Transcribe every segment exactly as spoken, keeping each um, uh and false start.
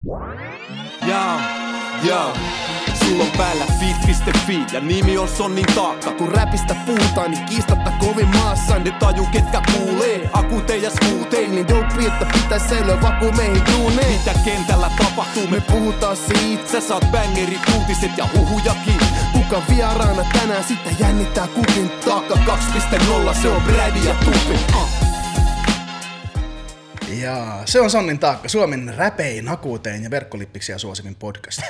Jaa, jaa. Sulla on päällä fit piste fi ja nimi on Sonnin taakka. Kun räpistä puhutaan, niin kiistatta kovin maassa. Ne taju ketkä kuulee, akute ja skuutee. Niin dope, että pitäis säilyä vaku meihin duuneen. Mitä kentällä tapahtuu, me Me puhutaan siitä. sä saat bangerit, uutiset ja huhujakin. Kuka vieraana tänään, sitä jännittää kukin Taakka kaksi piste nolla, se on Brady ja Tupi. uh. Ja se on Sonnin taakka, Suomen räpein, akuutein ja verkkolippiksi ja suosimin podcast.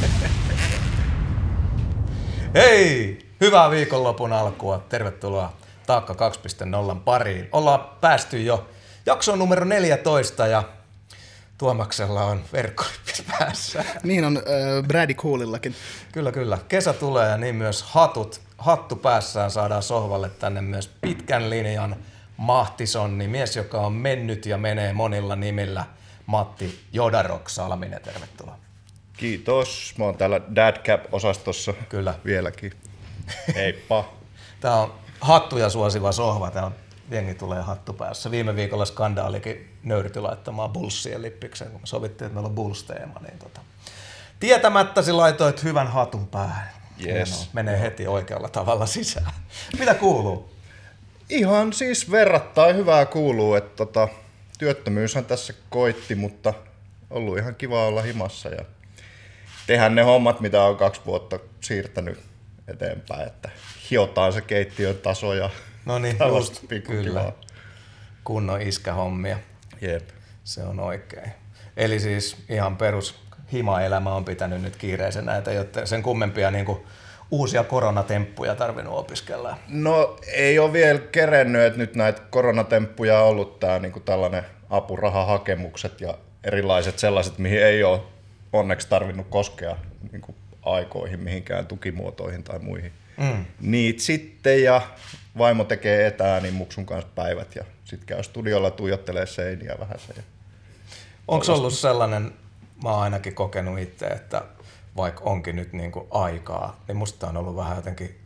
Hei! Hyvää viikonlopun alkua. Tervetuloa Taakka kaksi piste nolla pariin. Ollaan päästy jo jaksoon numero neljätoista ja Tuomaksella on verkkolippis päässä. Niin on äh, Brady Coolillakin. Kyllä, kyllä. Kesä tulee ja niin myös hatut. Hattu päässään saadaan sohvalle tänne myös pitkän linjan mahtisonni. Mies, joka on mennyt ja menee monilla nimillä. Matti Jodarok Salminen, tervetuloa. Kiitos. Mä oon täällä Dadcap-osastossa Kyllä. vieläkin. Heippa. Tää on hattuja suosiva sohva. Tää on, jengi tulee hattu päässä. Viime viikolla skandaalikin nöyrtyi laittamaan Bullsien lippikseen, kun me sovittiin, että meillä on Bulls-teema. Niin tota. Tietämättäsi laitoit hyvän hatun päähän. Yes. Hienoa. Menee heti oikealla tavalla sisään. Mitä kuuluu? Ihan siis verrattain hyvää kuuluu, että tota, työttömyyshän tässä koitti, mutta ollut ihan kiva olla himassa ja tehdä ne hommat, mitä on kaksi vuotta siirtänyt eteenpäin, että hiotaan se keittiön taso ja No niin, tällaista just, pikkukivaa. kyllä. Kunnon iskähommia. Jep. Se on oikein. Eli siis ihan perus himaelämä on pitänyt nyt kiireisenä, että ei ole sen kummempia niin kuin uusia koronatemppuja tarvinnut opiskella. No ei ole vielä kerennyt, että nyt näitä koronatemppuja on ollut tää niinku tällainen apurahahakemukset ja erilaiset sellaiset, mihin ei ole onneksi tarvinnut koskea niinku aikoihin, mihinkään tukimuotoihin tai muihin. Mm. Niitä sitten ja vaimo tekee etää, niin muksun kanssa päivät ja sitten käy studiolla tuijottelee seiniä vähän se. Onko ollut sellainen, mä oon ainakin kokenut itse, että vaikka onkin nyt niinku aikaa, niin musta on ollut vähän jotenkin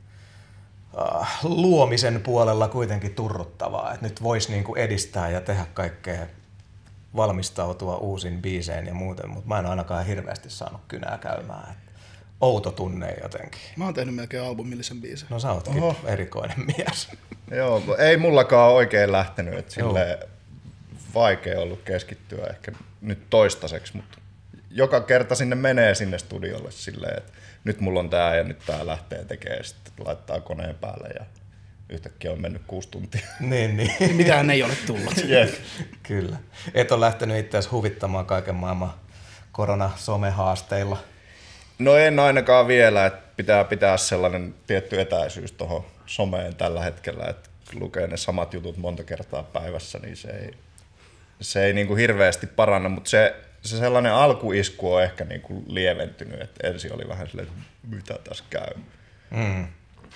äh, luomisen puolella kuitenkin turruttavaa, että nyt voisi niinku edistää ja tehdä kaikkea, valmistautua uusiin biiseihin ja muuten, mutta mä en ainakaan hirveästi saanut kynää käymään. Et outo tunne jotenkin. Mä oon tehnyt melkein albumillisen biisin. No sä ootkin Oho. erikoinen mies. Joo, ei mullakaan oikein lähtenyt, että silleen vaikea ollut keskittyä ehkä nyt toistaiseksi, mutta joka kerta sinne menee sinne studiolle silleen, että nyt mulla on tää ja nyt tää lähtee tekemään, sitten laittaa koneen päälle ja yhtäkkiä on mennyt kuusi tuntia. niin, niin. Mitään ei ole tullut. Yes. Kyllä. Et ole lähtenyt itse asiassa huvittamaan kaiken maailman korona-somehaasteilla. No en ainakaan vielä, että pitää pitää sellainen tietty etäisyys tuohon someen tällä hetkellä, että lukee ne samat jutut monta kertaa päivässä, niin se ei, se ei niin kuin hirveästi paranna, mutta se, se sellainen alkuisku on ehkä niin kuin lieventynyt, että ensin oli vähän silleen, että mitä tässä käy. Mm.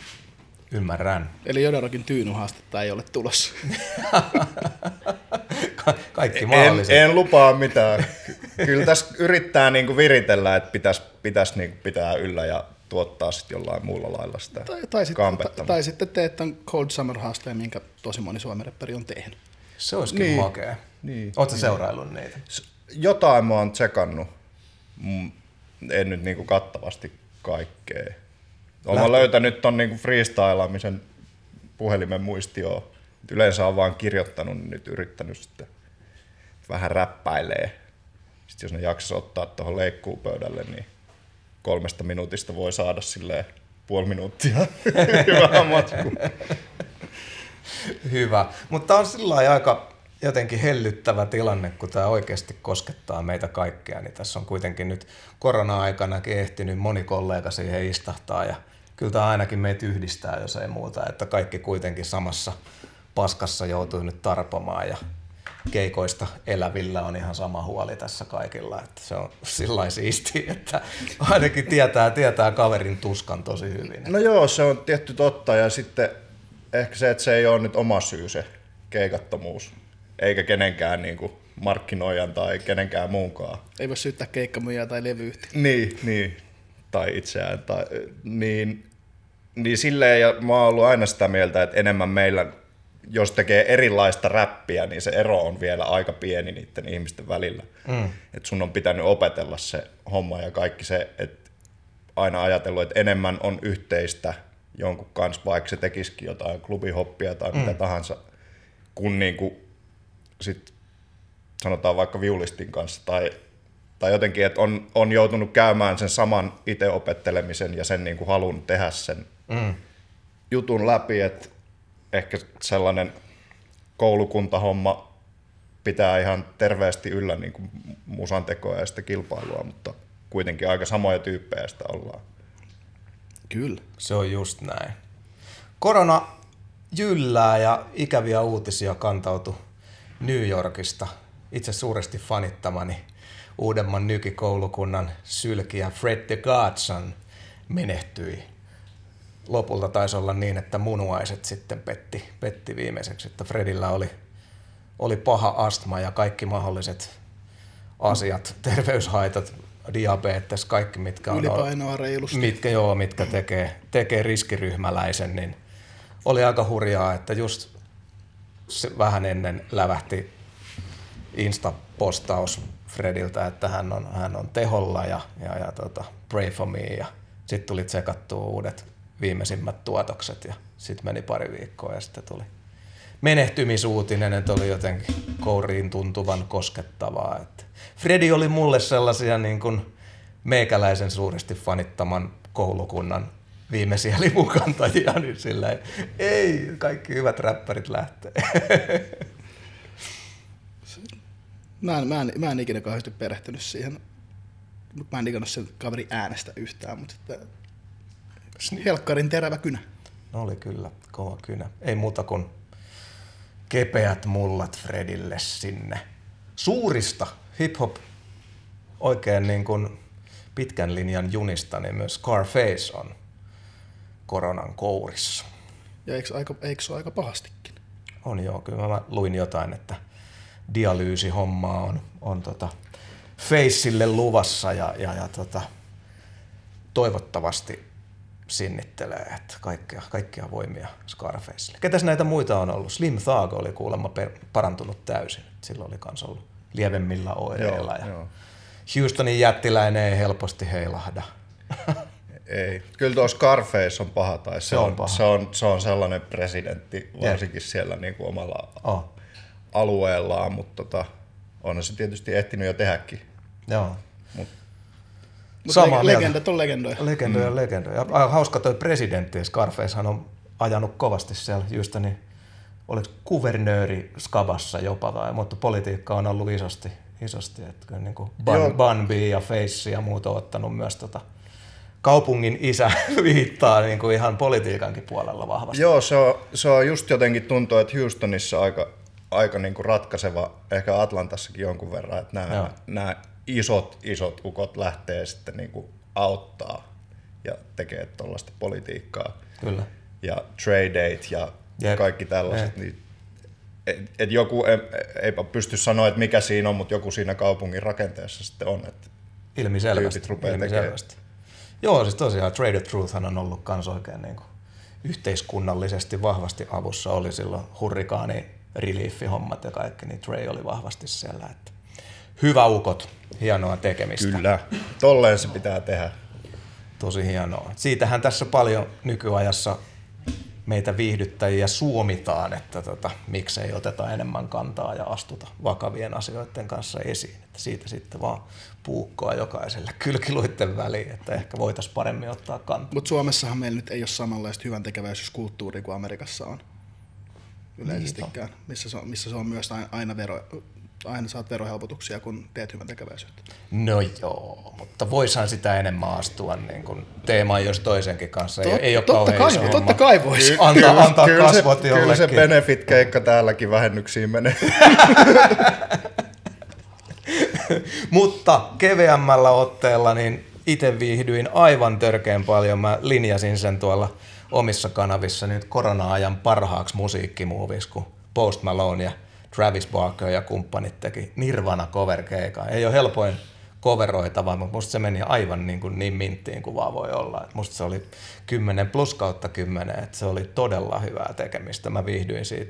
Ymmärrän. Eli Jodarokin tyynyhaastetta ei ole tulossa. Ka- kaikki En, mahdolliset. en lupaa mitään. Kyllä tässä yrittää niin kuin viritellä, että pitäisi, pitäisi niin kuin pitää yllä ja tuottaa sitten jollain muulla lailla sitä Tai, tai, sitten, kampetta. tai, tai sitten teet tämän Cold Summer-haasteen, minkä tosi moni suomerepperi on tehnyt. Se olisikin Niin. makea. Niin. Ootko niin. seuraillut niitä? Jotain mä oon tsekannut. Mm, En nyt niinku kattavasti kaikkea. Oon Lähti. löytänyt ton niinku freestylaamisen puhelimen muistioon. Yleensä on vaan kirjoittanut, niin nyt yrittänyt sitten vähän räppäilee. Sitten jos ne jaksaisi ottaa tuohon leikkuupöydälle, niin kolmesta minuutista voi saada silleen puoli minuuttia hyvää matskua. Hyvä. Mutta on sillä lailla aika jotenkin hellyttävä tilanne, kun tämä oikeasti koskettaa meitä kaikkea. Niin tässä on kuitenkin nyt korona-aikanakin ehtinyt moni kollega siihen istahtaa ja kyllä tämä ainakin meitä yhdistää, jos ei muuta, että kaikki kuitenkin samassa paskassa joutuu nyt tarpomaan ja keikoista elävillä on ihan sama huoli tässä kaikilla, että se on sillä siistiä, että ainakin tietää, tietää kaverin tuskan tosi hyvin. No joo, se on tietty totta ja sitten ehkä se, että se ei ole nyt oma syy se keikattomuus, eikä kenenkään niin kuin markkinoijan tai kenenkään muunkaan. Ei voi syyttää keikkamyyjää tai levyyhtiä. Niin, niin, tai itseään. Tai, niin, niin silleen, ja mä oon ollut aina sitä mieltä, että enemmän meillä jos tekee erilaista räppiä, niin se ero on vielä aika pieni niiden ihmisten välillä. Mm. Että sun on pitänyt opetella se homma ja kaikki se, että aina ajatellut, että enemmän on yhteistä jonkun kanssa, vaikka se tekisikin jotain klubihoppia tai mm. mitä tahansa, kun niinku sit sanotaan vaikka viulistin kanssa tai, tai jotenkin, että on, on joutunut käymään sen saman itse opettelemisen ja sen niinku halun tehdä sen mm. jutun läpi, että ehkä sellainen koulukuntahomma pitää ihan terveesti yllä niin kuin musantekoa ja sitä kilpailua, mutta kuitenkin aika samoja tyyppejä sitä ollaan. Kyllä. Se on just näin. Korona jyllää ja ikäviä uutisia kantautui New Yorkista. Itse suuresti fanittamani uudemman nykikoulukunnan sylkiä Fred the Godson menehtyi. Lopulta taisi olla niin, että munuaiset sitten petti, petti viimeiseksi, että Fredillä oli, oli paha astma ja kaikki mahdolliset asiat, terveyshaitat, diabetes, kaikki mitkä on ylipainoa reilusti. Mitkä, joo, mitkä tekee, tekee riskiryhmäläisen, niin oli aika hurjaa, että just se vähän ennen lävähti Insta-postaus Frediltä, että hän on, hän on teholla ja, ja, ja tota, pray for me, ja sitten tuli tsekattua uudet viimeisimmät tuotokset ja sitten meni pari viikkoa ja sitten tuli menehtymisuutinen, että oli jotenkin kouriin tuntuvan koskettavaa. Että Fredi oli mulle sellaisia niin kuin meikäläisen suuresti fanittaman koulukunnan viimeisiä lipukantajia, niin sillä ei, kaikki hyvät räppärit lähtee. Mä en, mä, en, mä en ikinä kauheasti perehtynyt siihen. Mä en digannut sen kaverin äänestä yhtään, mutta että helkkarin terävä kynä. No oli kyllä, kova kynä. Ei muuta kuin kepeät mullat Fredille sinne. Suurista hip-hop oikein niin kuin pitkän linjan junista, niin myös Scarface on koronan kourissa. Ja eikö, aika, eikö se ole aika pahastikin? On joo, kyllä mä luin jotain, että dialyysihommaa on, on tota Faceille luvassa ja, ja, ja tota, toivottavasti sinnittelee, että kaikkea, kaikkia voimia Scarfacelle. Ketäs näitä muita on ollut? Slim Thug oli kuulemma per, parantunut täysin. Silloin oli kans ollut lievemmillä oireilla. Joo, ja joo. Houstonin jättiläinen ei helposti heilahda. Ei. Kyllä tuo Scarface on paha. Tai se, se, on, on, paha. Se, on, se on sellainen presidentti, varsinkin yeah. siellä niin kuin omalla oh. alueellaan, mutta tota, on se tietysti ehtinyt jo tehdäkin. Joo. Mut. Mutta legendat on legendoja. Legendoja, mm. legendoja. Ja hauska toi presidentti, Scarfacehan on ajanut kovasti siellä just niin, oliko kuvernööri Skabassa jopa vai, mutta politiikka on ollut isosti, isosti että kyllä niin kuin Bun, Bun B ja Face ja muut on ottanut myös tota kaupungin isä viittaa niin kuin ihan politiikankin puolella vahvasti. Joo, se on, se on just jotenkin tuntuu, että Houstonissa aika, aika niin kuin ratkaiseva, ehkä Atlantassakin jonkun verran, että nämä, nämä isot, isot ukot lähtee sitten niin kuin auttaa ja tekee tuollaista politiikkaa. Kyllä. Ja trade ja Jep. kaikki tällaiset. Niin, et, et joku, eipä pysty sanoa, että mikä siinä on, mutta joku siinä kaupungin rakenteessa sitten on. Että ilmiselvästi. Ilmiselvästi. Joo, siis tosiaan Trade the Truthhan on ollut kans oikein niin kuin yhteiskunnallisesti vahvasti avussa. Oli silloin hurrikaani relief-hommat ja kaikki, niin Trey oli vahvasti siellä. Että hyvä ukot, hienoa tekemistä. Kyllä, tolleen se pitää tehdä. Tosi hienoa. Siitähän tässä paljon nykyajassa meitä viihdyttäjiä suomitaan, että tota, miksei oteta enemmän kantaa ja astuta vakavien asioiden kanssa esiin. Että siitä sitten vaan puukkoa jokaiselle kylkiluitten väliin, että ehkä voitaisiin paremmin ottaa kantaa. Mutta Suomessahan meillä nyt ei ole samanlaista hyvän tekeväisyyskulttuuria kuin Amerikassa on yleisestikään, missä se on, missä se on myös aina vero, aina saat verohelpotuksia, kun teet hyvän tekeväisyyttä. No joo, mutta voisihan sitä enemmän astua niin kuin teemaan jos toisenkin kanssa. Ei, Tot, ei ole totta, kai, iso totta kai voisi. Antaa, kyllä, antaa kyllä kasvot se, jollekin. Kyllä se benefit-keikka täälläkin vähennyksiin menee. Mutta keveämmällä otteella niin itse viihdyin aivan törkeän paljon. Mä linjasin sen tuolla omissa kanavissa nyt korona-ajan parhaaksi musiikkimuoviksi, kun Post Malone ja Travis Barker ja kumppanit teki Nirvana cover-keikan. Ei ole helpoin coveroitava, mutta musta se meni aivan niin, kuin niin minttiin kuin vaan voi olla. Et musta se oli kymmenen plus kautta kymmenen, että se oli todella hyvää tekemistä. Mä viihdyin siitä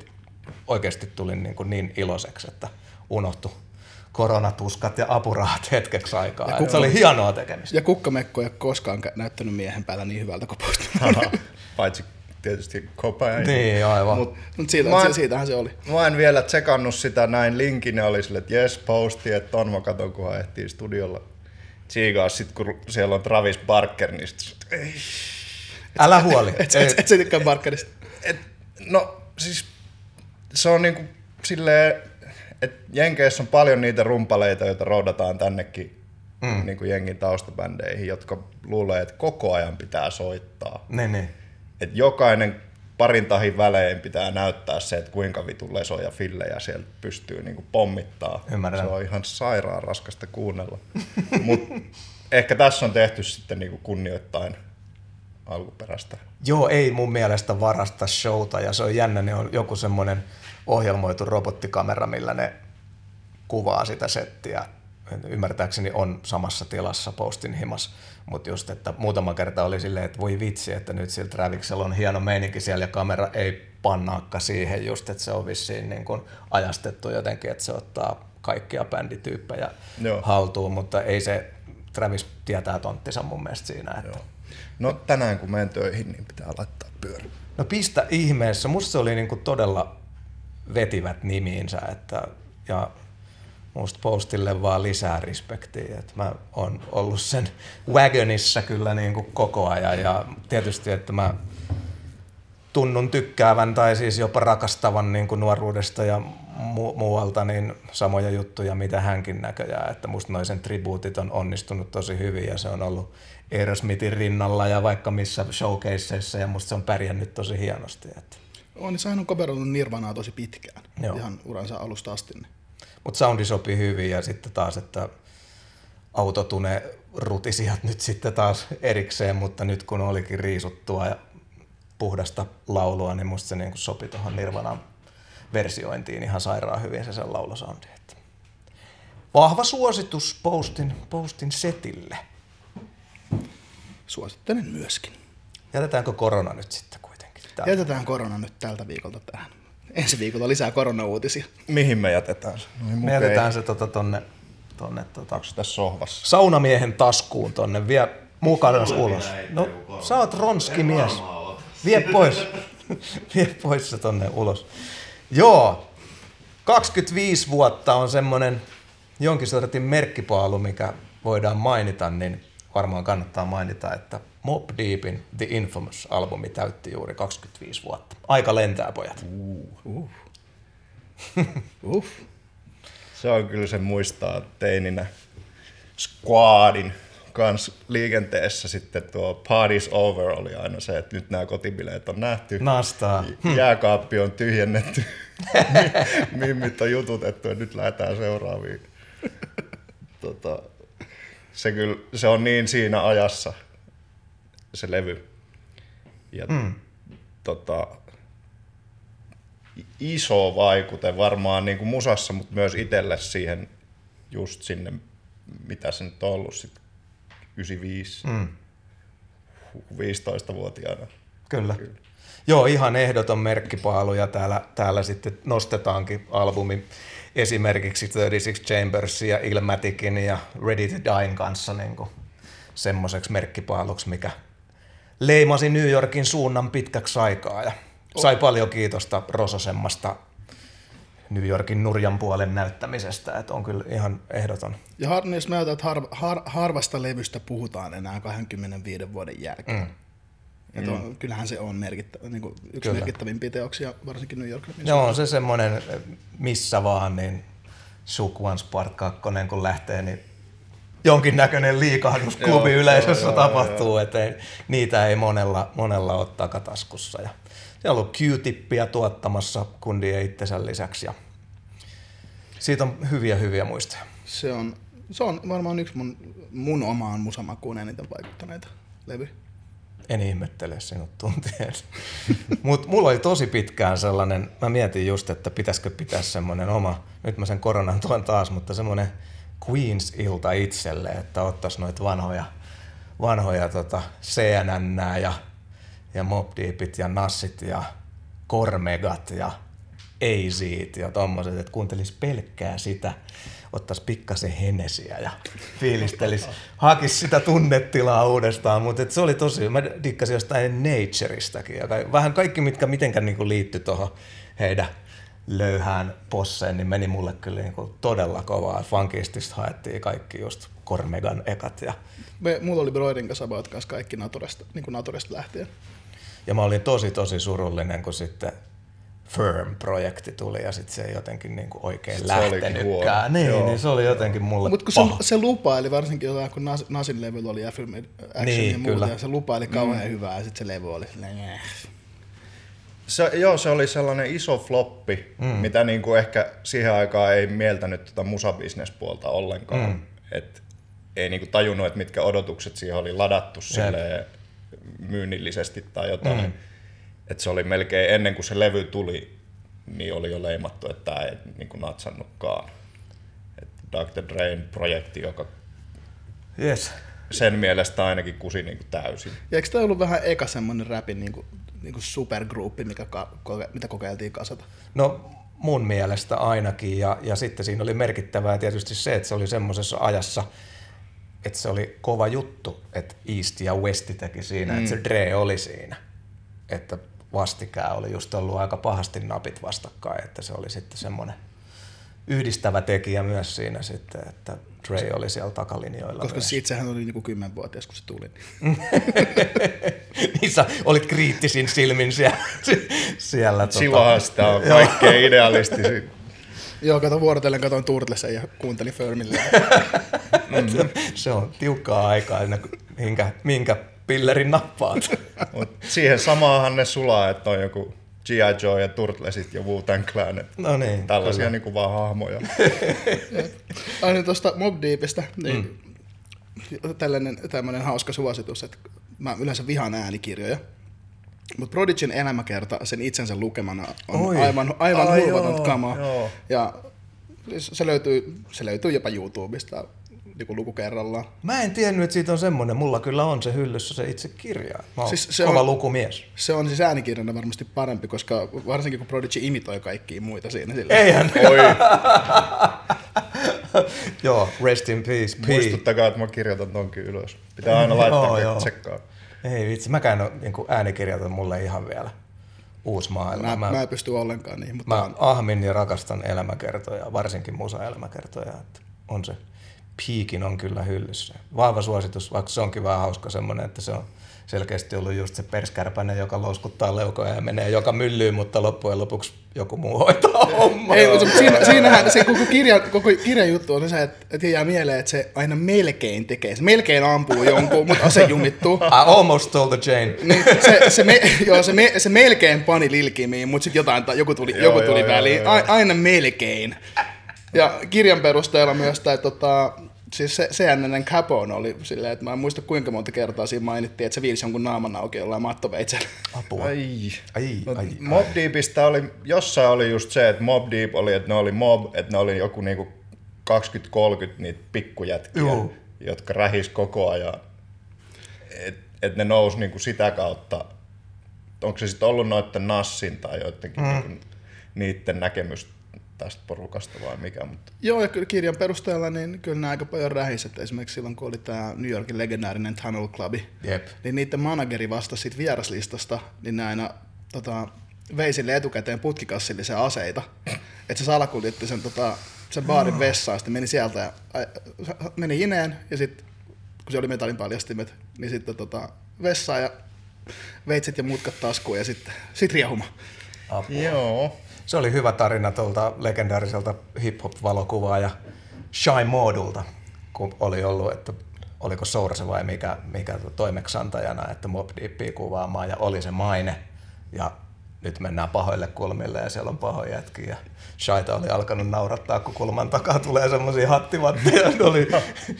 oikeasti tulin niin, kuin niin iloiseksi, että unohtui koronatuskat ja apurahat hetkeksi aikaa. Ja se oli hienoa tekemistä. Ja kukkamekko ei ole koskaan näyttänyt miehen päällä niin hyvältä kuin Post. Paitsi tietysti Cobain. Niin, aivan. Mutta Mut siitä, Mä en- siitähän se oli. Mä en vielä tsekannut sitä näin linkin, ja oli sille, että jes, posti, että ton mä katon, kunhan ehtii studiolla tsiigaa. Sit kun siellä on Travis Barker, niin sit, ei. Älä huoli. Et, et, et, et sä tykkää Barkerista. Et, no siis se on niinku silleen, että Jenkeissä on paljon niitä rumpaleita, joita roudataan tännekin mm. niinku jengin taustabändeihin, jotka luulee, että koko ajan pitää soittaa. Niin, niin. Et jokainen parin tahin välein pitää näyttää se, että kuinka vitun lesoja fillejä sieltä pystyy niinku pommittaa. Ymmärrän. Se on ihan sairaan raskasta kuunnella. Mut ehkä tässä on tehty sitten niinku kunnioittain alkuperäistä. Joo, ei mun mielestä varasta showta, ja se on jännä, ne on joku semmoinen ohjelmoitu robottikamera, millä ne kuvaa sitä settiä. Ymmärtääkseni on samassa tilassa Postin himas, mutta just, että muutama kerta oli silleen, että voi vitsi, että nyt sillä Traviksella on hieno meininki siellä ja kamera ei pannaakka siihen just, että se on vissiin niin kuin ajastettu jotenkin, että se ottaa kaikkia bändityyppejä Joo. haltuun, mutta ei se, Travis tietää tonttinsa mun mielestä siinä, että Joo. No tänään kun menen töihin, niin pitää laittaa pyörä. no pistä ihmeessä, musta se oli niinku todella vetivät nimiinsä, että, ja musta Postille vaan lisää respektiä, että mä oon ollut sen wagonissa kyllä niinku koko ajan, ja tietysti, että mä tunnun tykkäävän tai siis jopa rakastavan niinku nuoruudesta ja mu- muualta niin samoja juttuja, mitä hänkin näköjään, että musta noisen tribuutit on onnistunut tosi hyvin, ja se on ollut Aerosmithin rinnalla ja vaikka missä showcaseissa, ja musta se on pärjännyt tosi hienosti. Että. On, niin sehän on coveroinut Nirvanaa tosi pitkään, Joo. ihan uransa alusta asti. Niin. Mutta soundi sopii hyvin, ja sitten taas, että autotune rutisijat nyt sitten taas erikseen, mutta nyt kun olikin riisuttua ja puhdasta laulua, niin musta se niinku sopi tuohon Nirvanan versiointiin ihan sairaan hyvin se sen laulusoundi. Että. Vahva suositus Postin, Postin setille. Suosittelen myöskin. Jätetäänkö korona nyt sitten kuitenkin? Täällä? Jätetään korona nyt tältä viikolta tähän. Ensi viikolla lisää koronauutisia. Mihin me jätetään se? Noihin Me jätetään se tota, tonne, tonne tota, Onko tässä sohvassa? saunamiehen taskuun tonne. Vie mukana ulos. No, sä oot ronski mies. Vie pois. Vie pois se tonne ulos. Joo. kaksikymmentäviisi vuotta on semmonen jonkin sortin merkkipaalu, mikä voidaan mainita, niin varmaan kannattaa mainita, että Mobb Deepin The Infamous-albumi täytti juuri kaksikymmentäviisi vuotta. Aika lentää, pojat. Uh. Uh. uh. Se on kyllä se muistaa teininä Squadin kanssa liikenteessä sitten tuo Party's Over oli aina se, että nyt nämä kotibileet on nähty. Nastaa. Jääkaappi on tyhjennetty. Mimmit on jututettu ja nyt lähdetään seuraaviin. Tota, se, kyllä, se on niin siinä ajassa se levy. Ja mm. tota, iso vaikute varmaan niin kuin musassa, mutta myös itselle siihen just sinne, mitä se nyt on ollut sitten yhdeksänkymmentäviisi, mm. viisitoistavuotiaana. Kyllä. Kyllä. Joo, ihan ehdoton merkkipaalu, ja täällä, täällä sitten nostetaankin albumi esimerkiksi kolmekymmentäkuusi Chambersin ja Illmaticin ja Ready to Dien kanssa niin kuin semmoiseksi merkkipaaluksi, mikä leimasi New Yorkin suunnan pitkäksi aikaa ja sai oh. paljon kiitosta Rososemmasta New Yorkin nurjan puolen näyttämisestä, että on kyllä ihan ehdoton. Ja har, jos mä että har, har, harvasta levystä puhutaan enää kaksikymmentäviiden vuoden jälkeen. Mm. Et on, mm. Kyllähän se on merkittävä, niin kuin yksi kyllä. merkittävimpiä teoksia, varsinkin New Yorkin. Joo, on se semmoinen missä vaan, niin Shook Ones Part kaksi, kun lähtee, niin jonkinnäköinen liikahdus klubiyleisössä tapahtuu, että niitä ei monella, monella ole takataskussa. Ja siellä on ollut Q-tippiä tuottamassa kundien itsensä lisäksi, ja siitä on hyviä, hyviä muistoja. Se on, se on varmaan yksi mun, mun omaan musamakuun eniten vaikuttaneita levyjä. En ihmettele sinut tuntien. Mutta mulla oli tosi pitkään sellainen, mä mietin just, että pitäisikö pitää semmoinen oma, nyt mä sen koronan tuon taas, mutta semmoinen Queens-ilta itselle, että ottaisi noita vanhoja, vanhoja tota C N N ja, ja Mobb Deepit ja Nassit ja Kormegat ja A Z:t ja tommoset, että kuuntelis pelkkää sitä, ottais pikkasen Henesiä ja fiilistelis, hakis sitä tunnetilaa uudestaan, mutta se oli tosi, mä dikkasin jostain Natureistakin ja vähän kaikki, mitkä mitenkään niinku liittyi tuohon heidän löyhään posseen, niin meni mulle kyllä niinku todella kovaa. Funkistista haettiin kaikki just Kormegan ekat. Ja Me, mulla oli Broidin kanssa about kanssa kaikki Naturesta, niin kuin Naturesta lähtien. Ja mä olin tosi tosi surullinen, kun sitten Firm-projekti tuli ja sitten se ei jotenkin niinku oikein se lähtenytkään. Niin, niin se oli jotenkin mulle Mutta kun paha. se, se lupaili, varsinkin jotain, kun Nas, Nasin levyllä oli Affirmative Action Niin, ja muuta, kyllä. ja se lupaili kauhean mm. hyvää ja sitten se levy oli silleen, äh. Se, joo, se oli sellainen iso floppi, mm. mitä niinku ehkä siihen aikaan ei mieltänyt tota musabisnespuolta ollenkaan. Mm. Et ei niinku tajunnut, että mitkä odotukset siihen oli ladattu silleen myynnillisesti tai jotain. Mm. Et se oli melkein ennen kuin se levy tuli, niin oli jo leimattu, että tämä ei niinku natsannutkaan. Et doctor Drein projekti, joka Yes. sen mielestä ainakin kusi niinku täysin. Ja eikö tämä ollut vähän eka semmoinen räpin niinku, niinku supergruppi, mikä ka, koke, mitä kokeiltiin kasata? No mun mielestä ainakin, ja, ja sitten siinä oli merkittävää tietysti se, että se oli semmoisessa ajassa, että se oli kova juttu, että East ja West teki siinä, mm. että se Dre oli siinä. Että vastikään oli just ollut aika pahasti napit vastakkain, että se oli sitten semmoinen yhdistävä tekijä myös siinä sitten, että Dre oli siellä takalinjoilla. Koska myös. itsehän oli niinku kymmenvuotias, kun se tuli. Niin sä olit kriittisin silmin siellä. siellä Silloinhan tota, sitä on kaikkein idealistisin. Joo, kato vuorotellen katoin Turtlesen ja kuuntelin Firmille. mm-hmm. Se on tiukkaa aikaa, minkä, minkä pillerin nappaat. Mut siihen samaahan ne sulaa, että on joku G I. Joe ja Turtlesit ja Wu-Tang Clan. No niin, tällaisia kyllä. niinku vaan hahmoja. Aina tuosta Mobb Deepistä, niin mm. tällainen tämmöinen hauska suositus, että mä yleensä vihaan äänikirjoja. Mutta Prodigyn elämäkerta sen itsensä lukemana on Oi. aivan, aivan hulvatonta kamaa. Joo. Ja se löytyy, se löytyy jopa YouTubesta niin luku kerrallaan. Mä en tiennyt, että siitä on semmoinen. Mulla kyllä on se hyllyssä se itse kirja. Mä oon siis se kova on, lukumies. Se on siis äänikirjana varmasti parempi, koska varsinkin kun Prodigy imitoi kaikkia muita siinä. Sillä. Eihän. Oi. Joo, rest in peace. P. Muistuttakaa, että mä kirjoitan tonkin ylös. Pitää aina laittaa joo, tsekkaa. Ei vitsi, mäkään ole niin äänikirjat mulle ihan vielä uusi maailma. Mä, mä, mä en pysty ollenkaan niihin. Mutta mä on... ahmin ja rakastan elämäkertoja, varsinkin musa-elämäkertoja. Että on se, piikin on kyllä hyllyssä. Vahva suositus, vaikka se onkin vähän hauska semmoinen, että se on selkeästi ollut just se perskärpäinen, joka louskuttaa leukoja ja menee joka myllyyn, mutta loppujen lopuksi joku muu hoitaa hommaa. Ei, mutta siinä, siinähän se koko kirjan, koko kirjan juttu on se, että, että jää mieleen, että se aina melkein tekee. Se melkein ampuu jonkun, mutta ase jumittuu. I almost stole the chain. Niin, se, se, me, joo, se, me, se melkein pani lilkimiin, mutta sitten jotain, joku tuli, joo, joku tuli joo, väliin. Joo, joo. Aina melkein. Ja kirjan perusteella myös tämä tota, siis se, C N N Capone oli silleen, että mä en muista kuinka monta kertaa siinä mainittiin, että se viilsi jonkun naaman auki jollain mattoveitsellä. Apua. Ai. Ai, no, ai, Mobb ai. Deepistä oli, jossain oli just se, että Mobb Deep oli, että ne oli mob, että ne oli joku niinku kaksikymmentä kolmekymmentä niitä pikkujätkiä, Juhu. jotka rähis koko ajan. Että et ne nousi niinku sitä kautta. Onko se sitten ollut noitten Nassin tai joidenkin mm. niinku, niiden näkemys tästä porukasta vai mikä? Mutta... Joo, ja kirjan perusteella niin kyllä nämä aika paljon rähiset. Esimerkiksi silloin, kun oli tämä New Yorkin legendaarinen Tunnel Club, Jep. niin niiden manageri vastasi siitä vieraslistasta, niin ne aina tota, vei sille etukäteen putkikassillisia aseita. Että se salakuljetti sen, tota, sen baarin vessaan, sitten meni sieltä ja a, meni ineen, ja sitten kun se oli metallin paljastimet, niin sitten tota, vessaan ja veitset ja mutkat taskuun ja sitten sit riehuma. Apua. Joo. Se oli hyvä tarina tuolta legendaariselta hip-hop-valokuvaaja Shy Modulta, kun oli ollut, että oliko Source vai mikä, mikä toimeksiantajana, että Mobb Deepia kuvaamaan ja oli se maine. Ja nyt mennään pahoille kulmille ja siellä on pahoja jätkiä. Shyta oli alkanut naurattaa, kun kulman takaa tulee semmosia hattivatteja. oli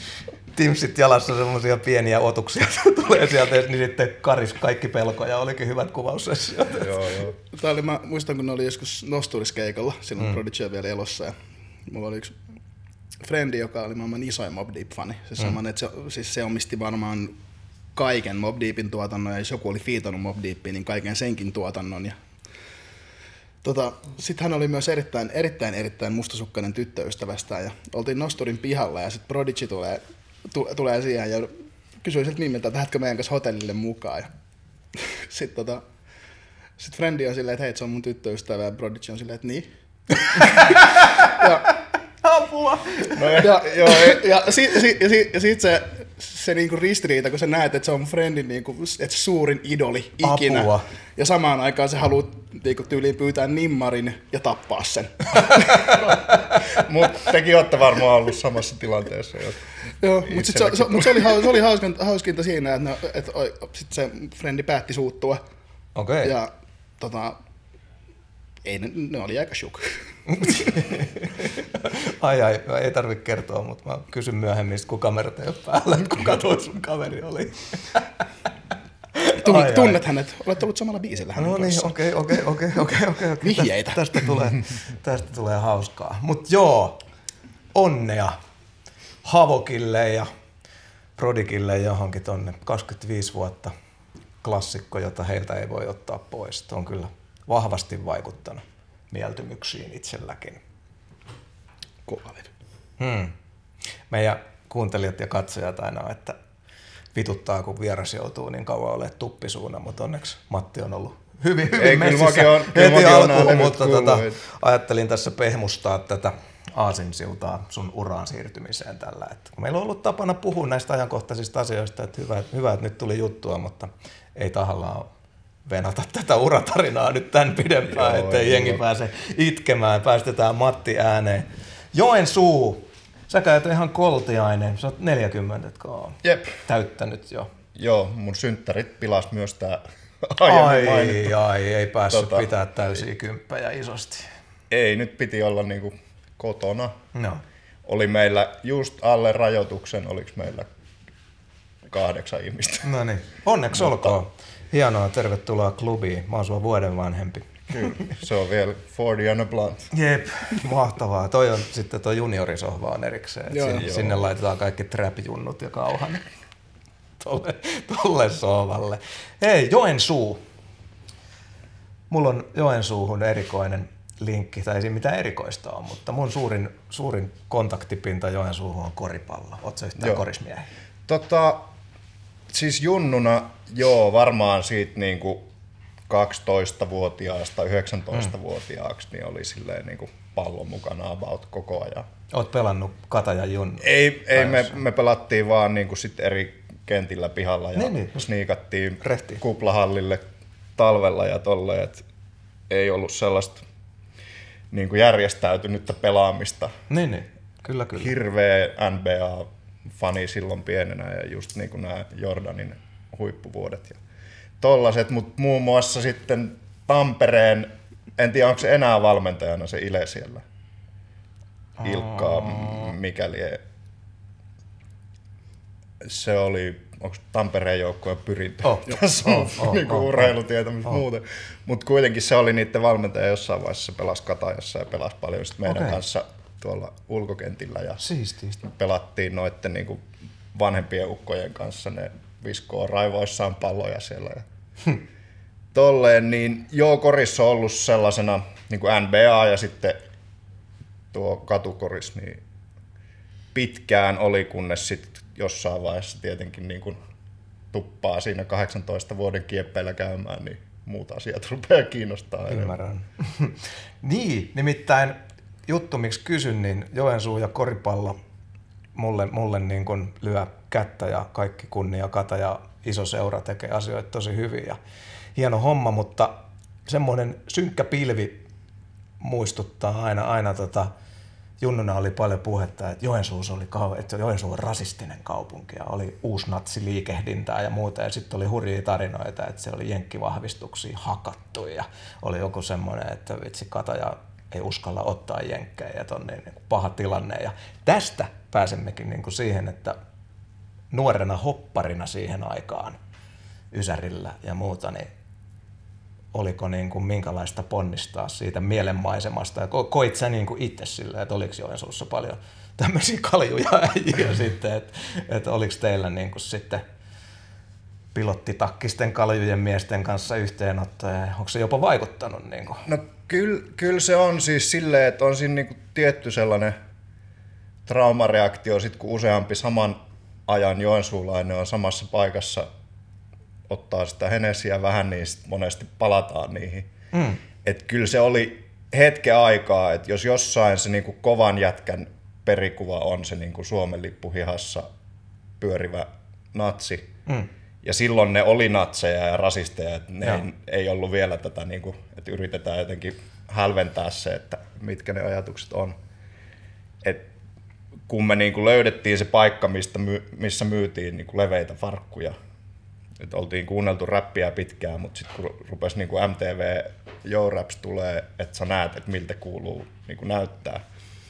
timsit jalassa semmosia pieniä otuksia. tulee sieltä, niin sitten karis kaikki pelkoja. Olikin hyvät kuvaussessiot. Joo, joo. Tämä oli, mä muistan, kun ne oli joskus Nosturiskeikalla, silloin mm. Prodigy vielä elossa. Ja mulla oli yksi frendi, joka oli maailman isoin Mobb Deep-fani. Se, mm. että se, siis se omisti varmaan kaiken Mobb Deepin tuotannon, ja jos joku oli fiitannut Mobb Deepin, niin kaiken senkin tuotannon. Ja Tota, sitten hän oli myös erittäin, erittäin, erittäin mustasukkainen tyttöystävästään ja oltiin Nosturin pihalla ja sitten Prodigy tulee, tu, tulee siihen ja kysyi siltä nimeltä, että lähdetkö meidän kanssa hotellille mukaan. Ja sitten tota, sit Frendi on silleen, että hei, se on mun tyttöystävä ja Prodigy on silleen, että niin. ja, Apua! No ja, ja, joo, ja, si, si, ja, si, ja sit se, se niinku ristiriita, kun sä näet, että se on mun friendin niinku, että se suurin idoli ikinä. Apua. Ja samaan aikaan se haluaa niinku, tyyliin pyytää nimmarin ja tappaa sen. Mutta tekin olette varmaan ollut samassa tilanteessa. Joo, mutta se, se, mut se oli, se oli hauskinta, hauskinta siinä, että, no, että sit se frendi päätti suuttua. Okei. Okay. Ja tota, ei, ne, ne oli aika shuk. Ai ai, ei tarvitse kertoa, mutta mä kysyn myöhemmin, kun kamerat ei ole päällä, että kuka toi sun kaveri oli. Tunnet, tunnet hänet, olet ollut samalla biisillä hänen No niin, okei, okei, okei, okei, okei. Vihjeitä. Tästä, tästä, tulee, tästä tulee hauskaa. Mut joo, onnea Havokille ja Prodigille johonkin tonne kaksikymmentäviisi vuotta klassikko, jota heiltä ei voi ottaa pois. Tuo on kyllä vahvasti vaikuttanut mieltymyksiin itselläkin. Kova levy. Hmm. Meidän kuuntelijat ja katsojat aina, että vituttaa, kun vieras joutuu niin kauan olemaan tuppisuuna, mutta onneksi Matti on ollut hyvin, hyvin Ei, messissä on, heti alkuun, mutta kuullut. tota, ajattelin tässä pehmustaa tätä aasinsiltaa sun uraan siirtymiseen tällä. Että kun meillä on ollut tapana puhua näistä ajankohtaisista asioista, että hyvä, hyvä että nyt tuli juttua, mutta ei tahallaan venata tätä uratarinaa nyt tämän pidempään, Joo, ettei jengi joo. pääse itkemään. Päästetään Matti ääneen. Joensuu, sä käyt ihan koltiainen, sä oot neljäkymmentä Jep. täyttänyt jo. Joo, mun synttärit pilas myös tää Ai, aiemmin mainittu. ai, ei päässyt Tota, pitää täysiä kymppejä isosti. Ei, nyt piti olla niinku kotona. No. Oli meillä just alle rajoituksen, oliks meillä kahdeksan ihmistä. No niin, onneksi Mutta, olkoon. Hienoa, tervetuloa klubiin. Mä oon sua vuoden vanhempi. Kyllä, se on vielä forty and a blunt. Jep, mahtavaa. Toi on sitten toi juniorisohva on erikseen. Joo, sinne, joo. sinne laitetaan kaikki trap-junnut ja kauhan tolle, tolle sohvalle. Hei, Joensuu. Mulla on Joensuuhun erikoinen linkki, tai ei mitään erikoista on, mutta mun suurin, suurin kontaktipinta Joensuuhun on koripallo. Ootko sä yhtään korismiehiä? Tota, siis junnuna, joo, varmaan siitä niinku kaksitoistavuotiaasta yhdeksäntoistavuotiaaksi niin oli silleen niinku pallon mukana about koko ajan. Oot pelannut Katajan junnu? Ei, ei me, me pelattiin vaan niinku sit eri kentillä pihalla ja niin, niin. sniikattiin Rehti. kuplahallille talvella ja tolleen, että ei ollut sellaista niinku järjestäytynyttä pelaamista. Niin, niin. Kyllä, kyllä. Hirveä N B A-fani silloin pienenä ja just niinku nämä Jordanin huippuvuodet ja tollaset, mutta muun muassa sitten Tampereen, en tiedä onko se enää valmentajana se Ile siellä, Ilkkaa, mikäli ei. Se oli, onko Tampereen joukkueen pyrintö oh, tässä oh, oh, niinku oh, urheilutietämys oh. muuten, mutta kuitenkin se oli niiden valmentaja jossain vaiheessa, se pelasi Katajassa ja pelasi paljon sit meidän okay. kanssa tuolla ulkokentillä ja Siististi. pelattiin noitten niinku vanhempien ukkojen kanssa, ne viskoo raivoissaan palloja siellä ja tolleen, niin joo, korissa on ollut sellaisena niin kuin N B A ja sitten tuo katukoris, niin pitkään oli, kunnes sitten jossain vaiheessa tietenkin niin kuin tuppaa siinä kahdeksantoista vuoden kieppeillä käymään, niin muut asiat rupeaa kiinnostaa. Ymmärrän. Niin, nimittäin juttu, miksi kysyn, niin Joensuu ja koripallo mulle, mulle niin kuin lyö kättä ja kaikki kunnia Kata ja iso seura tekee asioita tosi hyvin ja hieno homma, mutta semmoinen synkkä pilvi muistuttaa aina, aina tota, junnuna oli paljon puhetta, että Joensuu oli, kau- että Joensuu on rasistinen kaupunki ja oli uusnatsiliikehdintää ja muuta ja sitten oli hurjia tarinoita, että se oli jenkkivahvistuksia hakattu ja oli joku semmoinen, että vitsi Kataja ei uskalla ottaa jenkkejä ja on niin, niin paha tilanne ja tästä pääsemmekin niin kuin siihen, että nuorena hopparina siihen aikaan Ysärillä ja muuta, niin oliko niin kuin minkälaista ponnistaa siitä mielenmaisemasta ja ko- koit sä niin kuin itse silleen, että oliko Joensuussa paljon tämmöisiä kaljuja äijiä sitten, että, että oliko teillä niin kuin sitten pilottitakkisten kaljujen miesten kanssa yhteenottoja, onko se jopa vaikuttanut? Niin kuin? No Kyllä, kyllä se on siis silleen, että on siinä niinku tietty sellainen traumareaktio, sit kun useampi saman ajan joensuulainen on samassa paikassa, ottaa sitä Henessiä vähän, niin sit monesti palataan niihin. Mm. Et kyllä se oli hetken aikaa, että jos jossain se niinku kovan jätkän perikuva on se niinku Suomen lippu hihassa pyörivä natsi, mm. ja silloin ne oli natseja ja rasisteja, että ne ei, ei ollut vielä tätä, niinku, että yritetään jotenkin hälventää se, että mitkä ne ajatukset on. Et kun me niinku löydettiin se paikka, mistä my, missä myytiin niinku leveitä farkkuja, et oltiin kuunneltu räppiä pitkään, mutta sitten kun rupesi niinku M T V Yo Raps tulee, että sä näet, että miltä kuuluu niinku näyttää,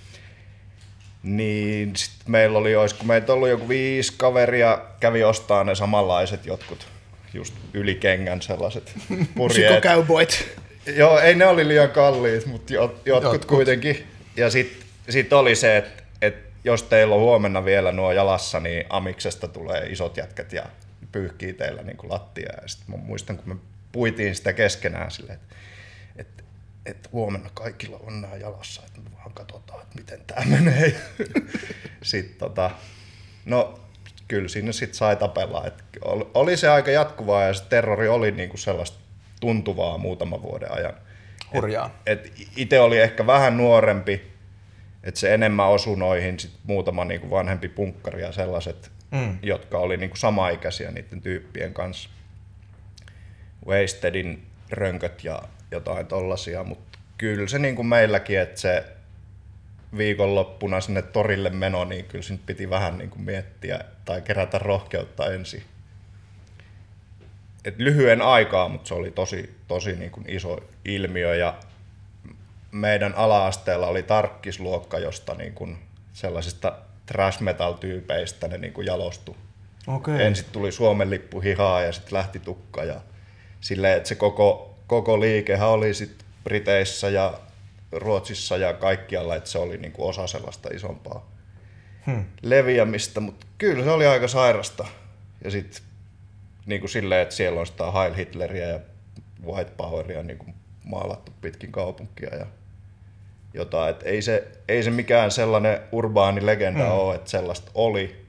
niin sitten meillä oli, olisiko meitä ollut joku viisi kaveria, kävi ostaa ne samanlaiset jotkut, just ylikengän sellaiset purjeet. Cowboyt. Joo, ei ne oli liian kalliit, mutta jotkut, jotkut kuitenkin. Ja sitten sit oli se, että et jos teillä on huomenna vielä nuo jalassa, niin Amiksesta tulee isot jätkät ja pyyhkii teillä niin kuin lattia. Ja sitten mä muistan, kun me puitiin sitä keskenään silleen, että et, et huomenna kaikilla on nämä jalassa, että me vaan katsotaan, että miten tämä menee. Sitten tota, no kyllä siinä sitten sai tapella. Et oli, oli se aika jatkuvaa ja se terrori oli niin kuin sellaista tuntuvaa muutaman vuoden ajan. Hurjaa. Et, et itse oli ehkä vähän nuorempi, että se enemmän osui noihin sit muutama niinku vanhempi punkkari ja sellaiset, mm. jotka oli niinku samaikäisiä niiden tyyppien kanssa. Wastedin rönköt ja jotain tollasia, mutta kyllä se niinku meilläkin, että se viikonloppuna sinne torille meno, niin kyllä sinne piti vähän niinku miettiä tai kerätä rohkeutta ensin. Et lyhyen aikaa, mutta se oli tosi, tosi niinku iso ilmiö ja meidän ala-asteella oli tarkkisluokka, josta niin kuin sellaisista trash metal-tyypeistä ne niin kuin jalostui. Okay. Ensin tuli Suomen lippu hihaa ja sitten lähti tukka. Ja silleen, että se koko, koko liikehän oli sit Briteissä ja Ruotsissa ja kaikkialla, että se oli niin kuin osa sellaista isompaa hmm. leviämistä, mutta kyllä se oli aika sairasta. Ja sitten niin kuin silleen, että siellä on sitä Heil Hitleriä ja White Poweria niin kuin maalattu pitkin kaupunkia ja jotain. Et ei, se, ei se mikään sellainen urbaani legenda mm. ole, että sellaista oli,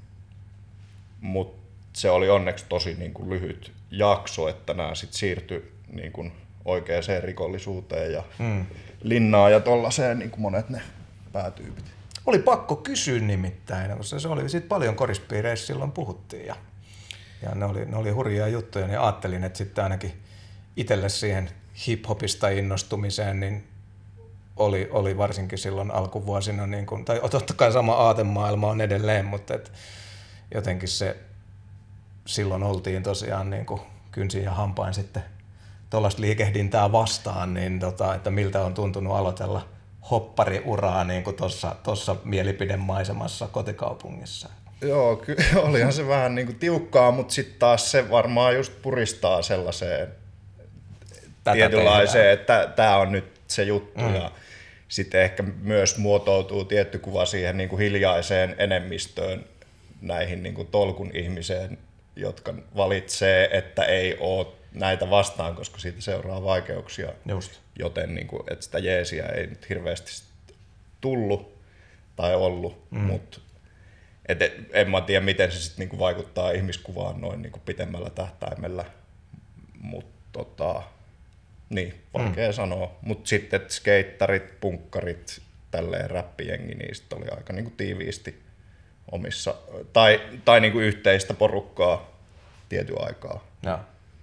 mutta se oli onneksi tosi niin kuin lyhyt jakso, että nämä sitten siirtyi niin kuin oikeaan rikollisuuteen ja mm. linnaan ja tollaiseen, niin kuin monet ne päätyypit. Oli pakko kysyä nimittäin, koska se oli siitä paljon korispiireissä silloin puhuttiin ja, ja ne, oli, ne oli hurjia juttuja, niin ajattelin, että sitten ainakin itselle siihen hip-hopista innostumiseen, niin oli, oli varsinkin silloin alkuvuosina, niin kuin, tai totta kai sama aatemaailma on edelleen, mutta et jotenkin se silloin oltiin tosiaan niin kuin kynsin ja hampain sitten tuollaista liikehdintää vastaan, niin tota, että miltä on tuntunut aloitella hoppariuraa niin kuin tuossa, tuossa mielipidemaisemassa kotikaupungissa. Joo, kyllä olihan se vähän niin kuin tiukkaa, mutta sitten taas se varmaan just puristaa sellaiseen tätä tietynlaiseen, tehdään. Että tämä on nyt se juttu mm. ja sitten ehkä myös muotoutuu tietty kuva siihen niin kuin hiljaiseen enemmistöön näihin niin kuin tolkun ihmiseen, jotka valitsee, että ei ole näitä vastaan, koska siitä seuraa vaikeuksia, Just. joten niin kuin, että sitä jeesiä ei nyt hirveästi tullut tai ollut, mm. mutta et, en mä tiedä, miten se sitten niin kuin vaikuttaa ihmiskuvaan noin niin kuin pitemmällä tähtäimellä, mutta tota, niin, vaikea mm. sanoa. Mutta sitten skeittarit, punkkarit, tälleen räppijengi, niistä oli aika niinku tiiviisti omissa, tai, tai niinku yhteistä porukkaa tietyn aikaa. Ja.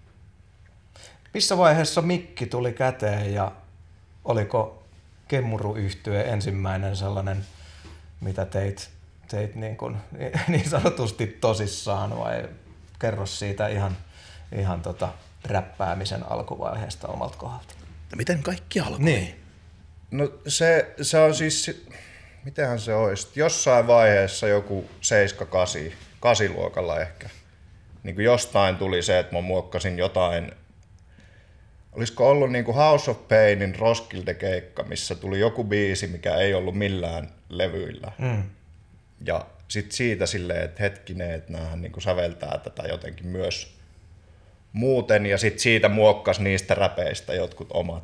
Missä vaiheessa mikki tuli käteen ja oliko Kemmuru-yhtye ensimmäinen sellainen, mitä teit, teit niin, kuin, niin sanotusti tosissaan, vai kerro siitä ihan, ihan tota räppäämisen alkuvaiheesta omalta kohdalta? No miten kaikki alkoi? Niin. No se, se on siis, mitähän se olisi, jossain vaiheessa joku seitsemän kahdeksan, kahdeksan luokalla ehkä. Niin kuin jostain tuli se, että mä muokkasin jotain, olisiko ollut niin kuin House of Painin Roskilde-keikka, missä tuli joku biisi, mikä ei ollut millään levyillä. Mm. Ja sitten siitä silleen, että hetkinen, että näähän niin kuin säveltää tätä jotenkin myös muuten, ja sitten siitä muokkas niistä räpeistä jotkut omat.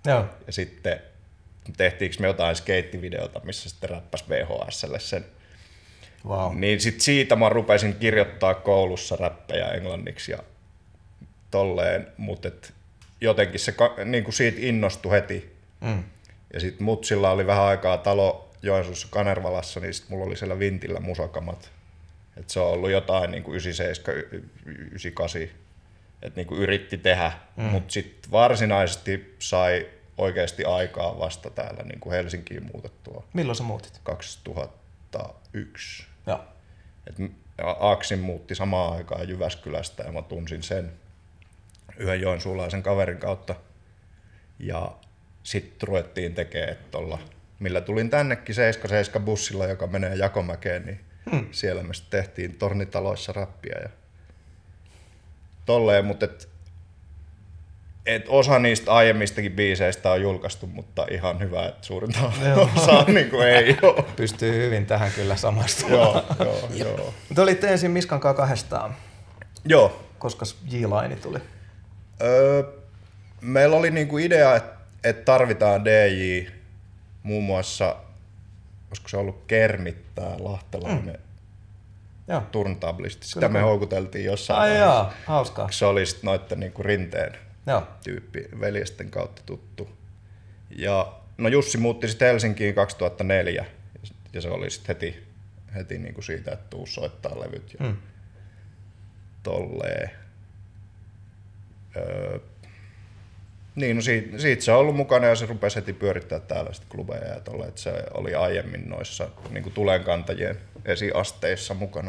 Joo. Ja sitten tehtiinkö me jotain skeittivideota, missä sitten räppäsi V H S:lle sen. Wow. Niin sit siitä mä rupesin kirjoittaa koulussa räppejä englanniksi ja tolleen, mutta jotenkin se niin kuin siitä innostui heti. Mm. Ja sitten mutsilla oli vähän aikaa talo Joensuussa Kanervalassa, niin sit mulla oli siellä vintillä musakamat. Et se on ollut jotain niin kuin yhdeksänkymmentäseitsemän yhdeksänkymmentäkahdeksan, että niin kuin yritti tehdä, mm. mutta sitten varsinaisesti sai oikeasti aikaa vasta täällä niin kuin Helsinkiin muutettua. Milloin sä muutit? kaksituhattayksi. Joo. Et Aksin muutti samaan aikaan Jyväskylästä ja mä tunsin sen yhden joensuulaisen kaverin kautta. Ja sitten ruvettiin tekemään tuolla, millä tulin tännekin seitsemänkymmentäseitsemän bussilla, joka menee Jakomäkeen, niin hmm. siellä me sitten tehtiin tornitaloissa räppiä ja tolleen, mutta et, et osa niistä aiemmistakin biiseistä on julkaistu, mutta ihan hyvä, että suurinta osaa niin kuin ei ole. Pystyy hyvin tähän kyllä samastumaan. Joo, joo, joo. Te olitte ensin Miskan kanssa kahdestaan. Joo. Koska J-Line tuli? Öö, meillä oli niinku idea, että et tarvitaan D J, muun muassa, olisiko se ollut Kermit, tää lahtelainen mm. turntablisti. Sitä kyllä, me kyllä. houkuteltiin jossain Ai jaa, hauskaa. Se oli sitten noitten niinku Rinteen Joo. tyyppi, veljesten kautta tuttu. Ja no Jussi muutti sitten Helsinkiin kaksituhattaneljä ja se oli sitten heti, heti niinku siitä, että tuu soittaa levyt ja mm. tolleen. Öö, niin, no siitä, siitä se on ollut mukana ja se rupesi heti pyörittää täällä sitten klubeja ja tolle, että se oli aiemmin noissa niin kuin tulenkantajien esiasteissa mukana.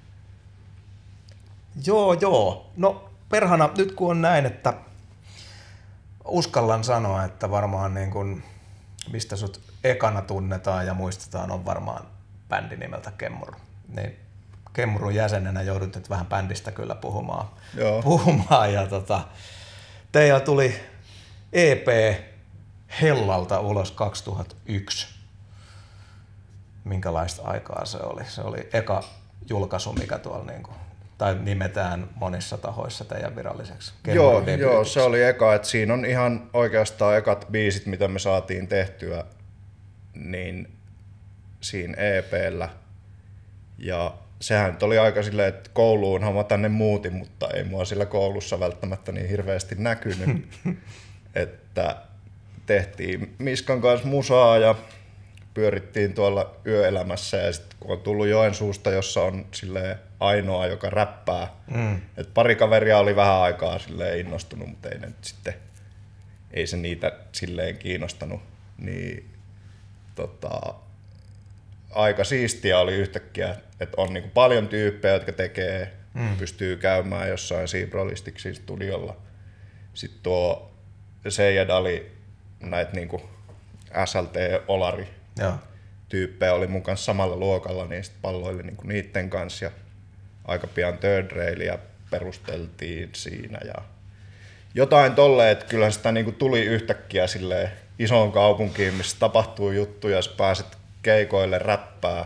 Joo, joo. No perhana, nyt kun on näin, että uskallan sanoa, että varmaan niin kuin, mistä sut ekana tunnetaan ja muistetaan, on varmaan bändi nimeltä Kemmuru. Niin Kemmurun jäsenenä joudut nyt vähän bändistä kyllä puhumaan. Joo. puhumaan ja tota, teillä tuli E P Hellalta ulos kaksituhattayksi. Minkälaista aikaa se oli? Se oli eka julkaisu, mikä tuolla niinku, tai nimetään monissa tahoissa teidän viralliseksi. Joo, joo, se oli eka, että siinä on ihan oikeastaan ekat biisit, mitä me saatiin tehtyä, niin siinä E P:llä. Ja sehän nyt oli aika silleen, että kouluunhan mä tänne muutin, mutta ei mua sillä koulussa välttämättä niin hirveästi näkynyt. Että tehtiin Miskan kanssa musaa ja pyörittiin tuolla yöelämässä ja sitten kun on tullut Joensuusta, jossa on silleen ainoa, joka räppää. Mm. Et pari kaveria oli vähän aikaa silleen innostunut, mutta ei, ne nyt sitten, ei se niitä silleen kiinnostanut. Niin, tota, aika siistiä oli yhtäkkiä, että on niinku paljon tyyppejä, jotka tekee, mm. pystyy käymään jossain Seabrolistixin studiolla. Sitten tuo Seijad Ali, näitä niinku S L T-olari tyyppejä oli mun kanssa samalla luokalla, niin sit palloili niinku niitten kanssa ja aika pian Third Railia perusteltiin siinä ja jotain tolleen, että kyllähän sitä niinku tuli yhtäkkiä silleen isoon kaupunkiin, missä tapahtuu juttuja ja sä pääset keikoille räppää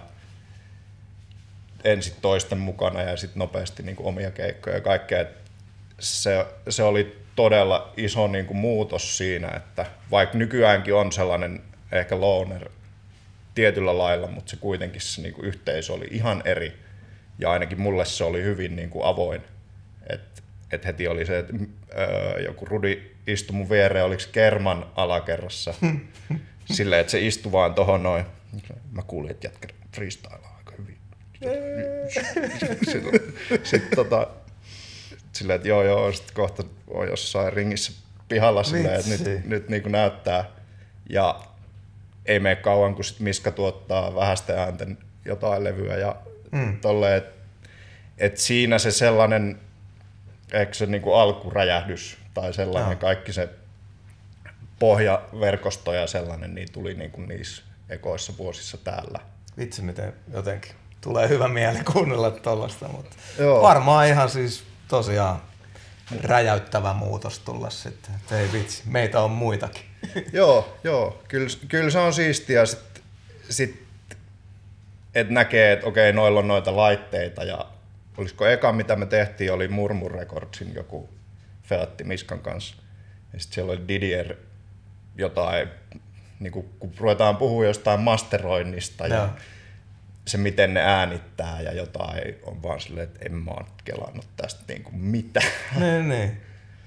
ensin toisten mukana ja sitten nopeasti niinku omia keikkoja ja kaikkea. Se, se oli todella iso niinku muutos siinä, että vaikka nykyäänkin on sellainen ehkä loner tietyllä lailla, mutta se kuitenkin se niinku yhteisö oli ihan eri ja ainakin mulle se oli hyvin niinku avoin. Et, et heti oli se, että öö, joku Rudi istui mun viereen, oliko Kerman alakerrassa silleen, että se istui vaan tohon noin. Mä kuulin, että jätkä freestylaa aika hyvin. Sitten sit, tota, silleen, että joo joo, sit kohta on jossain ringissä pihalla silleen, että nyt, nyt niin kuin näyttää. Ja ei mene kauan, kun sit Miska tuottaa vähäisten äänten jotain levyä ja mm. tolleen, että et siinä se sellainen, ehkä se niin kuin alkuräjähdys tai sellainen no. kaikki se pohjaverkosto ja sellainen, niin tuli niin kuin niissä ekoissa vuosissa täällä. Vitsi, miten jotenkin tulee hyvä mieli kuunnella tollaista, mutta joo. Varmaan ihan siis tosiaan räjäyttävä muutos tulla sitten. Et ei vitsi, meitä on muitakin. Joo, joo. Kyllä, kyllä se on siistiä, sit, sit, että näkee, että okei, noilla on noita laitteita ja olisiko eka, mitä me tehtiin, oli Murmur Recordsin joku featti Miskan kanssa. Ja sitten siellä oli Didier jotain, niin kuin, kun ruvetaan puhua jostain masteroinnista ja, ja se miten ne äänittää ja jotain, on vaan silleen, että en mä oon kelannut tästä niin kuin mitään. Niin, niin.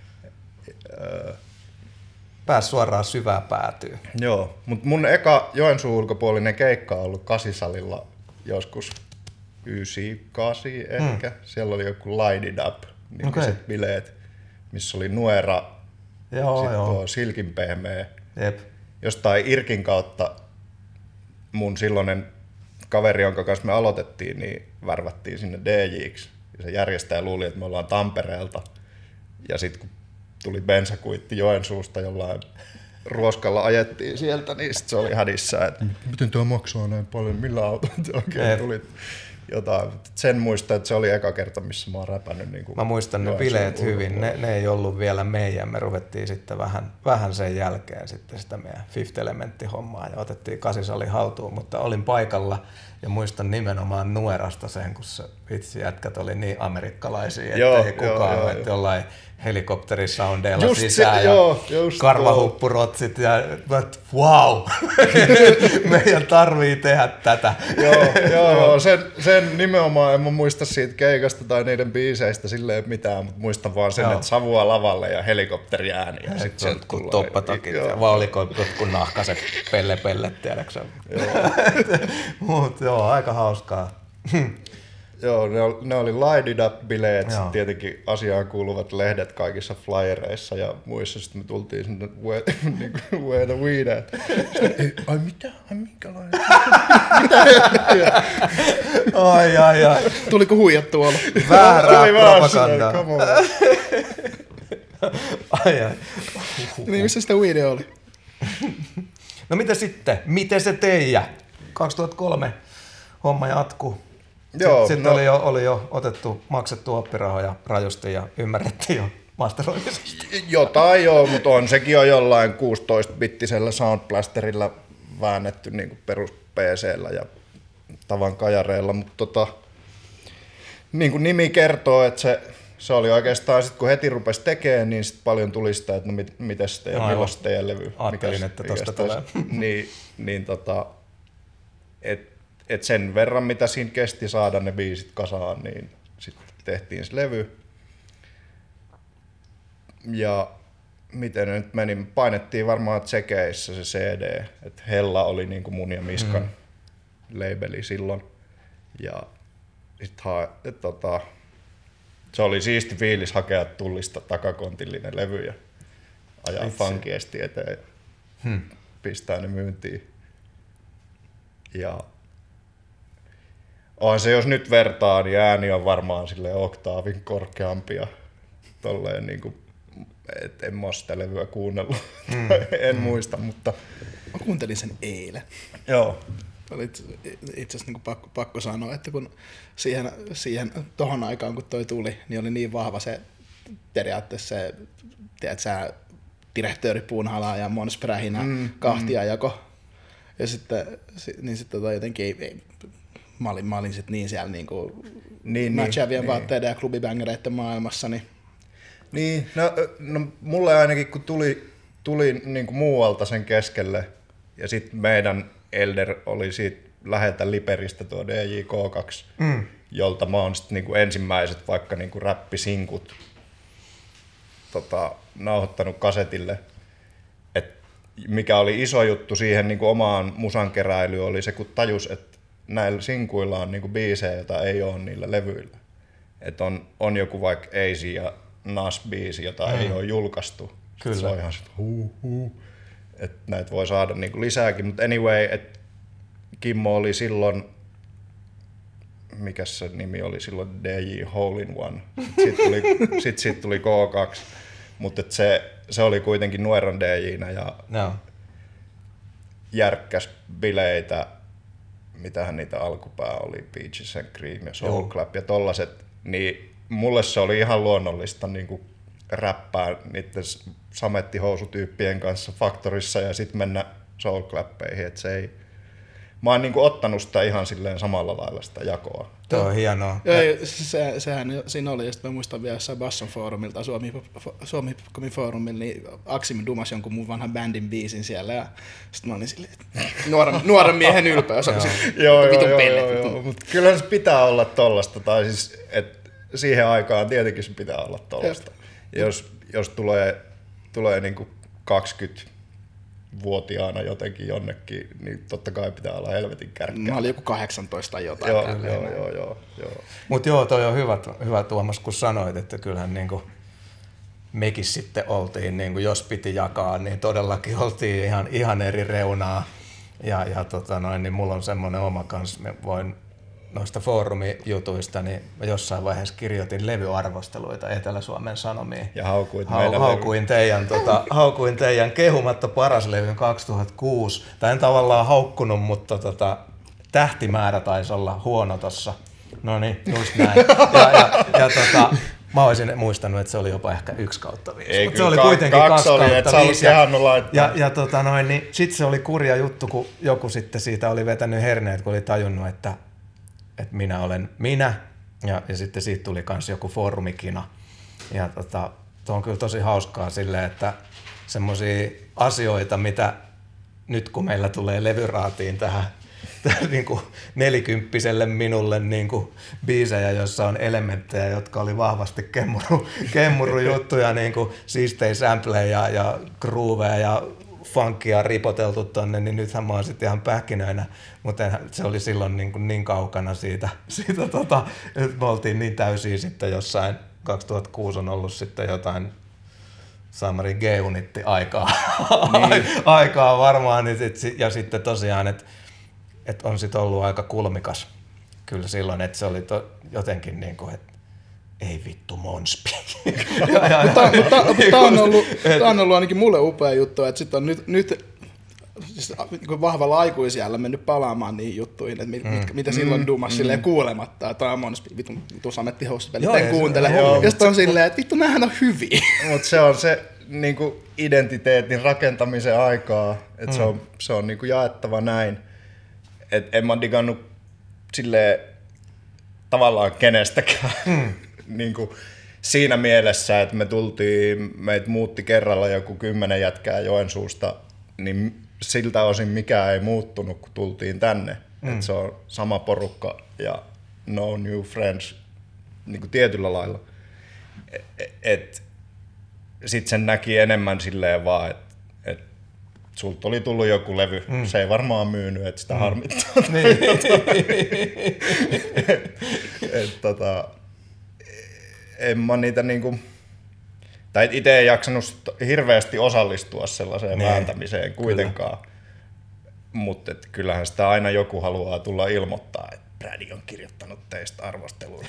Pääs suoraan syvään päätyyn. Joo, mutta mun eka Joensuun ulkopuolinen keikka on ollut Kasisalilla joskus yhdeksänkymmentäkahdeksan ehkä. Mm. Siellä oli joku Light It Up nimiset okay. bileet, missä oli Nuera, sitten tuo Silkin pehmeä. Jep. Jostain Irkin kautta mun silloinen kaveri, jonka kanssa me aloitettiin, niin värvättiin sinne D J:ksi. Ja se järjestäjä luuli, että me ollaan Tampereelta. Ja sitten kun tuli bensakuitti Joensuusta jollain ruoskalla ajettiin sieltä, niin sit se oli hädissä, että miten tuo maksaa näin paljon, millä autolla oikein tuli jotain. Sen muistan, että se oli eka kerta, missä mä oon räpännyt. Niin mä muistan ne bileet hyvin, ne, ne ei ollut vielä meidän, me ruvettiin sitten vähän, vähän sen jälkeen sitten sitä meidän Fifth Elementti-hommaa ja otettiin Kasisali haltuun, mutta olin paikalla ja muistan nimenomaan Nuerasta sen, kun se vitsi jätkät oli niin amerikkalaisia, että joo, ei kukaan ole, että jollain helikopterisoundeilla just sisään se, ja joo, karvahuppurotsit ja wow, meidän tarvii tehdä tätä. Joo, joo sen, sen nimenomaan en mä muista siitä keikasta tai niiden biiseistä silleen mitään, mutta muistan vaan sen, joo. että savua lavalle ja helikopteriääni. Ja sitten sieltä kun toppatakit ja vaan oliko jotkut nahkaset pelle pelle, tiedäksä. Mutta joo, aika hauskaa. Joo, ne oli, ne oli Light It Up-bileet, tietenkin asiaan kuuluvat lehdet kaikissa flyereissa ja muissa. Sitten me tultiin sinne Where, niin kuin, where the weed at. Sitten, ai mitä? Ai minkälainen? ai ai ai. Tuliko huijat tuolla? Väärää propagandaa. ai ai. Niin missä sitä weed oli? No mitä sitten? Miten se teijä? kaksituhattakolme homma jatkuu. Joo, sitten no, oli, jo, oli jo otettu, maksettu oppirahoja rajusti ja ymmärrettiin jo masteroimisesta. Jotain joo, mutta on sekin on jollain kuusitoista-bittisellä Soundblasterilla väännetty niin kuin perus P C:llä ja tavan kajareilla, mutta tota, niin kuin nimi kertoo, että se, se oli oikeastaan sitten kun heti rupesi tekemään, niin sit paljon tuli sitä, että no mit, miten sitten ja millaista teidän levy. Ajattelin, että tosta tulee. Niin, niin tota, et, et sen verran, mitä siinä kesti saada ne biisit kasaan, niin sitten tehtiin se levy. Ja miten nyt meni, painettiin varmaan tsekeissä se C D, että Hella oli niin kuin mun ja Miskan mm. labeli silloin. Ja sit ha, et, tota, se oli siisti fiilis hakea Tullista takakontillinen levy ja ajaa funkiesti eteen ja hmm. pistää ne myyntiin. Ja on se, jos nyt vertaa, niin ääni on varmaan sille oktaavin korkeampi ja tolleen niin kuin, et en mä oo sitä levyä kuunnellut, mm. en mm. muista, mutta mä kuuntelin sen eilen. Joo. Oli itse asiassa niin pakko, pakko sanoa, että kun siihen, siihen tohon aikaan kun toi tuli, niin oli niin vahva se periaatteessa se, tiedät sä, direktööri Puunhalaa ja Måns Prähinä mm. kahtiajako. Mm. Ja sitten, niin sitten tota jotenkin ei, ei, mä olin, mä olin sit niin siellä niinku niin, matchavien niin, vaatteiden niin. ja klubibängereiden maailmassa. Niin, niin no, no mulle ainakin kun tuli, tuli niinku muualta sen keskelle ja sitten meidän Elder oli siitä läheltä Liperistä tuo D J K kaksi, mm. jolta mä oon sit niinku ensimmäiset vaikka niinku räppisinkut tota, nauhoittanut kasetille. Et mikä oli iso juttu siihen niinku omaan musankeräilyyn oli se, kun tajus, että näillä sinkuilla on niinku biisejä, joita ei ole niillä levyillä. Et on, on joku vaikka Easy ja Nas-biisi, jota mm. ei ole julkaistu. Kyllä. Se on ihan sit huu huu. Että näitä voi saada niinku lisääkin, mutta anyway, että Kimmo oli silloin, mikä se nimi oli silloin, D J Hole in One, sitten tuli, sit, sit tuli K kaksi, mutta se, se oli kuitenkin Nueron D J:nä ja no. järkkäs bileitä, mitähän niitä alkupää oli, Peaches and Cream ja Soul Joo. Clap ja tollaset, niin mulle se oli ihan luonnollista niinku räppää niiden samettihousutyyppien kanssa Faktorissa ja sitten mennä Soul Clappeihin, että se ei, mä oon niinku ottanut sitä ihan silleen samalla lailla sitä jakoa. Tuo on hienoa. Joo, ja se, sehän siinä oli, ja sitten mä muistan vielä jossain Basson foorumilta, Suomi, Suomi Hip-Hopin foorumilla, niin Aksim dumas jonkun mun vanhan bändin biisin siellä, ja sitten mä olin silleen, nuoren, nuoren miehen ylpeys, on se joo, joo, vitun joo, pelle. joo, joo, mutta kyllähän se pitää olla tollasta, tai siis, että siihen aikaan tietenkin se pitää olla tollasta. Jos, jos tulee, tulee niinku kaksikymmentävuotiaana jotenkin jonnekin, niin totta kai pitää olla helvetin kärkkää. Mä olin joku kahdeksantoista tai jotain. Joo, joo, joo, joo, joo. Mut joo, toi on hyvä, hyvä Tuomas, kun sanoit, että kyllähän niinku mekin sitten oltiin, niinku, jos piti jakaa, niin todellakin oltiin ihan, ihan eri reunaa. Ja, ja tota noin, niin mulla on semmoinen oma kans, mä voin noista foorumijutuista, niin mä jossain vaiheessa kirjoitin levyarvosteluita Etelä-Suomen Sanomiin. Ja haukuit Hau, meidän haukuin, teidän, tota, haukuin teidän kehumatta paras levyn kaksituhattakuusi. Tai en tavallaan haukkunut, mutta tota, tähtimäärä taisi olla huono tossa. No niin, just näin. Ja, ja, ja tota, mä olisin muistanut, että se oli jopa ehkä yksi kautta viisi. Ei, Mutta kyllä se oli ka- kuitenkin kaksi kaksi oli, kautta et sä viisi. olit Ja, kehannut laittaa. ja, ja tota noin, niin sit se oli kurja juttu, kun joku sitten siitä oli vetänyt herneet, kun oli tajunnut, että, että minä olen minä. Ja, ja sitten siitä tuli kans joku foorumikina. Ja tota, tuo on kyllä tosi hauskaa silleen, että semmosia asioita, mitä nyt kun meillä tulee levyraatiin tähän niin kuin nelikymppiselle minulle niin kuin biisejä, joissa on elementtejä, jotka oli vahvasti kemmuru, kemmurujuttuja, niin kuin siistejä sampleja ja grooveja ja funkia ripoteltu tonne, niin nythän mä oon sitten ihan pähkinöinä, mutta se oli silloin niin, kuin niin kaukana siitä, siitä tota, että me oltiin niin täysiä sitten jossain, kaksituhattakuusi on ollut sitten jotain Samari G-unitti aikaa, niin. aikaa varmaan, niin sit, ja sitten tosiaan, että et on sitten ollut aika kulmikas kyllä silloin, että se oli to, jotenkin niin kuin, että ei vittu Monspi. Tämä on, on ollut ainakin mulle upea juttu, että sitten on nyt, nyt siis vahvalla aikuisiällä mennyt palaamaan niihin juttuihin, että mit, mm. mit, mitä silloin dumas mm. silleen kuulematta, että tämä on Monspi, vittu, vittu sametti housupelit, en kuuntele. Joo, ja sitten on silleen, että vittu, näähän on hyviä. Mutta se on se niinku identiteetin rakentamisen aikaa, että mm. se on, se on niinku jaettava näin. Et en mä digannut silleen tavallaan kenestäkään mm. niin kuin siinä mielessä, että me tultiin, meitä muutti kerralla joku kymmenen jätkää Joensuusta, niin siltä osin mikään ei muuttunut, kun tultiin tänne. Mm. Et se on sama porukka ja no new friends niin kuin tietyllä lailla. Et, et, sitten sen näki enemmän silleen vaan, että sulta oli tullut joku levy, mm. se ei varmaan myynyt, että sitä mm. harmittaa. et, tota, en mä niitä niinku, tai itse ei jaksanut hirveästi osallistua sellaiseen niin. vääntämiseen kuitenkaan. Mutta kyllähän sitä aina joku haluaa tulla ilmoittaa, että Brady on kirjoittanut teistä arvostelua.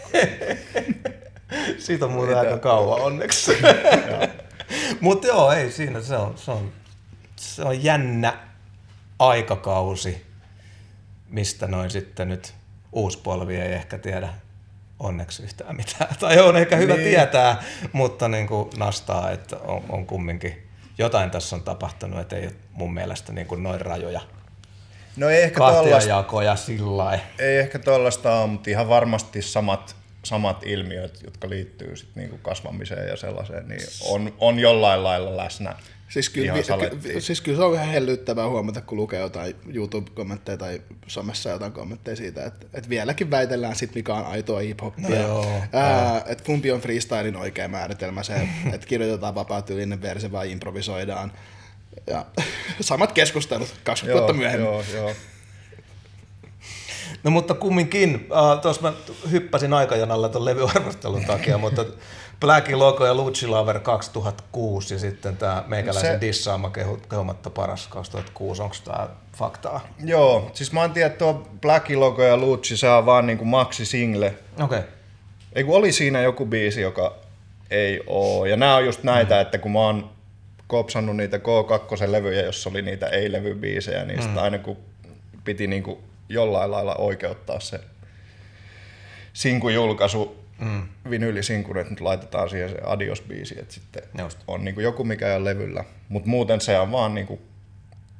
Siitä on muuten aika kauan onneksi. Mutta joo, ei siinä, se on, se on Se on jännä aikakausi, mistä noin sitten nyt uusi polvi ei ehkä tiedä onneksi yhtään mitään. Tai on ehkä hyvä niin. tietää, mutta niin kuin nastaa, että on, on kumminkin jotain tässä on tapahtunut, että ei ole mun mielestä niin kuin noin rajoja no ei ehkä kahtiajakoja sillä ei ehkä tollaista ole, mutta ihan varmasti samat, samat ilmiöt, jotka liittyy sit niin kuin kasvamiseen ja sellaiseen, niin on, on jollain lailla läsnä. Siis kyllä, ky, siis kyllä se on ihan hellyttävää huomata, kun lukee jotain YouTube-kommentteja tai somessa jotain kommentteja siitä, että, että vieläkin väitellään sit, mikä on aitoa hip-hoppia. No että kumpi on freestylin oikea määritelmä, se, että kirjoitetaan vapaatyylinen versio vai improvisoidaan. Ja samat keskustelut kaksikymmentä vuotta myöhemmin. Joo, joo. No mutta kumminkin, äh, tuossa mä hyppäsin aikajanalla ton levyarvostelun takia, mutta Blackin Logo ja Lucci Lover kaksituhattakuusi ja sitten tää meikäläisen se dissaama kehumatta paras kaksituhattakuusi, onko tää faktaa? Joo, siis mä en tiedä, että tuo Blackin Logo ja Lucci, se on vaan niinku maxi-single. Okei. Okay. Ei kun oli siinä joku biisi, joka ei oo, ja nää on just näitä, mm. että kun mä oon kopsannut niitä K kaksi-levyjä, jossa oli niitä ei-levybiisejä, niin mm. aina kun piti niinku jollain lailla oikeuttaa se sinkujulkaisu, mm. vinyylisinkuun, että nyt laitetaan siihen se Adios-biisi, että sitten Just. on niin kuin joku mikä on levyllä. Mutta muuten se on vaan niin kuin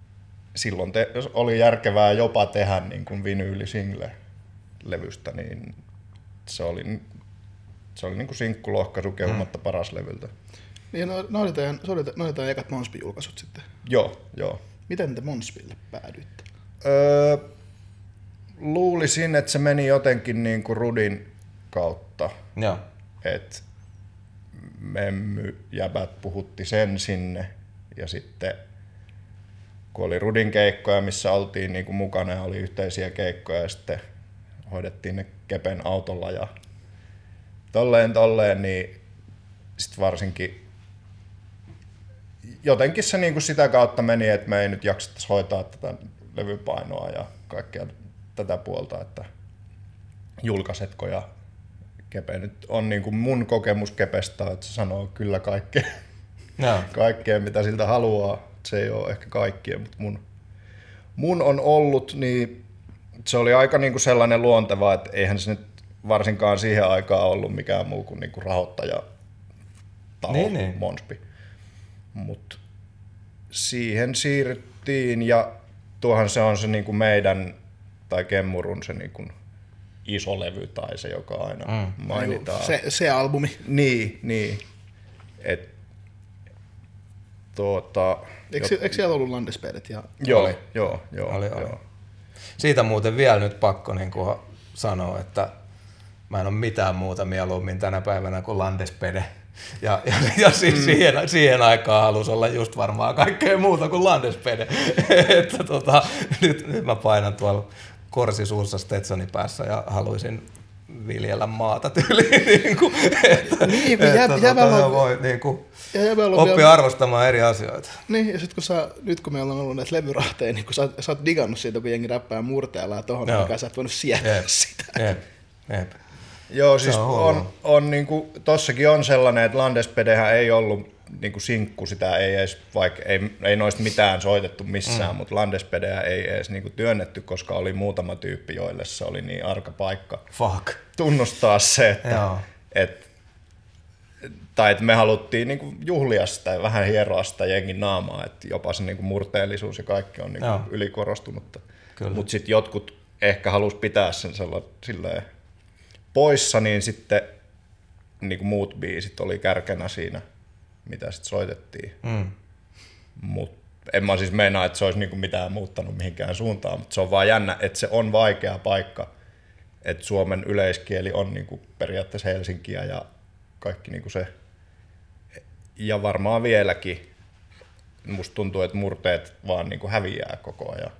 silloin te, oli järkevää jopa tehdä niin kuin vinyyli-single-levystä, niin se oli, se oli niin kuin sinkkulohkaisu kehumatta mm. paras levyltä. Niin, no, no oli teidän, se oli, no oli teidän ekat Monspi-julkaisut sitten. Joo, joo. Miten te Monspille päädyitte? Öö, luulisin, että se meni jotenkin niin kuin Rudin kautta. Joo. Et memmy jäbät puhutti sen sinne ja sitten kun oli Rudin keikkoja, missä oltiin niin kuin mukana ja oli yhteisiä keikkoja ja sitten hoidettiin ne Kepen autolla ja tolleen tolleen, niin sitten varsinkin jotenkin se niin kuin sitä kautta meni, että me ei nyt jaksettaisi hoitaa tätä levypainoa ja kaikkea tätä puolta, että julkaisetko ja Kepe nyt on niin kuin mun kokemus Kepestä, että se sanoo kyllä kaikkea, no. kaikkea mitä siltä haluaa. Se ei ole ehkä kaikkien, mutta mun, mun on ollut, niin se oli aika niin kuin sellainen luonteva, että eihän se nyt varsinkaan siihen aikaan ollut mikään muu kuin, niin kuin rahoittaja taho, niin, niin. Monspi. Mutta siihen siirryttiin ja tuohan se on se niin kuin meidän tai Kemmurun se niin kuin iso levy tai se, joka aina mm. mainitaan. Se, se albumi. Niin, niin. Et, tuota, eikö, jot... eikö siellä ollut Landespedet? Ja... Joo, oli. joo, joo, oli, joo. oli. Siitä muuten vielä nyt pakko niin kuin sanoa, että mä en ole mitään muuta mieluummin tänä päivänä kuin Landespede. Ja, ja, ja siis mm. siihen, siihen aikaan halusi olla just varmaan kaikkea muuta kuin Landespede. että tota, nyt, nyt mä painan tuolla korsi suussa Stetsoni päässä ja haluaisin viljellä maata tyyliin. niin kuin, että, niin, että jä, tota, jäbällä voi niin kuin, ja oppia vielä arvostamaan eri asioita. Niin, ja sit kun sä, nyt kun meillä on ollut näitä levyrahteja, niin kun sä, sä oot digannut siitä, kun jengi räppää murteella ja tohon aikaan sä et voinut sietää Jep. sitä. Jep. Jep. Joo, siis on, on, on niinku, tossakin on sellainen, että Landespedehän ei ollut niinku sinkku, sitä ei edes, vaikka ei, ei noista mitään soitettu missään, mm. mutta Landespedeä ei edes niinku työnnetty, koska oli muutama tyyppi, joille se oli niin arka paikka Fuck. tunnustaa se, että et, tai että me haluttiin niinku juhlia sitä ja vähän hieroa sitä jengin naamaa, että jopa se niinku murteellisuus ja kaikki on niinku ylikorostunutta. Mutta sitten jotkut ehkä halusi pitää sen silleen poissa, niin sitten niin kuin muut biisit oli kärkenä siinä, mitä sitten soitettiin. Mm. Mut en mä siis meinaa, että se olisi niin kuin mitään muuttanut mihinkään suuntaan, mutta se on vaan jännä, että se on vaikea paikka, että Suomen yleiskieli on niin kuin periaatteessa Helsinkiä ja kaikki niin kuin se. Ja varmaan vieläkin musta tuntuu, että murteet vaan niin kuin häviää koko ajan.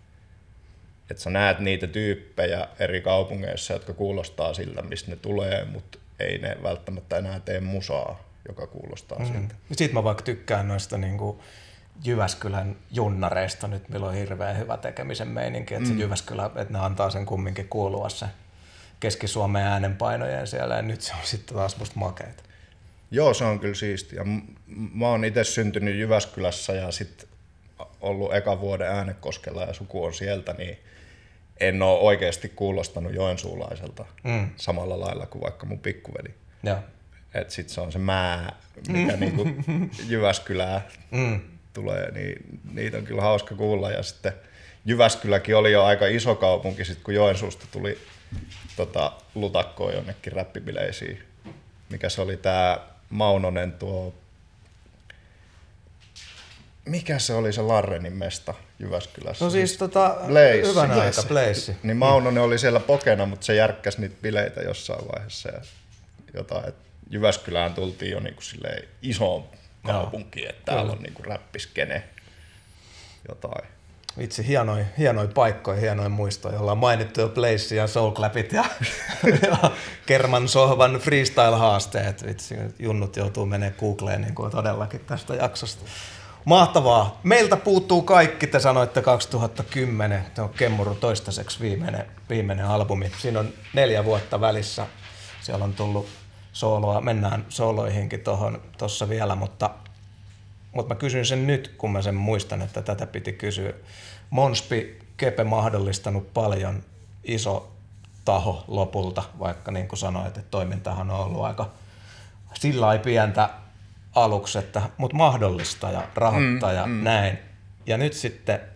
Että sä näet niitä tyyppejä eri kaupungeissa, jotka kuulostaa siltä, mistä ne tulee, mutta ei ne välttämättä enää tee musaa, joka kuulostaa mm. siltä. Sitten mä vaikka tykkään noista niinku Jyväskylän junnareista nyt, milloin on hirveän hyvä tekemisen meininki, että mm. se Jyväskylä, että ne antaa sen kumminkin kuulua se Keski-Suomen äänenpainojen siellä, ja nyt se on sitten taas musta makeeta. Joo, se on kyllä siistiä. Mä oon itse syntynyt Jyväskylässä ja sitten ollut eka vuoden Äänekoskella ja suku on sieltä, niin en ole oikeasti kuulostanut joensuulaiselta mm. samalla lailla kuin vaikka mun pikkuveli. Että sit se on se mää, mikä mm. niinku Jyväskylää mm. tulee, niin niitä on kyllä hauska kuulla. Ja sitten Jyväskyläkin oli jo aika iso kaupunki, sit kun Joensuusta tuli tota, lutakkoon jonnekin räppibileisiin. Mikä se oli tää Maunonen tuo... Mikä se oli se Larrenin mesta Jyväskylässä? No siis tota, hyvän aika, Blaze. Niin Maunonen oli siellä pokena, mutta se järkkäsi niitä bileitä jossain vaiheessa. Ja jotain, että Jyväskylään tultiin jo niinku silleen isoon kaupunkiin, että täällä on niinku räppiskene jotain. Vitsi, hienoja, hienoja paikkoja, hienoja muistoja. Ollaan mainittu jo Blaze ja Soul Clapit ja, ja Kerman Sohvan freestyle-haasteet. Vitsi, junnut joutuu menemään Googleen niin kuin todellakin tästä jaksosta. Mahtavaa. Meiltä puuttuu kaikki, te sanoitte kaksituhattakymmenen, se on Kemmurun toistaiseksi viimeinen, viimeinen albumi. Siinä on neljä vuotta välissä, siellä on tullut sooloa, mennään sooloihinkin tuossa vielä, mutta, mutta mä kysyn sen nyt, kun mä sen muistan, että tätä piti kysyä. Monspi, Kepe mahdollistanut paljon, iso taho lopulta, vaikka niin kuin sanoit, että toimintahan on ollut aika sillä lailla pientä aluksi, että, mutta mahdollista ja rahoittaa ja mm, mm. näin. Ja nyt sitten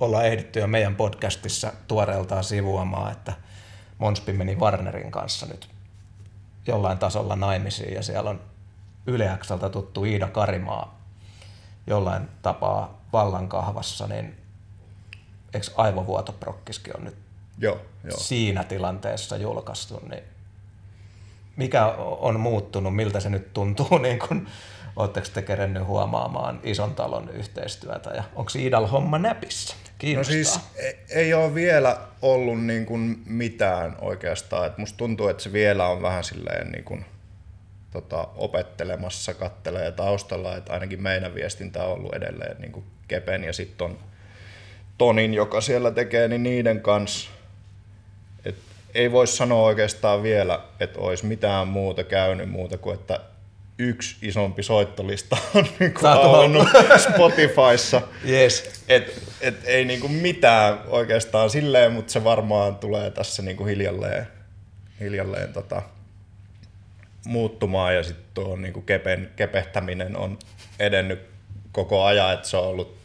ollaan ehditty jo meidän podcastissa tuoreeltaan sivuamaan, että Monspi meni Warnerin kanssa nyt jollain tasolla naimisiin ja siellä on Yle X:ltä tuttu Iida Karimaa jollain tapaa vallankahvassa, niin eikö Aivovuotoprokkiskin on nyt Joo, joo. siinä tilanteessa julkaistu, niin mikä on muuttunut, miltä se nyt tuntuu, niin kun ootteko te kerennyt huomaamaan ison talon yhteistyötä ja onko Iidalla homma näpissä? Kiinnostaa. No siis ei, ei ole vielä ollut niin kuin mitään oikeastaan, että musta tuntuu, että se vielä on vähän silleen niin kuin, tota, opettelemassa, kattelee taustalla, että ainakin meidän viestintä on ollut edelleen niin kuin Kepen ja sitten on Tonin, joka siellä tekee, niin niiden kanssa. Et ei voi sanoa oikeastaan vielä, että olisi mitään muuta käynyt muuta kuin, että yksi isompi soittolista on niin kuin auennut Spotifyssa. Yes. Et, et ei niin kuin mitään oikeastaan silleen, mutta se varmaan tulee tässä niin kuin hiljalleen, hiljalleen tota, muuttumaan ja sitten tuo niin kuin kepen, kepehtäminen on edennyt koko ajan, että se on ollut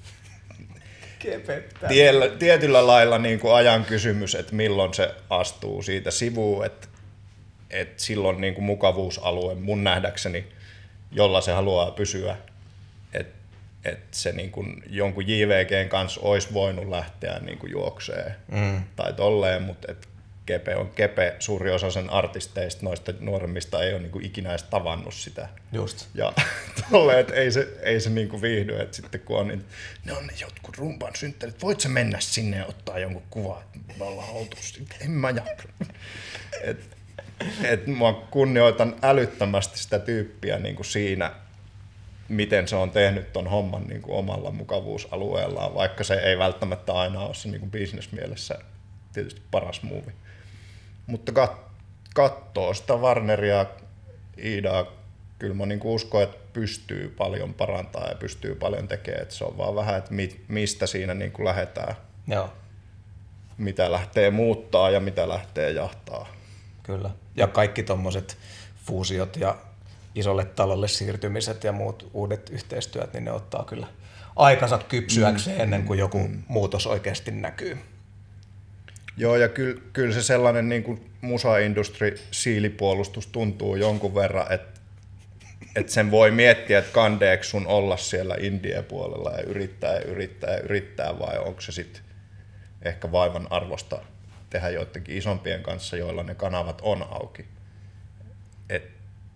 tiellä, tietyllä lailla niin kuin ajan kysymys, että milloin se astuu siitä sivuun, että et silloin niin kuin mukavuusalue mun nähdäkseni, jolla se haluaa pysyä, että et se niin kuin jonkun J V G:n kanssa olisi voinut lähteä niin kuin juokseen mm. tai tolleen, mutta et Kepe on Kepe, suuri osa sen artisteista, noista nuoremmista ei ole niin kuin ikinä edes tavannut sitä. Just. Ja tolleen, että ei se, ei se niin kuin viihdy, että sitten kun on, niin ne on ne jotkut rumban synttärit, voit sä mennä sinne ja ottaa jonkun kuvan, että me ollaan oltu sitten, en mä jaksa. Et, et mä kunnioitan älyttömästi sitä tyyppiä niin kuin siinä, miten se on tehnyt ton homman niin kuin omalla mukavuusalueellaan, vaikka se ei välttämättä aina ole se niin kuin business-mielessä tietysti paras muuvi. Mutta kat, kattoo sitä Warneria, Iidaa, kyllä mä niin kuin uskon, että pystyy paljon parantaa ja pystyy paljon tekemään. Että se on vaan vähän, että mi, mistä siinä niin kuin lähdetään, Joo. mitä lähtee muuttaa ja mitä lähtee jahtaa. Kyllä. Ja kaikki tommoset fuusiot ja isolle talolle siirtymiset ja muut uudet yhteistyöt, niin ne ottaa kyllä aikansa kypsyäkseen mm. ennen kuin joku mm. muutos oikeasti näkyy. Joo, ja kyllä, kyllä se sellainen niin kuin musa-industri-siilipuolustus tuntuu jonkun verran, että, että sen voi miettiä, että kandeeko sun olla siellä indie-puolella ja yrittää ja yrittää ja yrittää, vai onko se sitten ehkä vaivan arvosta tehdä joidenkin isompien kanssa, joilla ne kanavat on auki. Et,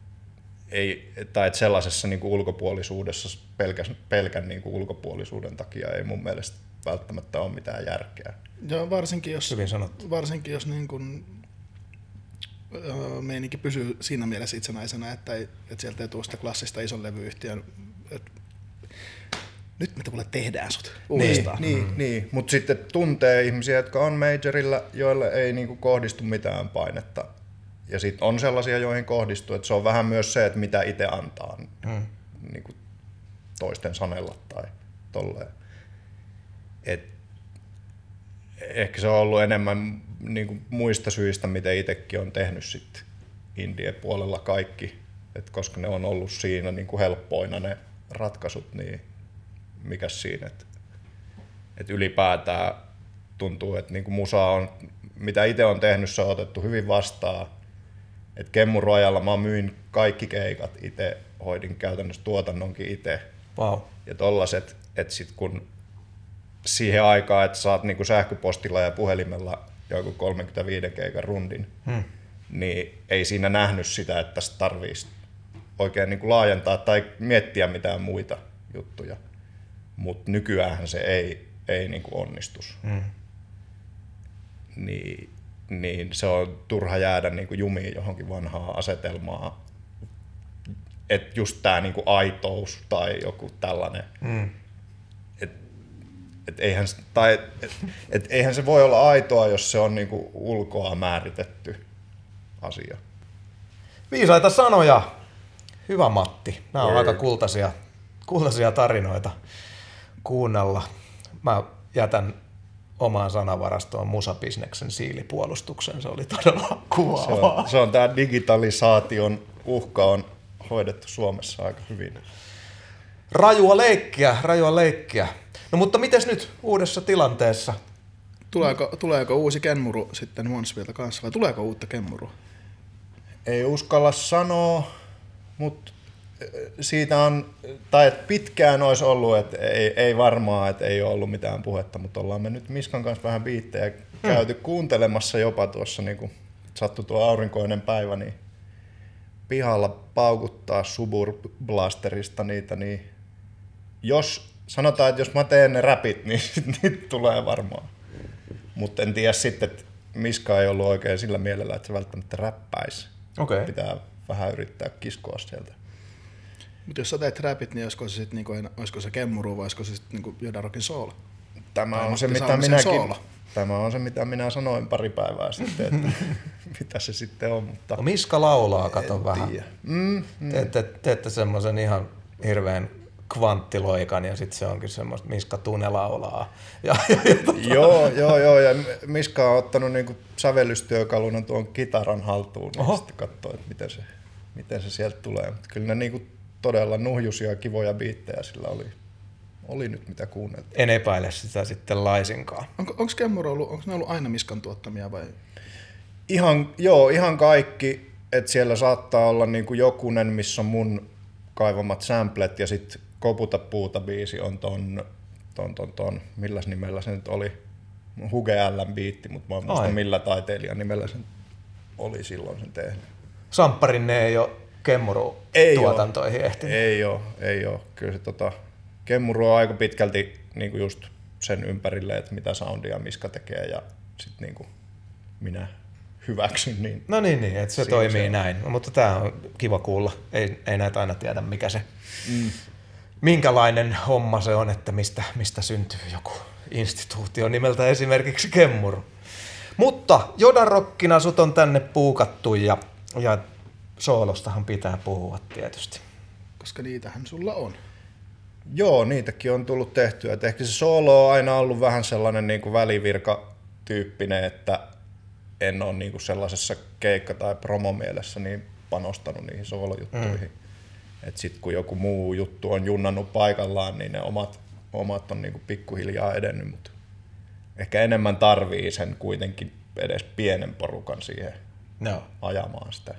ei, tai et sellaisessa niin kuin ulkopuolisuudessa pelkän, pelkän niin kuin ulkopuolisuuden takia ei mun mielestä välttämättä ole mitään järkeä. Joo, varsinkin jos, Hyvin sanottu. varsinkin jos niin kun, öö, meininki pysyy siinä mielessä itsenäisenä, että, ei, että sieltä ei tule sitä klassista ison levyyhtiön, että nyt me kuule tehdään sut uudestaan. Niin, niin, niin. Mutta sitten tuntee ihmisiä, jotka on majorilla, joille ei niinku kohdistu mitään painetta. Ja sitten on sellaisia, joihin kohdistuu, että se on vähän myös se, että mitä itse antaa mm. niinku toisten sanella tai tolleen. Et ehkä se on ollut enemmän niinku muista syistä, mitä itsekin on tehnyt sitten indie-puolella kaikki. Et koska ne on ollut siinä niinku helppoina ne ratkaisut, niin mikäs siinä, että et ylipäätään tuntuu, että niinku musa on, mitä itse on tehnyt, se on otettu hyvin vastaan. Et Kemmun Rojalla mä myin kaikki keikat itse, hoidin käytännössä tuotannonkin itse. Wow. Ja tollaset, että sit kun siihen aikaan, että saat niinku sähköpostilla ja puhelimella joku kolmekymmentäviisi keikan rundin, hmm. niin ei siinä nähnyt sitä, että tästä tarvitsisi oikein niinku laajentaa tai miettiä mitään muita juttuja. Mutta nykyäänhän se ei, ei niinku onnistus. Hmm. Niin, niin se on turha jäädä niinku jumiin johonkin vanhaan asetelmaan. Että just tää niinku aitous tai joku tällainen. Hmm. Et, et eihän, tai, et, et eihän se voi olla aitoa, jos se on niinku ulkoa määritetty asia. Viisaita sanoja. Hyvä Matti. Nämä on Word. aika kultaisia, kultaisia tarinoita kuunnella. Mä jätän omaan sanavarastoon musabisneksen siilipuolustuksen. Se oli todella kuvaavaa. Se on, se on tää digitalisaation uhka on hoidettu Suomessa aika hyvin. Rajua leikkiä, rajua leikkiä. No mutta mites nyt uudessa tilanteessa? Tuleeko, tuleeko uusi Kenmuru sitten Oncevilta kanssa vai tuleeko uutta Kenmurua? Ei uskalla sanoa, mutta siitä on, tai että pitkään olisi ollut, että ei, ei varmaan, että ei ole ollut mitään puhetta, mutta ollaan me nyt Miskan kanssa vähän biittejä käyty kuuntelemassa jopa tuossa, niin kun sattui tuo aurinkoinen päivä, niin pihalla paukuttaa Suburblasterista niitä, niin jos sanotaan, että jos mä teen ne räpit, niin niitä tulee varmaan. Mutta en tiedä sitten, että Miska ei ollut oikein sillä mielellä, että se välttämättä räppäisi. Okay. Pitää vähän yrittää kiskoa sieltä. Mutta jos sä teet räpit, niin olisiko se, sit niinku, olisiko se Kenmuru vai olisiko se sitten niinku Jodan Rockin soolo? Tämä Tai on, se, mitä Saamisen minäkin, soolo. tämä on se, mitä minä sanoin pari päivää sitten, että mitä se sitten on. Mutta No Miska laulaa, kato vähän. Mm, mm. Teette, teette semmoisen ihan hirveän kvanttiloikan ja sitten se onkin semmoista Miska Tune laulaa. Ja, ja, ja, tota. Joo, joo, joo, ja Miska on ottanut niinku sävellystyökaluna tuon kitaran haltuun, niin sitten katsoo, että miten se, miten se sieltä tulee. Mutta kyllä ne niinku todella nuhjusia, kivoja biittejä sillä oli, oli nyt mitä kuunneltiin. En epäile sitä sitten laisinkaan. Onko, onko Kenmuru ollut, onko ne ollut aina Miskan tuottamia vai? Ihan, joo, ihan kaikki, että siellä saattaa olla niinku jokunen, missä on mun kaivamat samplet ja sitten Koputa puuta biisi on ton, ton, ton, ton, milläs nimellä se nyt oli, Huge L:n biitti, mutta mä en muista millä taiteilijan nimellä sen oli silloin sen tehnyt. Sampparin ne ei ole Kenmuru-tuotantoihin ehtinyt. Ei ole, ei ole. Kyllä se tota, Kenmuru on aika pitkälti niinku just sen ympärille, että mitä soundia Miska tekee ja sit niinku minä hyväksyn. Niin no niin, niin että se siinä toimii se näin. No, mutta tää on kiva kuulla. Ei, ei näitä aina tiedä, mikä se, mm. minkälainen homma se on, että mistä, mistä syntyy joku instituutio nimeltä esimerkiksi Kenmuru. Mutta Jodan Rockina sut on tänne puukattu ja, ja soolostahan pitää puhua tietysti. Koska niitähän sulla on. Joo, niitäkin on tullut tehtyä. Et ehkä se soolo on aina ollut vähän sellainen niin kuin välivirka-tyyppinen, että en ole niin kuin sellaisessa keikka- tai promomielessä niin panostanut niihin soolojuttuihin. Mm. Et sit kun joku muu juttu on junnannut paikallaan, niin ne omat, omat on niin kuin pikkuhiljaa edennyt, mutta ehkä enemmän tarvii sen kuitenkin edes pienen porukan siihen no. ajamaan sitä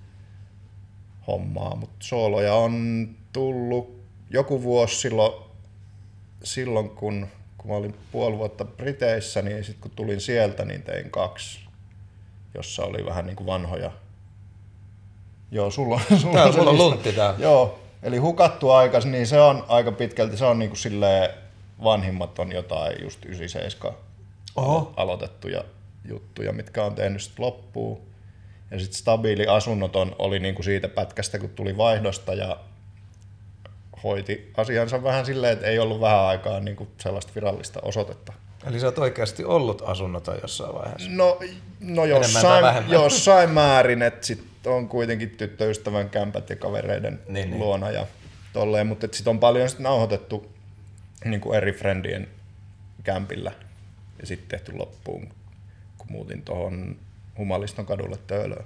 hommaa. Mutta sooloja on tullut joku vuosi silloin, silloin kun, kun mä olin puoli vuotta Briteissä, niin sitten kun tulin sieltä, niin tein kaksi, jossa oli vähän niin kuin vanhoja. Joo, sulla on, sulla tää, on, sulla on luntti täällä. Joo, eli hukattu aikas, niin se on aika pitkälti, se on niin kuin silleen, vanhimmat on jotain just yhdeksänkymmentäseitsemän Oho. aloitettuja juttuja, mitkä on tehnyt sit loppuun. Ja sitten Stabiili asunnoton oli niinku siitä pätkästä, kun tuli vaihdosta ja hoiti asiansa vähän silleen, että ei ollut vähän aikaa niinku sellaista virallista osoitetta. Eli sä oot oikeasti ollut asunnoton jossain vaiheessa? No, no jossain, jossain määrin, että sit on kuitenkin tyttöystävän kämpät ja kavereiden niin, luona ja tolleen, mutta sitten on paljon sit nauhoitettu niinku eri friendien kämpillä ja sitten tehty loppuun, kun muutin tuohon Humaliston kadulle Töölöön.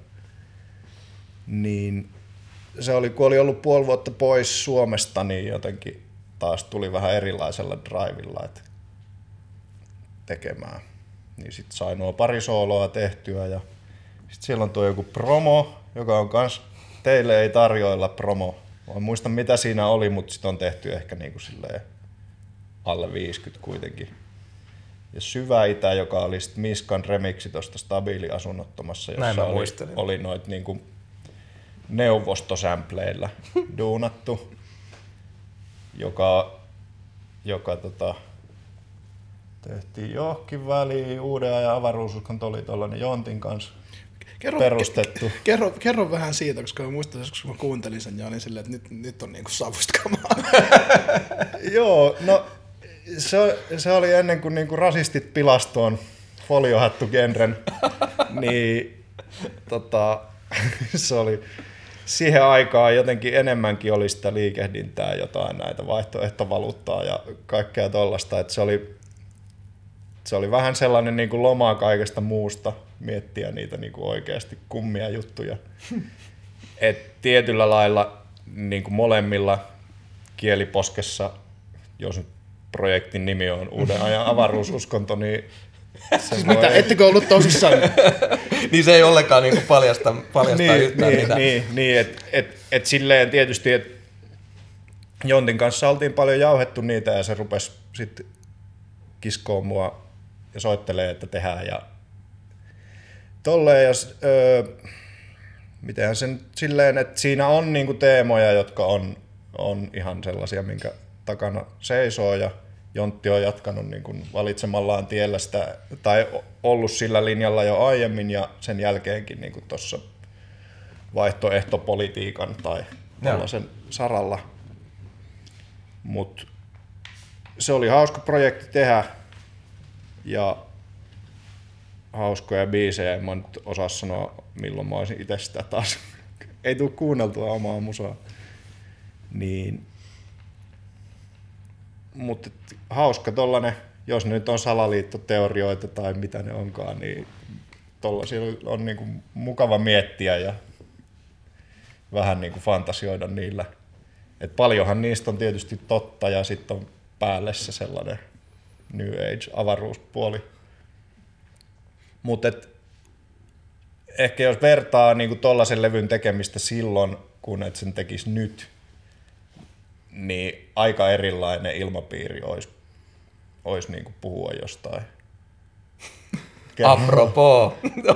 Niin se oli, kun oli ollut puoli vuotta pois Suomesta, niin jotenkin taas tuli vähän erilaisella drivilla et tekemään. Niin sit sai nuo pari sooloa tehtyä ja sit siellä on tuo joku promo, joka on kans, teille ei tarjoilla promo. Mä en muista mitä siinä oli, mutta sit on tehty ehkä niinku silleen alle viisikymmentä kuitenkin. Ja Syvä Itä, joka oli sit Miskan remiksi tuosta Stabiili asunnottomassa, jossa oli, oli noit niinku neuvostosämpleillä duunattu, joka, joka tota, tehtiin johonkin väliin Uuden ajan avaruususkon oli tuollainen Jontin kanssa kerro, perustettu. Ke, kerro, kerro vähän siitä, koska mä muistan joskus, kun mä kuuntelin sen ja olin silleen, että nyt, nyt on niinku savusta kamaa. Joo, no se, se oli ennen kuin niinku rasistit pilastoon foliohattu-genren, niin tota, se oli siihen aikaan jotenkin enemmänkin oli sitä liikehdintää, jotain näitä vaihtoehtovaluuttaa ja kaikkea tollaista, että se oli, se oli vähän sellainen niin kuin loma kaikesta muusta, miettiä niitä niin kuin oikeasti kummia juttuja. Et tietyllä lailla niin kuin molemmilla Kieliposkessa, jos nyt projektin nimi on Uuden ajan avaruususkonto, niin siis mitä, ettekö ollut tosissaan? Niin se ei ollenkaan niinku paljasta, paljasta niin, yhtään niin, mitään. Niin, niin että et, et silleen tietysti, että Jontin kanssa oltiin paljon jauhettu niitä ja se rupesi sitten kiskoa mua ja soittelee, että tehdään ja tolleen. Ja, öö, mitenhän sen silleen, että siinä on niinku teemoja, jotka on, on ihan sellaisia, minkä takana seisoo ja Jontti on jatkanut niin kuin valitsemallaan tiellä sitä, tai ollut sillä linjalla jo aiemmin ja sen jälkeenkin niin kuin tuossa vaihtoehtopolitiikan tai tällaisen saralla. Mutta se oli hauska projekti tehdä ja hauskoja biisejä. En mä nyt osaa sanoa, milloin mä olisin itse sitä taas. Ei tule kuunneltua omaa musaa. Niin. Mutta hauska tollanen, jos ne nyt on salaliittoteorioita tai mitä ne onkaan, niin tollaisia on niinku mukava miettiä ja vähän niinku fantasioida niillä. Et paljonhan niistä on tietysti totta ja sitten on päälle se sellainen New Age-avaruuspuoli. Mutta ehkä jos vertaa niinku tollaisen levyn tekemistä silloin, kun et sen tekisi nyt, niin aika erilainen ilmapiiri olisi, olisi niin kuin puhua jostain. Apropos,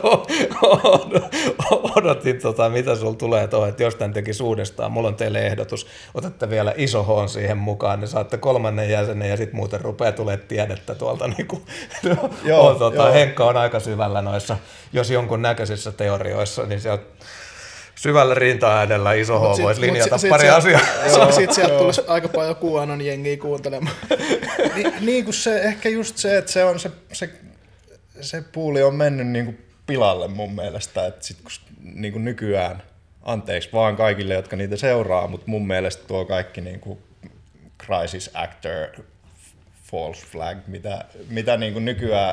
odotin tota, mitä sulla tulee tuohon, että jos tämän tekisi uudestaan, mulla on teille ehdotus, otatte vielä iso H siihen mukaan, niin saatte kolmannen jäsenen ja sitten muuten rupeaa tulemaan tiedettä tuolta. Niin kuin, joo, on, tota, joo. Henkka on aika syvällä noissa, jos jonkun näköisissä teorioissa, niin se on syvällä rinta-äänellä iso H voisi linjata sit, pari sit asiaa. Sitten sit sieltä tulisi aika paljon QAnon jengiä kuuntelemaan. Ni, niin kuin se, ehkä just se, että se, on se, se, se puuli on mennyt niin kuin pilalle mun mielestä. Että sit, kun, niin kuin nykyään, anteeksi vaan kaikille, jotka niitä seuraa, mutta mun mielestä tuo kaikki niin kuin crisis actor, false flag, mitä, mitä niin kuin nykyään,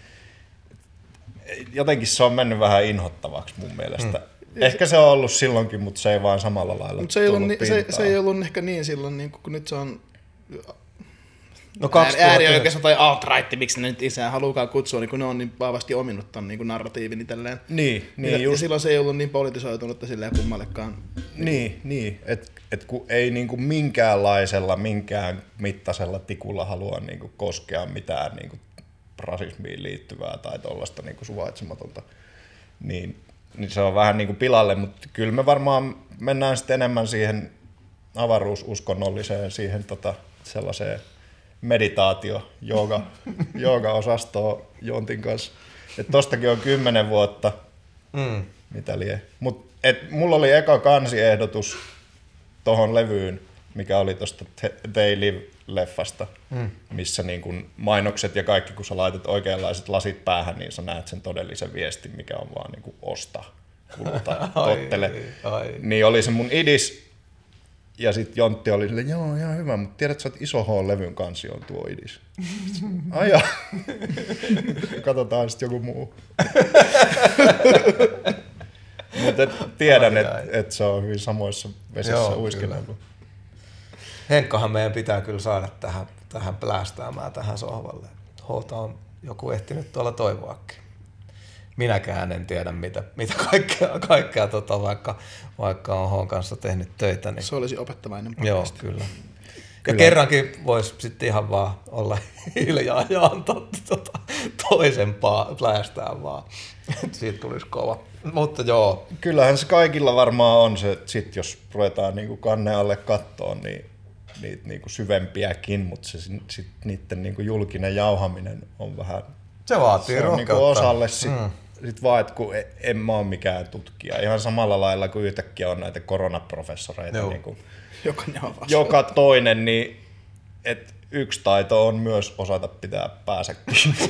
jotenkin se on mennyt vähän inhottavaksi mun mielestä. Mm. Ehkä se on ollut silloinkin, mutta se ei vaan samalla lailla Mut se, ei ollut, ni, se, se ei ollut ehkä niin silloin, niin kun nyt se on no, äärioikeassa tai alt-right, miksi ne nyt isään haluukaan kutsua, niin kun ne on niin vahvasti ominut ton niin narratiivin itselleen. Niin, niin ja, just. ja silloin se ei ollut niin politisoitunutta silleen kummallekaan. Niin, niin. että et kun ei niinku minkäänlaisella, minkään mittaisella tikulla halua niinku koskea mitään niinku rasismiin liittyvää tai tuollaista niinku suvaitsematonta, niin niin se on vähän niin kuin pilalle, mutta kyllä me varmaan mennään sitten enemmän siihen avaruususkonnolliseen, siihen tota, sellaiseen meditaatio, jooga, jooga-osastoon Jontin kanssa. Että tostakin on kymmenen vuotta, mm. mitä lie. Mut et mulla oli eka kansiehdotus tohon levyyn, mikä oli tosta They Live-leffasta, mm. missä niin kun mainokset ja kaikki, kun sä laitat oikeanlaiset lasit päähän, niin sä näet sen todellisen viestin, mikä on vaan niin kuin osta, kuluta, tottele. Ai, ai. Niin oli se mun idis, ja sit Jontti oli silleen, joo, ihan hyvä, mutta tiedät sä, että iso H-levyn kansi on tuo idis. Aja. Katsotaan sit joku muu. Mutta tiedän, että et se on hyvin samoissa vesissä uiskeleva. Henkkahan meidän pitää kyllä saada tähän, tähän plästäämään tähän sohvalle. Hota on joku ehtinyt tuolla toivoakin. Minäkään en tiedä, mitä, mitä kaikkea, kaikkea tota, vaikka, vaikka on Hon kanssa tehnyt töitä. Niin... Se olisi opettavainen. Joo, kyllä. Ja kyllä. Kerrankin voisi sitten ihan vaan olla hiljaa ja antaa tota, toisen plästää vaan. Siitä tulisi kova. Mutta joo. Kyllähän se kaikilla varmaan on se, sit jos ruvetaan niinku kannen alle kattoon, niin niitä niinku syvempiäkin, mutta se sit niiden niinku julkinen jauhaminen on vähän... Se vaatii se on rohkeutta. Niinku osalle sit, mm. sit vaan, että kun en mä ole mikään tutkija. Ihan samalla lailla kuin yhtäkkiä on näitä koronaprofessoreita. Niinku, joka, joka toinen, niin et yksi taito on myös osata pitää päänsä kiinni.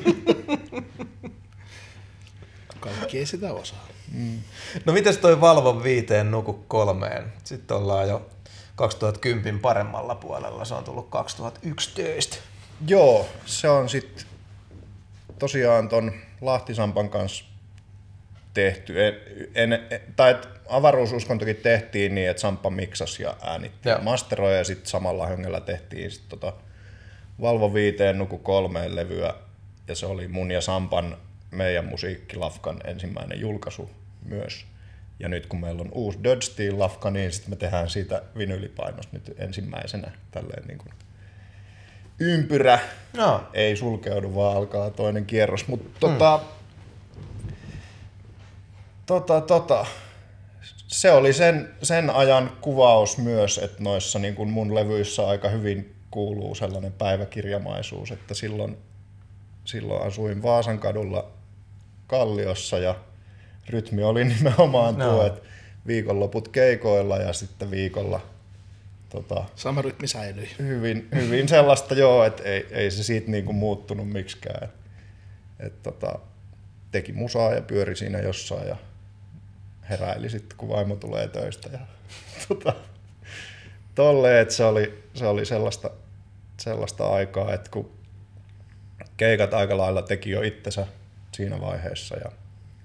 Kaikki ei sitä osaa. Mm. No mites toi Valvo viiteen nuku kolmeen? Sitten ollaan jo kaksituhattakymmenen paremmalla puolella, se on tullut kaksituhattayksitoista. Joo, se on sitten tosiaan ton Lahtisampan kanssa tehty. En, en, tai avaruususkontokin tehtiin niin, että Samppa miksasi ja äänitti ja masteroi ja sitten samalla hengellä tehtiin sit tota Valvo viiteen Nuku kolmeen levyä ja se oli mun ja Sampan meidän musiikkilafkan ensimmäinen julkaisu myös. Ja nyt kun meillä on uusi Dodge Steel-lafka, niin sitten me tehdään siitä vinylipainos nyt ensimmäisenä tälleen niin kuin ympyrä. No. Ei sulkeudu, vaan alkaa toinen kierros. Mutta tota, hmm. tota, tota, se oli sen, sen ajan kuvaus myös, että noissa niin kuin mun levyissä aika hyvin kuuluu sellainen päiväkirjamaisuus, että silloin, silloin asuin Vaasan kadulla Kalliossa ja rytmi oli nimenomaan no. tuo, että viikonloput keikoilla ja sitten viikolla tota, sama rytmi säilyi. Hyvin, hyvin sellaista joo, että ei, ei se siitä niinku muuttunut miksikään. Et, tota, teki musaa ja pyöri siinä jossain ja heräili sitten kun vaimo tulee töistä. Ja, tota, tolleen, että se oli, se oli sellaista, sellaista aikaa, että kun keikat aika lailla teki jo itsensä siinä vaiheessa ja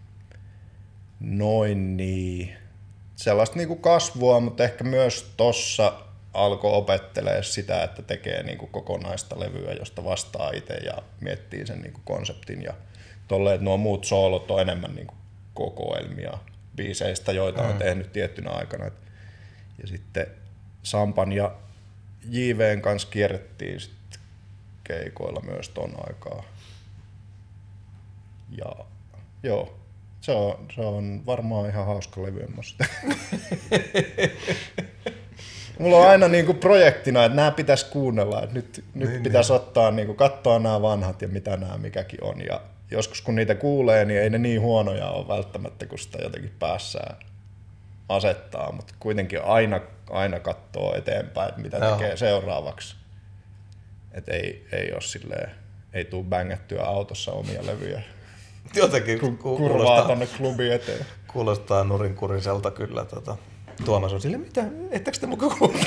noin niin. Sellaista niinku kasvua, mutta ehkä myös tossa alkoi opettelemaan sitä, että tekee niinku kokonaista levyä, josta vastaa itse ja miettii sen niinku konseptin. Ja tolleen, että nuo muut soolot on enemmän niinku kokoelmia biiseistä, joita on mm. tehnyt tiettynä aikana. Ja sitten Sampan ja J V:n kanssa kierrettiin sit keikoilla myös ton aikaa. Ja joo. Se on, se on varmaan ihan hauska levy. Mulla on aina niinku projektina, että nämä pitäisi kuunnella. Että nyt nyt niin, pitäisi niin. ottaa, niinku, katsoa nämä vanhat ja mitä nämä mikäkin on. Ja joskus kun niitä kuulee, niin ei ne niin huonoja ole välttämättä, kun sitä jotenkin päässään asettaa. Mutta kuitenkin aina, aina katsoo eteenpäin, että mitä Joo. tekee seuraavaksi. Että ei, ei ole silleen, ei tule bängättyä autossa omia levyjä. Jotenkin Ku, kurvaa tonne klubi eteen. Kuulostaa nurinkuriselta kyllä. Tota. Tuomas on silleen, mitä? Ettekö te mukaan kuuntele?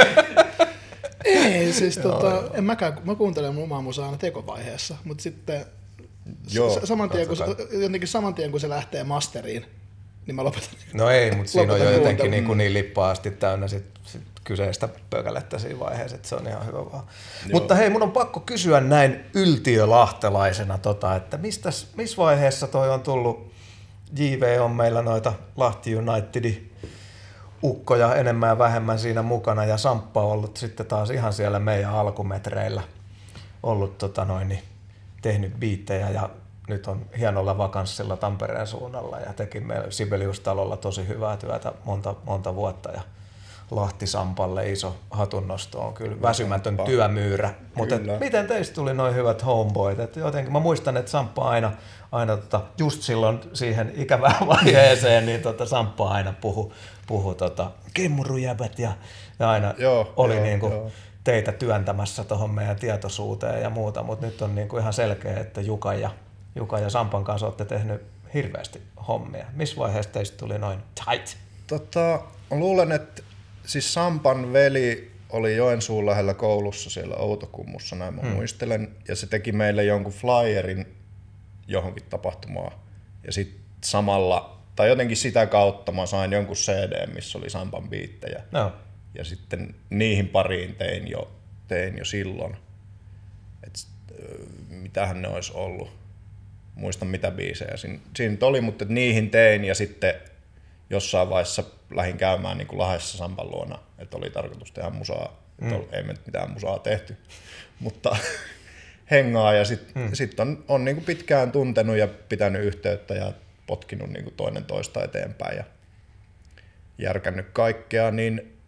Ei, siis tota, en mäkään, mä kuuntelen mun omaa musaa aina tekovaiheessa, mutta sitten Joo, saman, tien, kun, jotenkin saman tien kun se lähtee masteriin, niin mä lopetan. No ei, mutta siinä on jo jotenkin niin, kuin niin lippaasti täynnä sit, sit kyseistä pökälettä siinä vaiheessa, että se on ihan hyvä vaan. Joo. Mutta hei, mun on pakko kysyä näin yltiölahtelaisena, tota, että mistäs, missä vaiheessa toi on tullut, J V on meillä noita Lahti Unitedin ukkoja enemmän ja vähemmän siinä mukana, ja Samppa on ollut sitten taas ihan siellä meidän alkumetreillä ollut tota noin, niin, tehnyt biittejä, ja nyt on hienolla vakanssilla Tampereen suunnalla, ja teki meillä Sibelius-talolla tosi hyvää työtä monta, monta vuotta, ja Lahti Sampalle iso hatunnosto on kyllä väsymätön työmyyrä. Mutta miten teistä tuli noin hyvät homeboyt? Et jotenkin mä muistan, että Samppa aina, aina tota, just silloin siihen ikävään vaiheeseen, niin tota, Samppa aina puhui puhu, tota, kemmurujäbät ja, ja aina joo, oli joo, niinku joo. teitä työntämässä tuohon meidän tietoisuuteen ja muuta, mutta nyt on niinku ihan selkeä, että Juka ja, Juka ja Sampan kanssa olette tehnyt hirveästi hommia. Missä vaiheessa teistä tuli noin tight? Tota, luulen, että siis Sampan veli oli Joensuun lähellä koulussa siellä Outokummussa, näin mä hmm. muistelen, ja se teki meille jonkun flyerin johonkin tapahtumaan. Ja sitten samalla, tai jotenkin sitä kautta mä sain jonkun C D, missä oli Sampan biittejä. No. Ja sitten niihin pariin tein jo, tein jo silloin. Et, mitähän ne olisi ollut. Muistan mitä biisejä siinä, siinä oli, mutta niihin tein ja sitten jossain vaiheessa lähdin käymään niin kuin Lahdessa Sampan luona, että oli tarkoitus tehdä musaa. Mm. Ei me mitään musaa tehty, mutta hengaa. Ja sitten mm. sit on, on niin kuin pitkään tuntenut ja pitänyt yhteyttä ja potkinut niin kuin toinen toista eteenpäin ja järkännyt kaikkea. Niin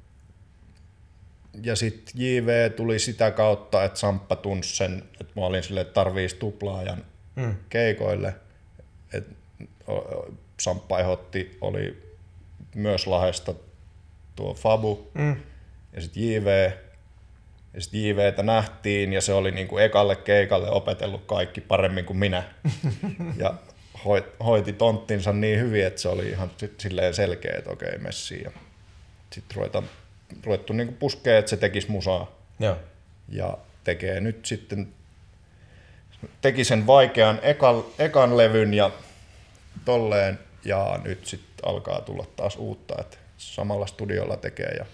ja sitten J V tuli sitä kautta, että Samppa tunsi sen, että mä olin silleen, että tarvitsisi tuplaajan mm. keikoille. Et Samppa ehdotti, oli myös Lahdesta tuo Fabu mm. ja sitten J V. Ja sitten J V:tä nähtiin ja se oli niinku ekalle keikalle opetellut kaikki paremmin kuin minä. Ja hoiti tonttinsa niin hyvin, että se oli ihan silleen selkeä, että okei, messiin. Ja sitten ruvetaan, ruvettu niinku puskee, että se tekisi musaa. Joo. Ja tekee nyt sitten, teki sen vaikean ekan, ekan levyn ja tolleen. ja nyt sitten alkaa tulla taas uutta, että samalla studiolla tekee ja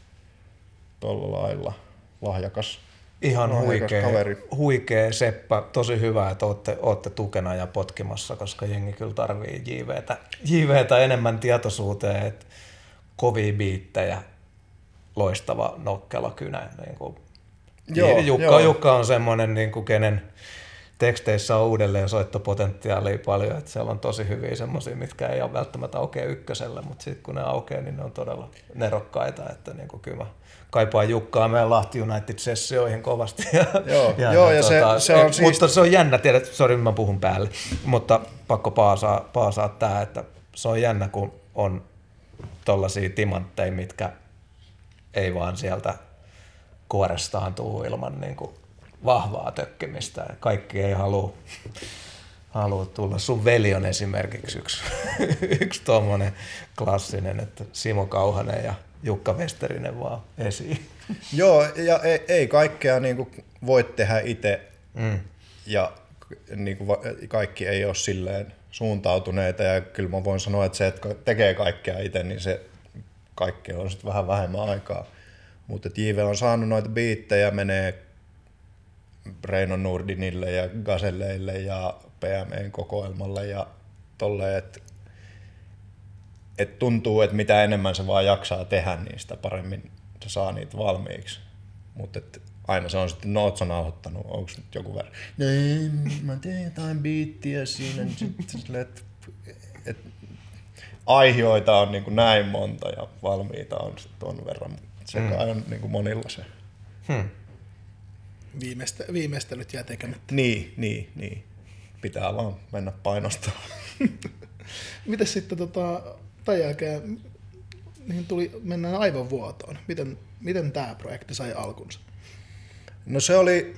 tuolla lailla lahjakas. Ihan huikea, kaveri. huikea Seppä, tosi hyvä, että ootte, ootte tukena ja potkimassa, koska jengi kyllä tarvii J V:tä, J V:tä enemmän tietoisuuteen, että kovia biittejä, loistava nokkela kynä. Niin kuin joo, Jukka, joo. Jukka on semmoinen, niin kuin kenen teksteissä on uudelleen soittopotentiaalia paljon, että siellä on tosi hyviä semmoisia, mitkä ei ole välttämättä aukea ykköselle, mutta sitten kun ne aukeaa, niin ne on todella nerokkaita, että niin kuin kyllä mä kaipaan Jukkaa meidän Lahti United-sessioihin kovasti. Joo, ja, joo, ja, ja tuota, se, se on et, siis... Mutta se on jännä, tiedät, sori mä puhun päälle, mutta pakko paasaa, paasaa tää, että se on jännä, kun on tollaisia timantteja, mitkä ei vaan sieltä kuorestaan tuu ilman niin kuin vahvaa tökkimistä. Kaikki ei halua, halua tulla. Sun veli on esimerkiksi yksi, yksi tommonen klassinen, että Simo Kauhanen ja Jukka Westerinen vaan esiin. Joo, ja ei, ei kaikkea niin kuin voi tehdä itse Mm. ja niin kuin kaikki ei ole silleen suuntautuneita ja kyllä mä voin sanoa, että se, että tekee kaikkea itse, niin se kaikki on sitten vähän vähemmän aikaa. Mutta J V on saanut noita biittejä, menee Reino Nurdinille ja Gazelleille ja P M E:n kokoelmalle ja tolleen, että et tuntuu, että mitä enemmän se vaan jaksaa tehdä, niin sitä paremmin se saa niitä valmiiksi. Mutta aina se on sitten, no oot sä nauhoittanut, onko nyt joku verran? No ei, mä teen jotain biittiä siinä, niin sitten silleen, että et, aihioita on niin kuin näin monta ja valmiita on sitten tuon verran. Se mm. on niin kuin monilla se. Hmm. Viimeistä, viimeistelyt jää tekemättä. Niin, niin, niin. Pitää vaan mennä painostamaan. Mites sitten tota, tämän jälkeen niin tuli, mennään aivovuotoon. Miten, miten tämä projekti sai alkunsa? No se oli,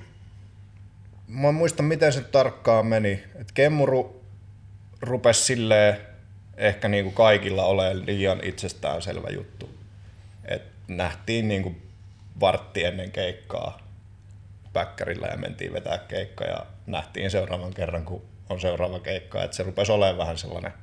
mä en muista miten se tarkkaan meni, että Kemmuru rupesi silleen ehkä niinku kaikilla olemaan liian itsestäänselvä juttu. Et nähtiin niinku vartti ennen keikkaa päkkärillä ja mentiin vetää keikka ja nähtiin seuraavan kerran, kun on seuraava keikka. Et se rupesi olemaan vähän sellainen,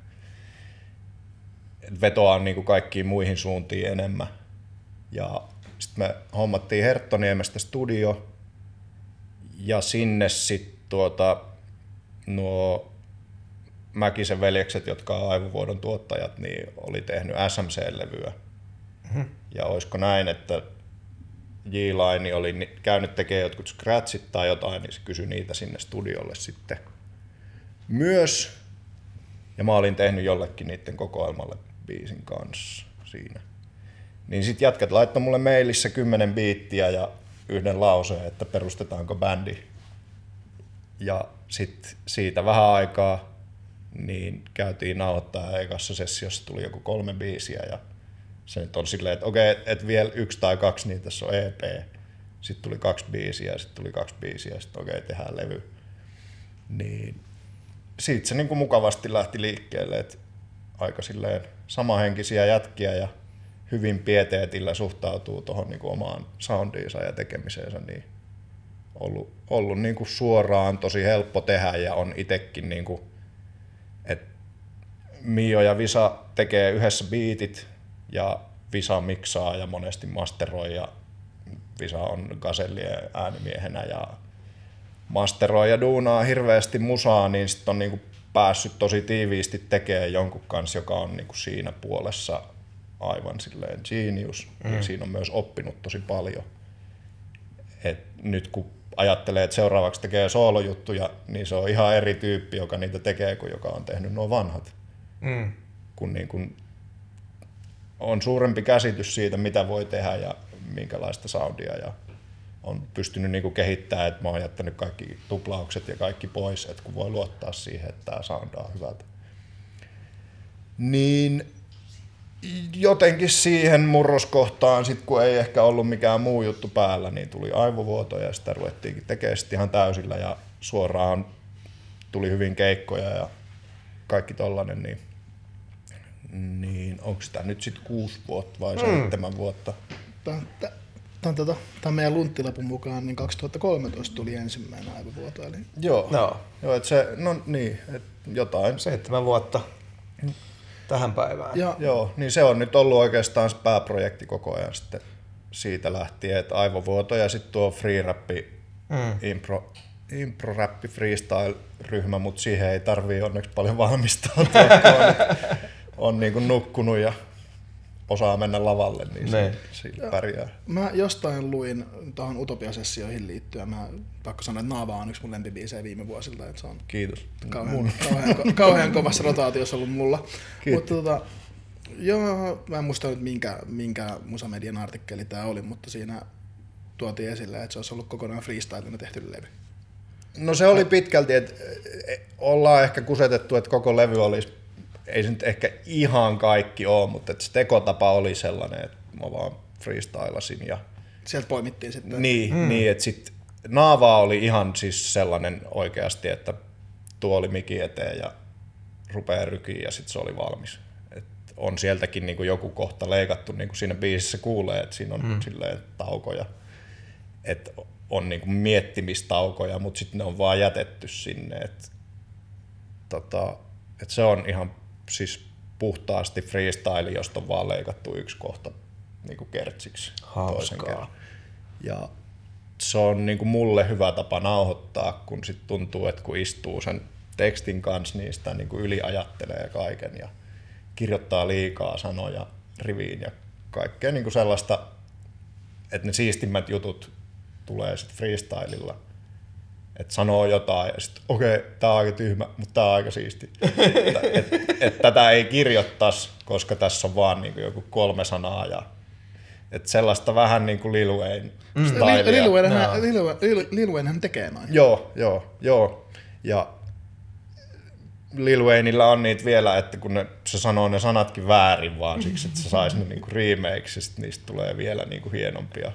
että vetoaa niinku kaikkiin muihin suuntiin enemmän. Ja sitten me hommattiin Herttoniemestä studio ja sinne sitten tuota, nuo Mäkisen veljekset, jotka on Aivovuodon tuottajat, niin oli tehnyt S M C-levyä. Mm-hmm. Ja olisiko näin, että J-Line oli käynyt tekemään jotkut scratchit tai jotain, niin se kysyi niitä sinne studiolle sitten myös. Ja mä olin tehnyt jollekin niiden kokoelmalle biisin kanssa siinä. Niin sit jätkät laittoi mulle mailissa kymmenen biittiä ja yhden lauseen, että perustetaanko bändi. Ja sit siitä vähän aikaa niin käytiin nauhoittaa ja ekassa sessiossa tuli joku kolme biisiä ja se nyt on silleen, että okei, että vielä yksi tai kaksi, niin tässä on E P. Sitten tuli kaksi biisiä ja sitten tuli kaksi biisiä ja sitten okei, tehdään levy. Niin siitä se niin kuin mukavasti lähti liikkeelle, että aika silleen samahenkisiä jätkiä ja hyvin pieteetillä suhtautuu tuohon niin kuin omaan soundiinsa ja tekemiseensä, niin ollut, ollut niin kuin suoraan tosi helppo tehdä ja on itsekin, niin kuin, että Mio ja Visa tekee yhdessä biitit ja Visa miksaa ja monesti masteroi ja Visa on Gazellien äänimiehenä ja masteroi ja duunaa hirveästi musaa, niin sitten on niin kuin päässyt tosi tiiviisti tekemään jonkun kanssa, joka on niin kuin siinä puolessa aivan silleen genius, mm. ja siinä on myös oppinut tosi paljon. Et nyt kun ajattelee, että seuraavaksi tekee soolojuttuja, niin se on ihan eri tyyppi, joka niitä tekee, kuin joka on tehnyt nuo vanhat. Mm. Kun niin kun on suurempi käsitys siitä, mitä voi tehdä ja minkälaista soundia, ja on pystynyt niin kuin kehittämään, että mä oon jättänyt kaikki tuplaukset ja kaikki pois, että kun voi luottaa siihen, että tämä soundaa hyvältä. Niin jotenkin siihen murroskohtaan, sit kun ei ehkä ollut mikään muu juttu päällä, niin tuli aivovuoto ja sitä ruvettiinkin tekemään sit ihan täysillä ja suoraan tuli hyvin keikkoja ja kaikki tollanen, niin, niin onko sitä nyt sitten kuusi vuotta vai seitsemän mm. vuotta? Tämä on tota, meidän lunttilapun mukaan, niin kaksituhattakolmetoista tuli ensimmäinen aivovuoto. Eli... Joo, no. Joo et se, no niin, et jotain. Seitsemän vuotta. tähän päivään. Ja, Joo, niin se on nyt ollut oikeastaan se pääprojekti koko ajan sitten siitä lähtien, että aivovuoto ja sitten tuo free rappi, mm. impro, impro rappi freestyle ryhmä, mutta siihen ei tarvii onneksi paljon valmistautua, on, on niin kuin nukkunut ja osaa mennä lavalle, niin se, sillä pärjää. Mä jostain luin tuohon Utopia-sessioihin liittyen, mä pakko sanoa, että Naava on yksi mun lempibiisejä viime vuosilta, että se on Kiitos. kauhean, kauhean, kauhean kovassa rotaatiossa ollut mulla. Mutta tota, joo, mä en muista nyt minkä, minkä Musamedian artikkeli tää oli, mutta siinä tuotiin esille, että se olisi ollut kokonaan freestylena tehty levy. No se oli pitkälti, että ollaan ehkä kusetettu, että koko levy olisi, ei se nyt ehkä ihan kaikki ole, mutta että se tekotapa oli sellainen, että mä vaan freestylasin. Ja sieltä poimittiin sitten. Niin, mm. niin että sitten Naava oli ihan siis sellainen oikeasti, että tuoli miki eteen ja rupeaa rykiin ja sitten se oli valmis. Et on sieltäkin niinku joku kohta leikattu, niin kuin siinä biisissä kuulee, että siinä on mm. silleen taukoja. Että on niinku miettimistaukoja, mutta sitten ne on vaan jätetty sinne. Et, tota, et se on ihan siis puhtaasti freestyle, josta on vaan leikattu yksi kohta niinku kertsiksi toisen kerran. Ja se on niinku mulle hyvä tapa nauhoittaa, kun sit tuntuu, että kun istuu sen tekstin kanssa, niin sitä niinku yliajattelee kaiken ja kirjoittaa liikaa sanoja riviin ja kaikkea niinku sellaista, että ne siistimmät jutut tulee sitten freestylilla, että sanoo jotain ja sitten okei, okay, tää on aika tyhmä, mutta tää on aika siisti. että et, et tätä ei kirjoittaisi, koska tässä on vaan niinku joku kolme sanaa ja et sellaista vähän niinku Lil Wayne stylia. Lil Waynehän tekee noin. Joo, joo, joo. Ja Lil Wayneillä on niitä vielä, että kun ne, se sanoo ne sanatkin väärin vaan siksi, että se saisi ne niinku remakeiksi, sit niistä tulee vielä niinku hienompia.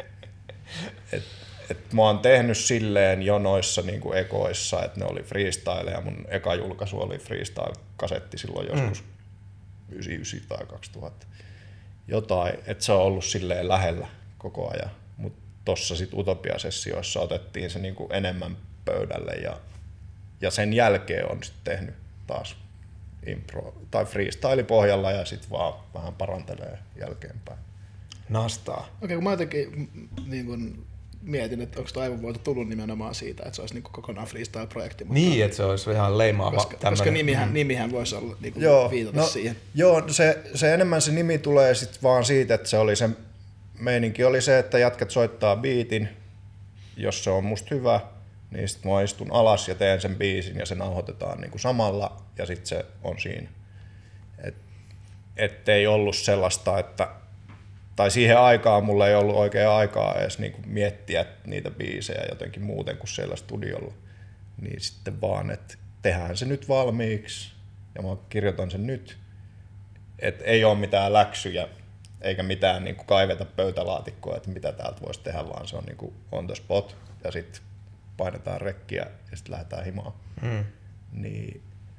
Et, et mä oon tehnyt silleen jo noissa niinku ekoissa, että ne oli freestyle ja mun eka julkaisu oli freestyle-kasetti silloin joskus mm. yhdeksänkymmentäyhdeksän tai kaksituhatta jotain, että se on ollut silleen lähellä koko ajan, mutta tossa sit Utopia-sessioissa otettiin se niinku enemmän pöydälle ja, ja sen jälkeen on sit tehnyt taas impro tai freestyle pohjalla ja sit vaan vähän parantelee jälkeenpäin. Nastaa. Okei, okay, kun mä jotenkin niin kun mietin, että onko tuo aivovuoto tullut nimenomaan siitä, että se olisi niin kokonaan freestyle-projekti. Niin, että se olisi ihan leimaava. Koska, koska nimihän, nimihän voisi olla niin joo, viitata no, siihen. Joo, se, se enemmän se nimi tulee sitten vaan siitä, että se oli se meininki oli se, että jätkät soittaa biitin, jos se on musta hyvä, niin sitten mä istun alas ja teen sen biisin ja se nauhoitetaan niin kuin samalla ja sitten se on siinä. Et, ettei ollut sellaista, että tai siihen aikaan mulla ei ollut oikein aikaa edes niinku miettiä niitä biisejä jotenkin muuten kuin siellä studiolla. Niin sitten vaan, että tehdään se nyt valmiiksi ja mä kirjoitan sen nyt. Että ei ole mitään läksyjä eikä mitään niinku kaiveta pöytälaatikkoa, että mitä täältä voisi tehdä, vaan se on niinku on the spot ja sitten painetaan rekkiä ja sitten lähdetään himaan. Mm. Niin,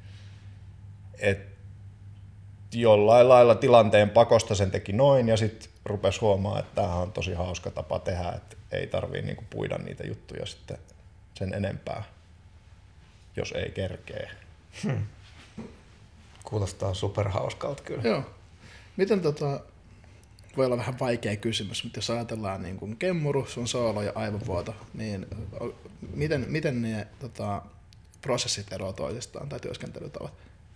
et jollain lailla tilanteen pakosta sen teki noin ja sitten rupesi huomaamaan, että tämähän on tosi hauska tapa tehdä, että ei tarvii niinku puida niitä juttuja sitten sen enempää, jos ei kerkee. Hmm. Kuulostaa superhauskalta kyllä. Joo. Miten tota, voi olla vähän vaikea kysymys, mutta jos ajatellaan niin kuin Kemmuru, sun soolo ja aivovuoto, niin miten, miten ne tota, prosessit eroavat toisistaan tai työskentelytavat?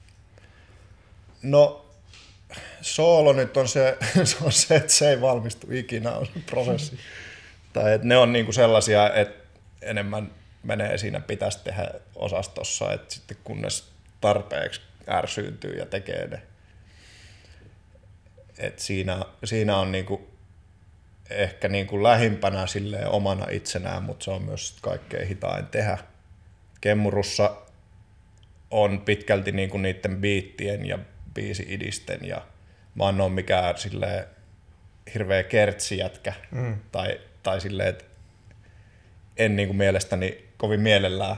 No soolo nyt on se, se, on se että se ei valmistu ikinä, on se prosessi. Tai että ne on niinku sellaisia, että enemmän menee siinä pitäisi tehdä osastossa, että sitten kunnes tarpeeksi ärsyyntyy ja tekee ne. Et siinä, siinä on niinku ehkä niinku lähimpänä silleen omana itsenään, mutta se on myös kaikkein hitain tehdä. Kemmurussa on pitkälti niinku niiden biittien ja biisi-idisten ja mä en ole mikään silleen hirveä kertsijätkä mm. tai, tai silleen, että en niinku mielestäni kovin mielellään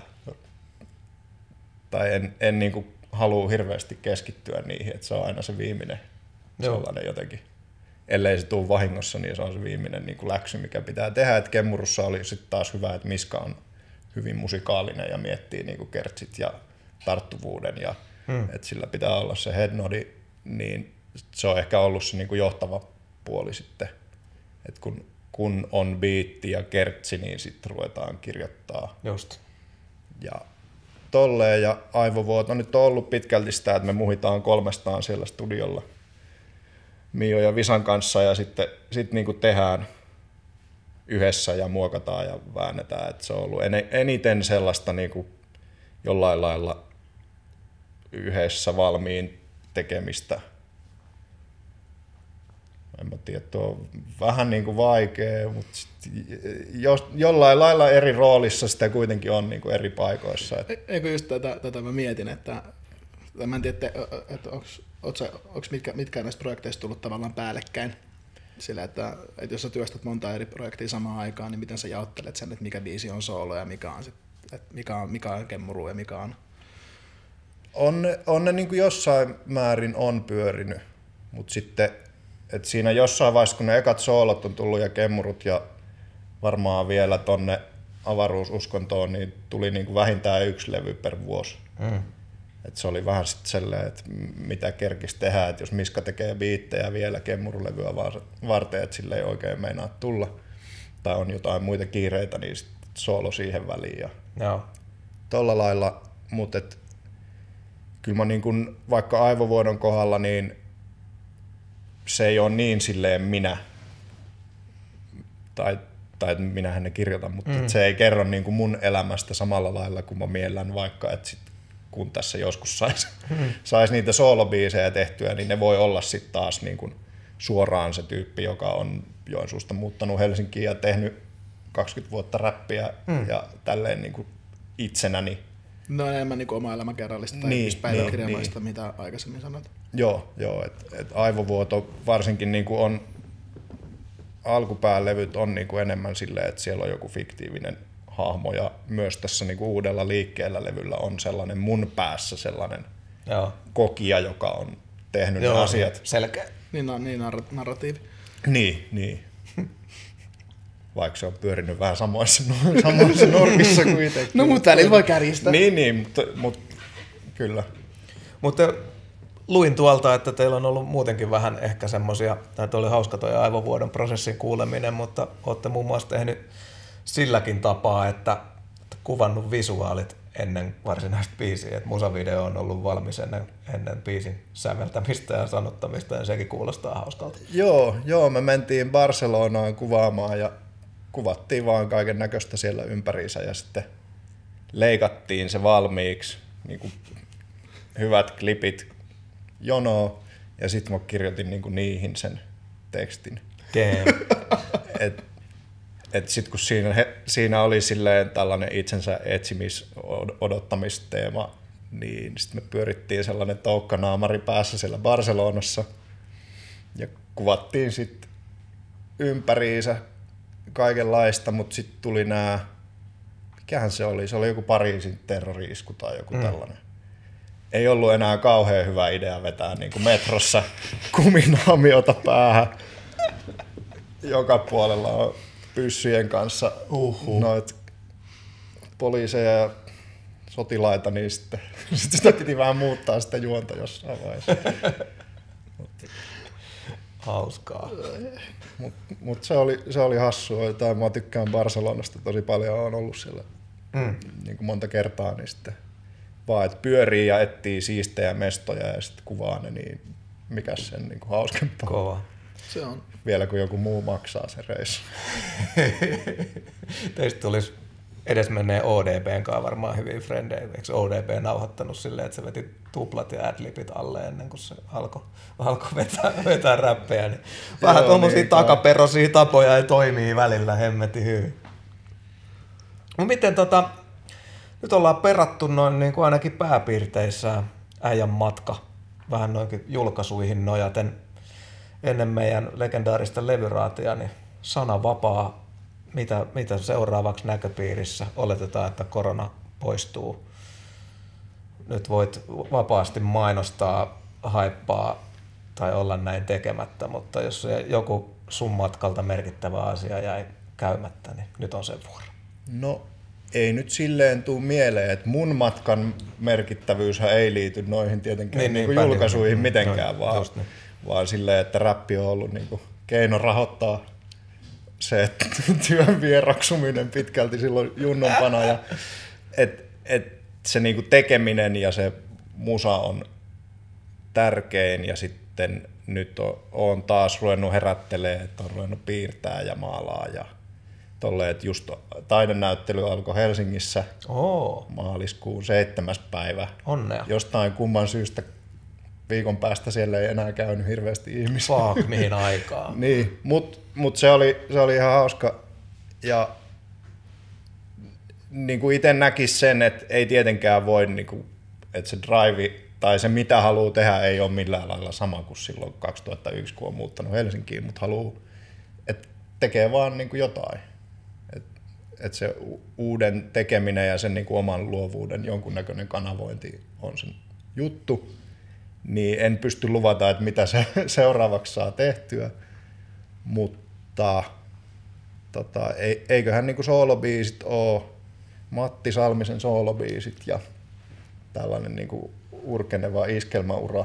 tai en, en niinku halua hirveästi keskittyä niihin, että se on aina se viimeinen Joo. sellainen jotenkin. Ellei se tule vahingossa, niin se on se viimeinen niinku läksy, mikä pitää tehdä. Et Kemmurussa oli sitten taas hyvä, että Miska on hyvin musikaalinen ja miettii niinku kertsit ja tarttuvuuden ja hmm. että sillä pitää olla se headnodi niin se on ehkä ollut se niin kuin johtava puoli sitten, että kun, kun on biitti ja kertsi, niin sitten ruvetaan kirjoittaa. Just. Ja tolleen, ja aivovuoto nyt on ollut pitkälti sitä, että me muhitaan kolmestaan siellä studiolla Mio ja Visan kanssa, ja sitten sit niinku tehdään yhdessä ja muokataan ja väännetään. Et se on ollut eniten sellaista niinku jollain lailla yhdessä valmiin tekemistä. En mä tiedä, tuo on vähän niin kuin vaikea, mutta jos, jollain lailla eri roolissa sitä kuitenkin on niin kuin eri paikoissa. Eikö just tätä, tätä mä mietin, että mä en tiedä, että, että onko mitkä, mitkä näistä projekteista tullut tavallaan päällekkäin sillä, että, että jos sä työstät monta eri projektia samaan aikaan, niin miten sä jaottelet sen, että mikä biisi on soolo ja mikä on, sit, että mikä on, mikä on kemmuru ja mikä on... On, on ne niin kuin jossain määrin on pyörinyt, mutta sitten et siinä jossain vaiheessa, kun ne ekat soolot on tullut ja kemmurut ja varmaan vielä tonne avaruususkontoon, niin tuli niin kuin vähintään yksi levy per vuosi. Mm. Et se oli vähän sitten sellainen, että mitä kerkisi tehdä, että jos Miska tekee biittejä vielä kemmurulevyä varten, että sille ei oikein meinaa tulla, tai on jotain muita kiireitä, niin sit soolo siihen väliin. Ja Joo. tolla lailla, mutta et, kyllä mä niin kun, vaikka aivovuodon kohdalla, niin se ei ole niin silleen minä, tai, tai minähän ne kirjoitan, mutta mm. se ei kerro niin kuin mun elämästä samalla lailla kuin mä miellän vaikka, että sit, kun tässä joskus saisi mm. sais niitä soolobiisejä tehtyä, niin ne voi olla sitten taas niin kuin suoraan se tyyppi, joka on Joensuusta muuttanut Helsinkiin ja tehnyt kaksikymmentä vuotta räppiä mm. ja tälleen niin kuin itsenäni. No enemmän niin kuin oma elämäkerrallista tai niin, päiväkirjamaista, niin, mitä aikaisemmin sanoit. Joo, joo että et aivovuoto varsinkin niin kuin on, alkupäälevyt on niin kuin enemmän silleen, että siellä on joku fiktiivinen hahmo ja myös tässä niin kuin uudella liikkeellä levyllä on sellainen mun päässä sellainen joo. kokija, joka on tehnyt joo, ne asiat. Selkeä. Niin, niin narratiivi. Niin, niin. Vaikka se on pyörinyt vähän samoissa, samoissa nurkissa kuitenkin. No mutta välillä voi kärjistää. Niin, niin, mutta, mutta kyllä. Mutta luin tuolta, että teillä on ollut muutenkin vähän ehkä semmoisia, että oli hauska toi aivovuodon prosessin kuuleminen, mutta olette muun muassa tehnyt silläkin tapaa, että kuvannut visuaalit ennen varsinaista biisiä, että musavideo on ollut valmis ennen, ennen biisin säveltämistä ja sanottamista, ja sekin kuulostaa hauskalta. Joo, joo, me mentiin Barcelonaan kuvaamaan ja kuvattiin vaan kaiken näköistä siellä ympäriinsä ja sitten leikattiin se valmiiksi, niin kuin hyvät klipit jonoon, ja sitten mä kirjoitin niin kuin niihin sen tekstin. Et, et sitten kun siinä, he, siinä oli silleen tällainen itsensä etsimis odottamisteema, niin sitten me pyörittiin sellainen toukkanaamari päässä siellä Barcelonassa ja kuvattiin sitten ympäriinsä kaikenlaista, mutta sitten tuli nämä, mikähän se oli, se oli joku Pariisin terrori-isku tai joku mm. tällainen. Ei ollut enää kauhean hyvä idea vetää niin kuin metrossa kuminaamiota päähän. Joka puolella on pyssyjen kanssa uhuh. noit poliiseja ja sotilaita, niin sitten, sitten sitä piti vähän muuttaa sitä juonta jossain vaiheessa. Hauskaa. Mutta mut se, oli, se oli hassua. Tai mä tykkään Barcelonasta tosi paljon, olen ollut siellä mm. niin kuin monta kertaa, niin sitten vaan, että pyörii ja etsii siistejä mestoja ja sitten kuvaa ne, niin mikäs sen niin kuin hauskempaa. Kova. Se on. Vielä kun joku muu maksaa se reissu. Teistä tulisi edesmenneen O D B:n kanssa varmaan hyviä frendejä. Eikö O D B nauhoittanut silleen, että se veti tuplat ja adlibit alle ennen kuin se alkoi alko vetää, vetää räppejä. Niin vähän tuommoisia niin, takaperoisia tapoja ei toimii välillä hemmetin hyvin. No miten tota, nyt ollaan perattu noin niin kuin ainakin pääpiirteissä äijän matka vähän noinkin julkaisuihin nojaten ennen meidän legendaarista levyraatia, niin sana vapaa, mitä, mitä seuraavaksi näköpiirissä? Oletetaan, että korona poistuu. Nyt voit vapaasti mainostaa, haippaa tai olla näin tekemättä, mutta jos joku sun matkalta merkittävä asia jäi käymättä, niin nyt on sen vuoro. No, ei nyt silleen tuu mieleen, että mun matkan merkittävyyshän ei liity noihin tietenkään Niin, niin, niin, niin julkaisuihin niin, mitenkään, no, vaan, niin. vaan silleen, että räppi on ollut niin kuin keino rahoittaa se että työn vieraksuminen pitkälti silloin junnompana. Ja, et, et se niin kuin tekeminen ja se musa on tärkein ja sitten nyt on, on taas ruvennut herättelemään, että on ruvennut piirtää ja maalaa ja tolleen, että just taidenäyttely alkoi Helsingissä Oo. maaliskuun seitsemäs päivä. Onnea. Jostain kumman syystä viikon päästä siellä ei enää käynyt hirveästi ihmisiä. Fuck, mihin aikaan. Niin, mutta mut se, oli, se oli ihan hauska ja niin kuin itse näkisi sen, että ei tietenkään voi, niin kuin, että se drive tai se mitä haluaa tehdä ei ole millään lailla sama kuin silloin kaksituhattayksi, kun on muuttanut Helsinkiin, mutta haluaa, että tekee vaan niin kuin jotain. Että et se uuden tekeminen ja sen niin kuin oman luovuuden jonkunnäköinen kanavointi on sen juttu, niin en pysty luvata, että mitä se seuraavaksi saa tehtyä, mutta tota, eiköhän niin kuin soolobiisit ole Matti Salmisen soolobiisit ja tällainen niin kuin urkeneva iskelmäura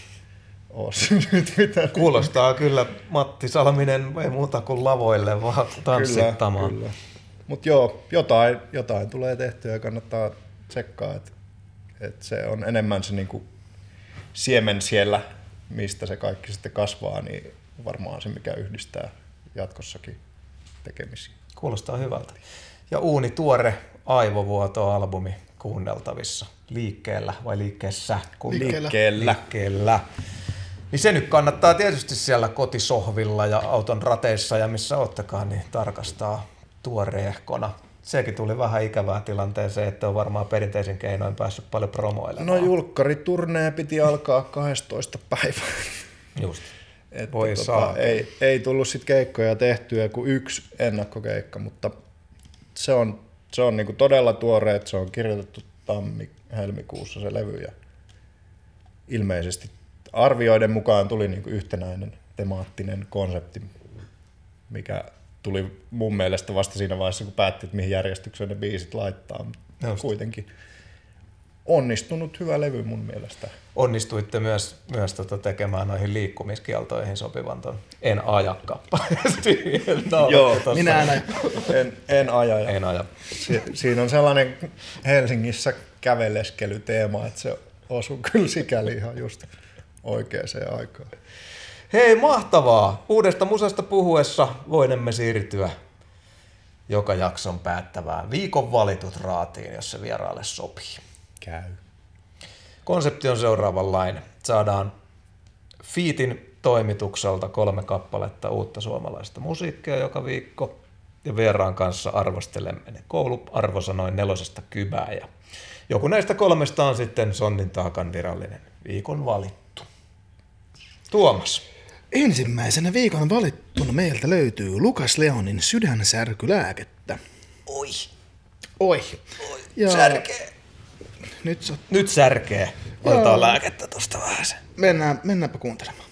olisi nyt mitä. Kuulostaa kyllä Matti Salminen ei muuta kuin lavoille vaan tanssittamaan. Kyllä, kyllä. Mutta joo, jotain, jotain tulee tehtyä ja kannattaa tsekkaa, että et se on enemmän se niinku siemen siellä, mistä se kaikki sitten kasvaa, niin varmaan se mikä yhdistää jatkossakin tekemisiä. Kuulostaa hyvältä. Ja uuni tuore Aivovuoto-albumi kuunneltavissa. Liikkeellä vai liikkeessä? Liikkeellä. Liikkeellä. Liikkeellä. Niin se nyt kannattaa tietysti siellä kotisohvilla ja auton rateissa ja missä oottekaan, niin tarkastaa tuoreehkona. Sekin tuli vähän ikävää tilanteeseen, että on varmaan perinteisin keinoin päässyt paljon promoilemaan. No julkkariturnee piti alkaa kahdestoista päivä. Just. Että Voi tota, saa. ei, ei tullut sit keikkoja tehtyä kuin yksi ennakkokeikka, mutta se on, se on niinku todella tuore, että se on kirjoitettu tammi-helmikuussa se levy ja ilmeisesti arvioiden mukaan tuli niinku yhtenäinen temaattinen konsepti, mikä tuli mun mielestä vasta siinä vaiheessa, kun päätti, että mihin järjestykseen ne biisit laittaa, mutta Just. kuitenkin onnistunut hyvä levy mun mielestä. Onnistuitte myös, myös tota tekemään noihin liikkumiskieltoihin sopivan ton En aja -kappaleen. No, Joo, tossa. Minä näin. En, en aja. Ja En aja. si, siinä on sellainen Helsingissä käveleskelyteema, että se osuu kyllä sikäli ihan just oikeaan aikaan. Hei, mahtavaa! Uudesta musasta puhuessa voinemme siirtyä joka jakson päättävään viikon valitut raatiin, jos se vieraalle sopii. Käy. Konsepti on seuraavanlainen. Saadaan Featin toimitukselta kolme kappaletta uutta suomalaista musiikkia joka viikko ja vieraan kanssa arvostelemme ne kouluarvosanoin nelosesta kybää ja joku näistä kolmesta on sitten Sonnin Taakan virallinen viikon valittu. Tuomas. Ensimmäisenä viikon valittuna meiltä löytyy Lukas Leonin Sydänsärkylääkettä. Oi. Oi. Ja Särkee. nyt sä... Nyt särkee. Otetaan lääkettä tosta vähän sen. Mennään, mennäänpä kuuntelemaan.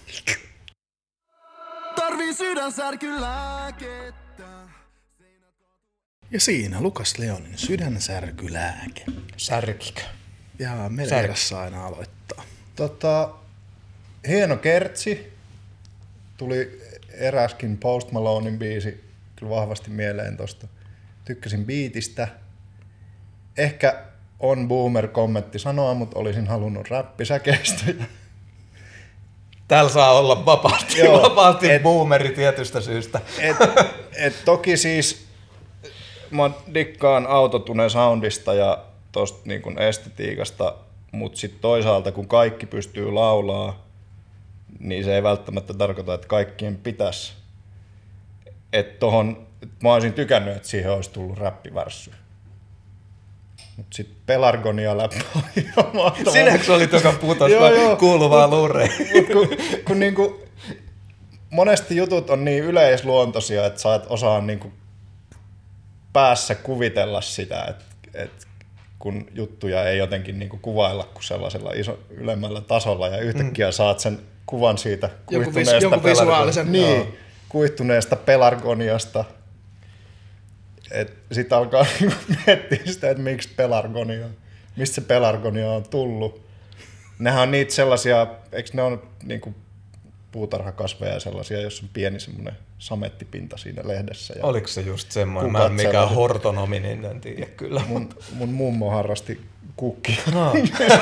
Tarvii sydänsärkylääkettä. Ja siinä Lukas Leonin Sydänsärkylääke. Särkikö? Ja Melkerassa aina aloittaa. Tota, hieno kertsi. Tuli eräskin Post Malonein biisi kyllä vahvasti mieleen tosta. Tykkäsin biitistä. Ehkä on boomer-kommentti sanoa, mutta olisin halunnut räppisäkeistä. Täällä saa olla vapaasti, Joo, vapaasti et- boomeri tietystä syystä. Et, et toki siis mä dikkaan autotune soundista ja tosta niin kun estetiikasta, mutta sitten toisaalta kun kaikki pystyy laulaa, niin se ei välttämättä tarkoita, että kaikkien pitäisi. Et tohon, et mä olisin tykännyt, että siihen olisi tullut räppivärssy. Mut sit Pelargonia läppä oli ihan mahtavaa. Sinäks olit, joka putosi Joo, joo. kuuluvaa luureihin? Mut kun, kun niinku, monesti jutut on niin yleisluontoisia, että sä et osaa niinku päässä kuvitella sitä, että et kun juttuja ei jotenkin niinku kuvailla kuin sellaisella iso, ylemmällä tasolla ja yhtäkkiä mm. saat sen kuvan siitä Joku vis- kuihtuneesta, joku visuaalisen. pelargon- niin, kuihtuneesta pelargoniasta et sit alkaa miettiä sitä, että miksi pelargonia, mistä se pelargonia on tullut. Nehän on niitä sellaisia, eikö ne on niinku puutarhakasveja sellaisia, jos on pieni semmoinen samettipinta siinä lehdessä. Ja oliko se just semmoinen? Mä en mikään hortonomi, niin en tiedä kyllä. Mun, mun mummo harrasti kukkia. No.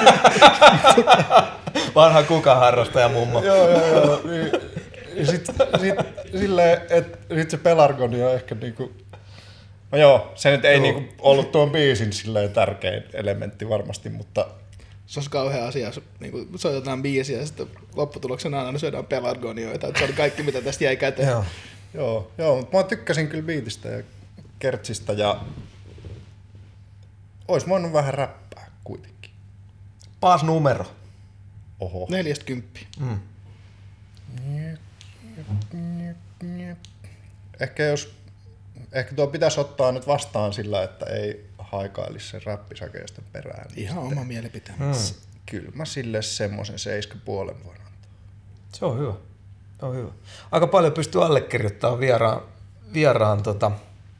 Vanha kukaharrastaja mummo. Joo, joo, joo. Sitten sit, silleen, että sit se pelargonia on ehkä niinku... No joo, se nyt ei joo. niinku ollut tuon biisin silleen tärkein elementti varmasti, mutta... Se olisi kauhea asia, jos niin soitetaan biisiä ja sitten lopputuloksena aina syödään pelargonioita. Se oli kaikki, mitä tästä jäi käteen. Joo, joo, joo, mutta mä tykkäsin kyllä biitistä ja kertsistä ja ois voinut vähän räppää kuitenkin. Paas numero. Oho. Neljästä kymppiä. Mm. Ehkä jos, ehkä tuo pitäisi ottaa nyt vastaan sillä, että ei haikailisi sen räppisäkeisten perään. Ihan oma mielipiteen. Hmm. Kyllä mä sille semmoisen seitsemän puolen voin antaa. Se on hyvä. Se on hyvä. Aika paljon pystyy allekirjoittamaan vieraan, vieraan tota,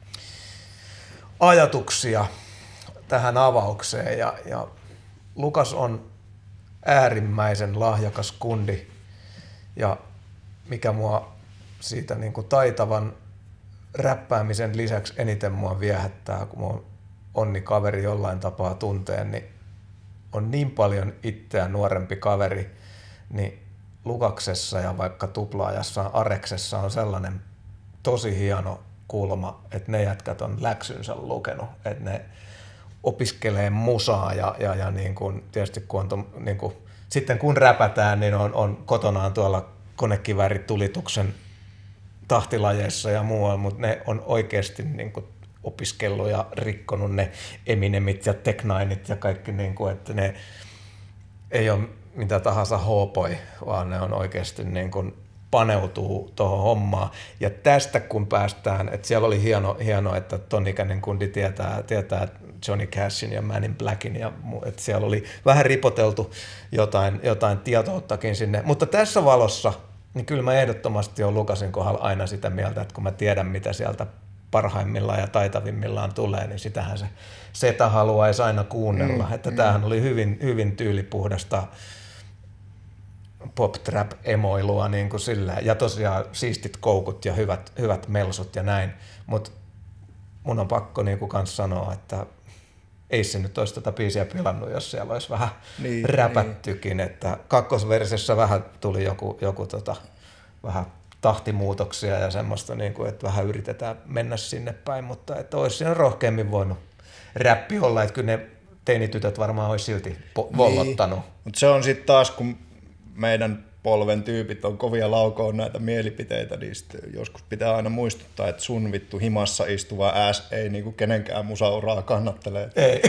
ajatuksia tähän avaukseen. Ja, ja Lukas on äärimmäisen lahjakas kundi. Ja mikä mua siitä niin kuin taitavan räppäämisen lisäksi eniten mua viehättää, kun mua Onni kaveri jollain tapaa tunteen, niin on niin paljon itseä nuorempi kaveri, niin Lukaksessa ja vaikka tuplaajassa Areksessa on sellainen tosi hieno kulma, että ne jätkät on läksynsä lukenut, että ne opiskelee musaa ja, ja, ja niin kuin, tietysti kun on to, niin kuin, sitten kun räpätään, niin on, on kotonaan tuolla konekiväärittulituksen tahtilajeissa ja muualla, mutta ne on oikeasti niin kuin opiskellut ja rikkonut ne Eminemit ja Tech Nineit ja kaikki, niin kuin, että ne ei ole mitä tahansa hoopoi, vaan ne on oikeasti niin kuin paneutuu tuohon hommaan. Ja tästä kun päästään, että siellä oli hieno, hieno että ton ikäinen kundi tietää, tietää Johnny Cashin ja Man in Blackin, ja että siellä oli vähän ripoteltu jotain, jotain tietouttakin sinne. Mutta tässä valossa, niin kyllä mä ehdottomasti olen Lukasin kohdalla aina sitä mieltä, että kun mä tiedän, mitä sieltä parhaimmillaan ja taitavimmillaan tulee, niin sitähän se setä haluaisi aina kuunnella. Mm, että mm. Tämähän oli hyvin, hyvin tyylipuhdasta pop-trap-emoilua niin kuin sillä. Ja tosiaan siistit koukut ja hyvät, hyvät melsut ja näin. Mutta mun on pakko niin kuin kans sanoa, että ei se nyt olisi tätä biisiä pilannut, jos siellä olisi vähän niin, räpättykin. Niin. Että kakkosversiossa vähän tuli joku, joku tota, vähän tahtimuutoksia ja semmoista, niin kuin, että vähän yritetään mennä sinne päin, mutta että olisi siinä rohkeammin voinut räppi olla, että kyllä ne teinitytöt varmaan olisi silti po- vollottanut. Niin. Mutta se on sitten taas, kun meidän polven tyypit on kovia laukoon näitä mielipiteitä, niin joskus pitää aina muistuttaa, että sun vittu himassa istuva ääs ei niinku kenenkään musauraa kannattele. Ei.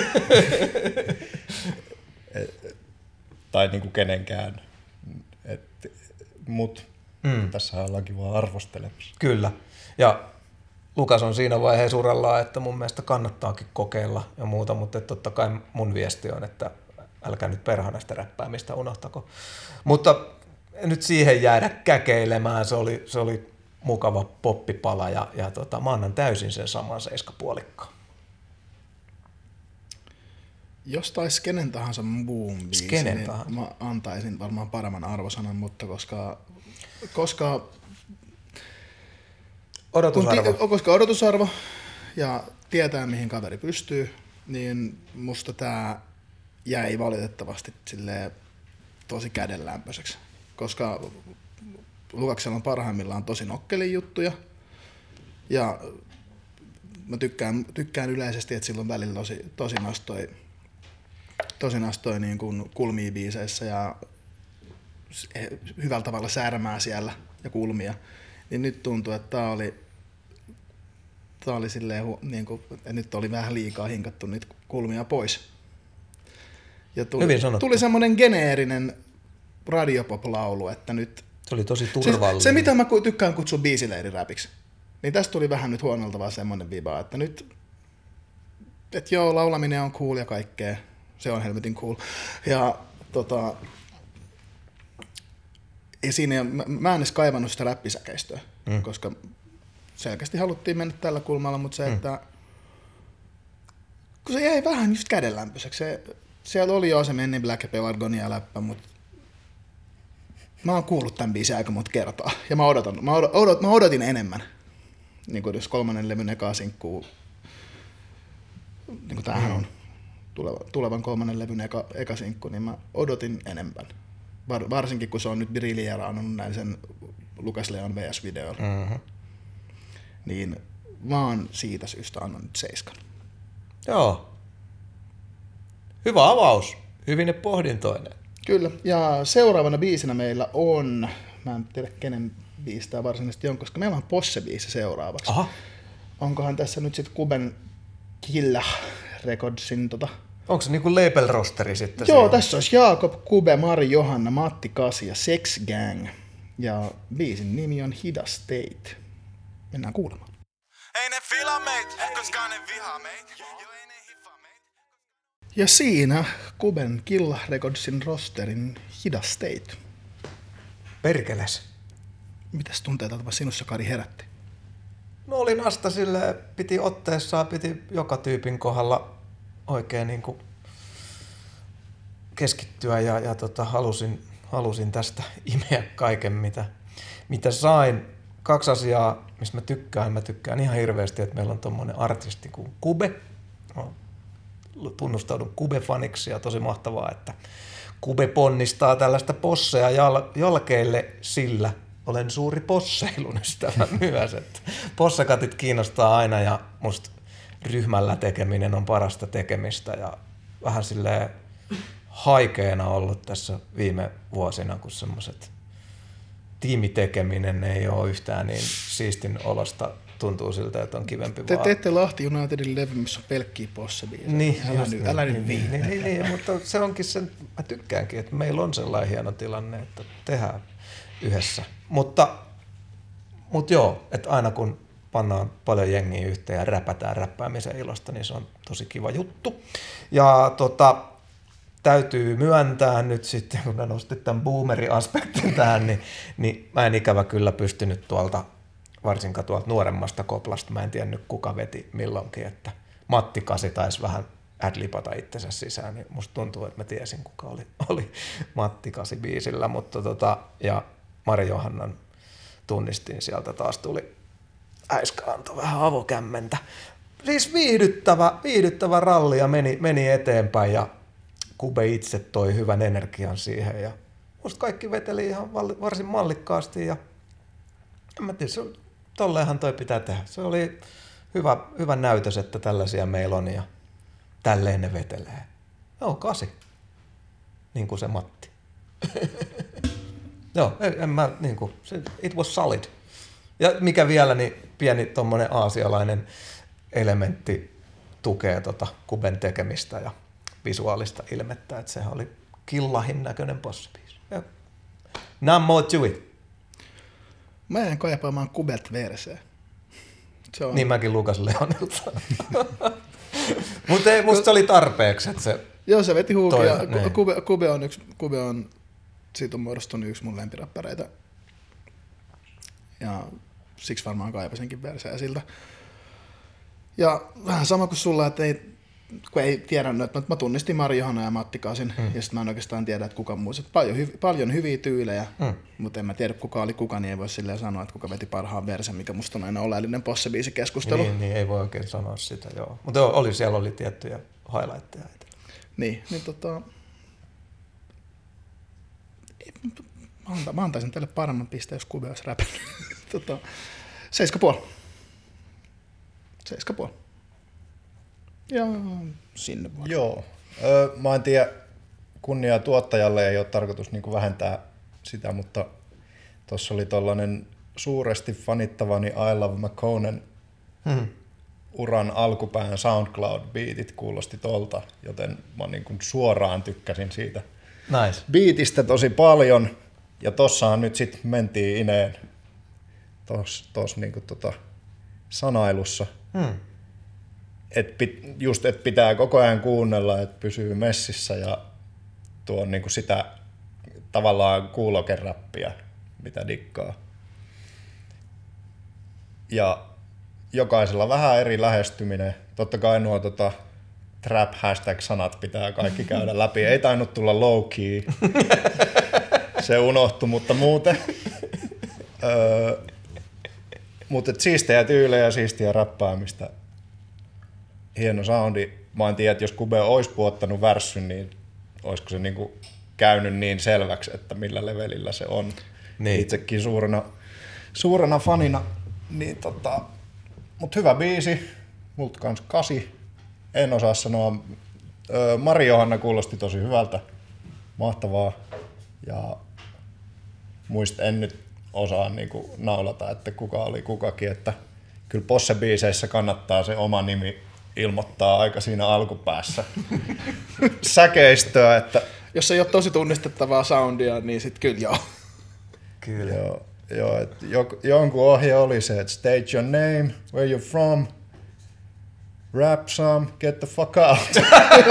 Et, tai niinku kenenkään. Et, mut mm. tässä ollaankin vaan arvostelemassa. Kyllä. Ja Lukas on siinä vaiheessa urallaan, että mun mielestä kannattaakin kokeilla ja muuta, mutta totta kai mun viesti on, että älkää nyt perhana sitä räppäämistä unohtako. Mutta nyt siihen jäädä käkeilemään, se oli, se oli mukava poppipala ja, ja tota, mä annan täysin sen saman seiskapuolikkaan. Jos taisi kenen tahansa muun biisi, kenen niin tahansa. Mä antaisin varmaan paremman arvosanan, mutta koska, koska, odotusarvo. Ti, koska odotusarvo ja tietää mihin kaveri pystyy, niin musta tää jäi valitettavasti silleen tosi kädenlämpöiseksi, koska Lukaksella on parhaimmillaan tosi nokkeli juttuja ja mä tykkään, tykkään yleisesti, että sillä on välillä tosi, tosi nastoi, tosi nastoi niin kuin kulmia biiseissä ja hyvällä tavalla särmää siellä ja kulmia, niin nyt tuntuu, että tää oli, tää oli silleen, niin kuin, että nyt oli vähän liikaa hinkattu niitä kulmia pois. Ja tuli, tuli semmoinen geneerinen radiopop-laulu, että nyt... Se oli tosi turvallinen. Se, se mitä mä tykkään kutsua biisileiriräpiksi, niin tästä tuli vähän nyt huonolta vaan semmoinen viba, että nyt... Että joo, laulaminen on cool ja kaikkea. Se on helvetin cool. Ja tota... Ja siinä, mä, mä en edes kaivannut sitä räppisäkeistöä, mm. koska selkeästi haluttiin mennä tällä kulmalla, mutta se, mm. että kun se jäi vähän just kädenlämpöiseksi. Se, siellä oli jo se Men in Black ja Pelargonia läppä, mutta mä oon kuullut tämän biisin aika monta kertaa. Ja mä odotan, mä, odot, odot, mä odotin enemmän. Niin kuin jos kolmannen levyn ekaa sinkkuu, niin kuin tämähän on tuleva, tulevan kolmannen levyn eka, eka sinkku, niin mä odotin enemmän. Var, varsinkin kun se on nyt brillieraannut näin sen Lukas Leon V S-videolla. Mm-hmm. Niin vaan siitä syystä annan nyt seiskan. Joo. Hyvä avaus. Hyvinen pohdintoinen. Kyllä. Ja seuraavana biisinä meillä on, mä en tiedä kenen biisi tää varsinaisesti on, koska meillä on Posse-biisi seuraavaksi. Aha. Onkohan tässä nyt sitten Kuben Killa Recordsin tota... Onko se niinku label-rosteri sitten? Joo, siinä? tässä olisi Jaakob, Kube, Mari, Johanna, Matti Kasi ja Sex Gang. Ja biisin nimi on Hida State. Mennään kuulemaan. Ei ne fila meit, koska ne vihaa meit. Ja siinä Kuben Killa Recordsin rosterin Hida State. Perkeles. Mitäs tunteita tämä sinussa, Kari, herätti? No oli nasta silleen, piti otteessaan, piti joka tyypin kohdalla oikein niin kuin keskittyä ja, ja tota, halusin, halusin tästä imeä kaiken, mitä, mitä sain. Kaksi asiaa, mistä mä tykkään. Mä tykkään ihan hirveästi, että meillä on tommonen artisti kuin Kube. No, tunnustaudun Kube-faniksi ja tosi mahtavaa, että Kube ponnistaa tällaista posseja jal- jalkeille, sillä olen suuri posseilun ystävä myös. Että possekatit kiinnostaa aina ja musta ryhmällä tekeminen on parasta tekemistä ja vähän silleen haikeena ollut tässä viime vuosina, kun semmoiset tiimitekeminen ei ole yhtään niin siistin olosta. Tuntuu siltä, että on kivempi Te vaan. teette Lahti Unitedin levy, missä on pelkkiä Posse-biisejä. Niin, älä nyt, älä nyt niin, viittä. niin, niin, niin, mutta se onkin sen, mä tykkäänkin, että meillä on sellainen hieno tilanne, että tehdään yhdessä. Mutta, mutta joo, että aina kun pannaan paljon jengiä yhteen ja räpätään räppäämisen ilosta, niin se on tosi kiva juttu. Ja tota, täytyy myöntää nyt sitten, kun mä nostin tämän boomeri-aspektin tähän, niin, niin mä en ikävä kyllä pystynyt tuolta, varsinkaan tuolta nuoremmasta koplasta, mä en tiennyt kuka veti milloinkin, että Matti Kasi taisi vähän adlipata itsensä sisään, niin musta tuntuu, että mä tiesin kuka oli, oli Matti Kasi biisillä, mutta tota, ja Mari Johannan tunnistin sieltä, taas tuli äiskä antoi vähän avokämmentä. Siis viihdyttävä, viihdyttävä ralli ja meni, meni eteenpäin ja Kube itse toi hyvän energian siihen ja musta kaikki veteli ihan varsin mallikkaasti ja en mä tiedä, tolleenhan toi pitää tehdä. Se oli hyvä, hyvä näytös, että tällaisia meillä on ja tälleen ne vetelee. Joo, kasi. Niin kuin se Matti. Joo, en mä niinku, it was solid. Ja mikä vielä, niin pieni tommonen aasialainen elementti tukee tota Kuben tekemistä ja visuaalista ilmettä, että sehän oli Killahin näköinen bossibiisi. None more to it. Mä jäin kaipaamaan Kubelt verseen. Se on... Niin mäkin Lukas Leonilta. Mutta ei, musta se oli tarpeeksi, että se... Joo, se veti huukia. Toi, niin. Kube, Kube on yksi, Kube on, siitä on muodostunut yksi mun lempiräppäreitä. Ja siksi varmaan kaipasinkin versejä siltä. Ja vähän sama kuin sulla, että ei, kun ei tiedä, että mä tunnistin Mari Johanna ja Matti Kasin, hmm. ja sitten mä en oikeastaan tiedä, että kuka muu. Paljon, hyv- paljon hyviä tyylejä, hmm. mutta en mä tiedä, kuka oli kuka, niin ei voi silleen sanoa, että kuka veti parhaan versen, mikä musta on aina oleellinen Posse-biisikeskustelu. Niin, niin, ei voi oikein sanoa sitä, joo. Mutta oli, siellä oli tiettyjä highlightteja. Niin, niin tota... Mä antaisin teille paremman pisteen, jos Kube olisi räpännyt. tota, seiska puoli. Seiska puoli. Ja sinne vaan. Joo. Öö, mä en tiedä, kunniaa tuottajalle ei ole tarkoitus niinku vähentää sitä, mutta tuossa oli tollainen suuresti fanittavani I Love McConen hmm. uran alkupään SoundCloud-biitit kuulosti tolta, joten mä niinku suoraan tykkäsin siitä nice. biitistä tosi paljon. Ja tossahan nyt sitten mentiin ineen tuossa tos niinku tota sanailussa. Hmm. Et pit, just, että pitää koko ajan kuunnella, että pysyy messissä ja tuo niinku sitä tavallaan kuulokeräppiä, mitä dikkaa. Ja jokaisella vähän eri lähestyminen. Totta kai nuo tota, trap hashtag-sanat pitää kaikki käydä läpi. Ei tainnut tulla low key. Se unohtui, mutta muuten. Öö, mutta siistejä tyylejä, siistiä rappaamista. Hieno soundi. Mä en tiedä, että jos Kube olisi puottanut värssyn, niin olisiko se niinku käynyt niin selväksi, että millä levelillä se on. Niin. Itsekin suurena, suurena fanina. Niin tota, mut hyvä biisi. Multa kans kasi. En osaa sanoa. Öö, Mari Johanna kuulosti tosi hyvältä. Mahtavaa. Ja muista en nyt osaa niinku naulata, että kuka oli kukakin. Että kyllä Posse-biiseissä kannattaa se oma nimi ilmoittaa aika siinä alkupäässä säkeistöä. Että jos ei ole tosi tunnistettavaa soundia, niin sit kyllä joo. Kyllä. Joo, joo että jonkun ohje oli se, että state your name, where you're from, rap some, get the fuck out.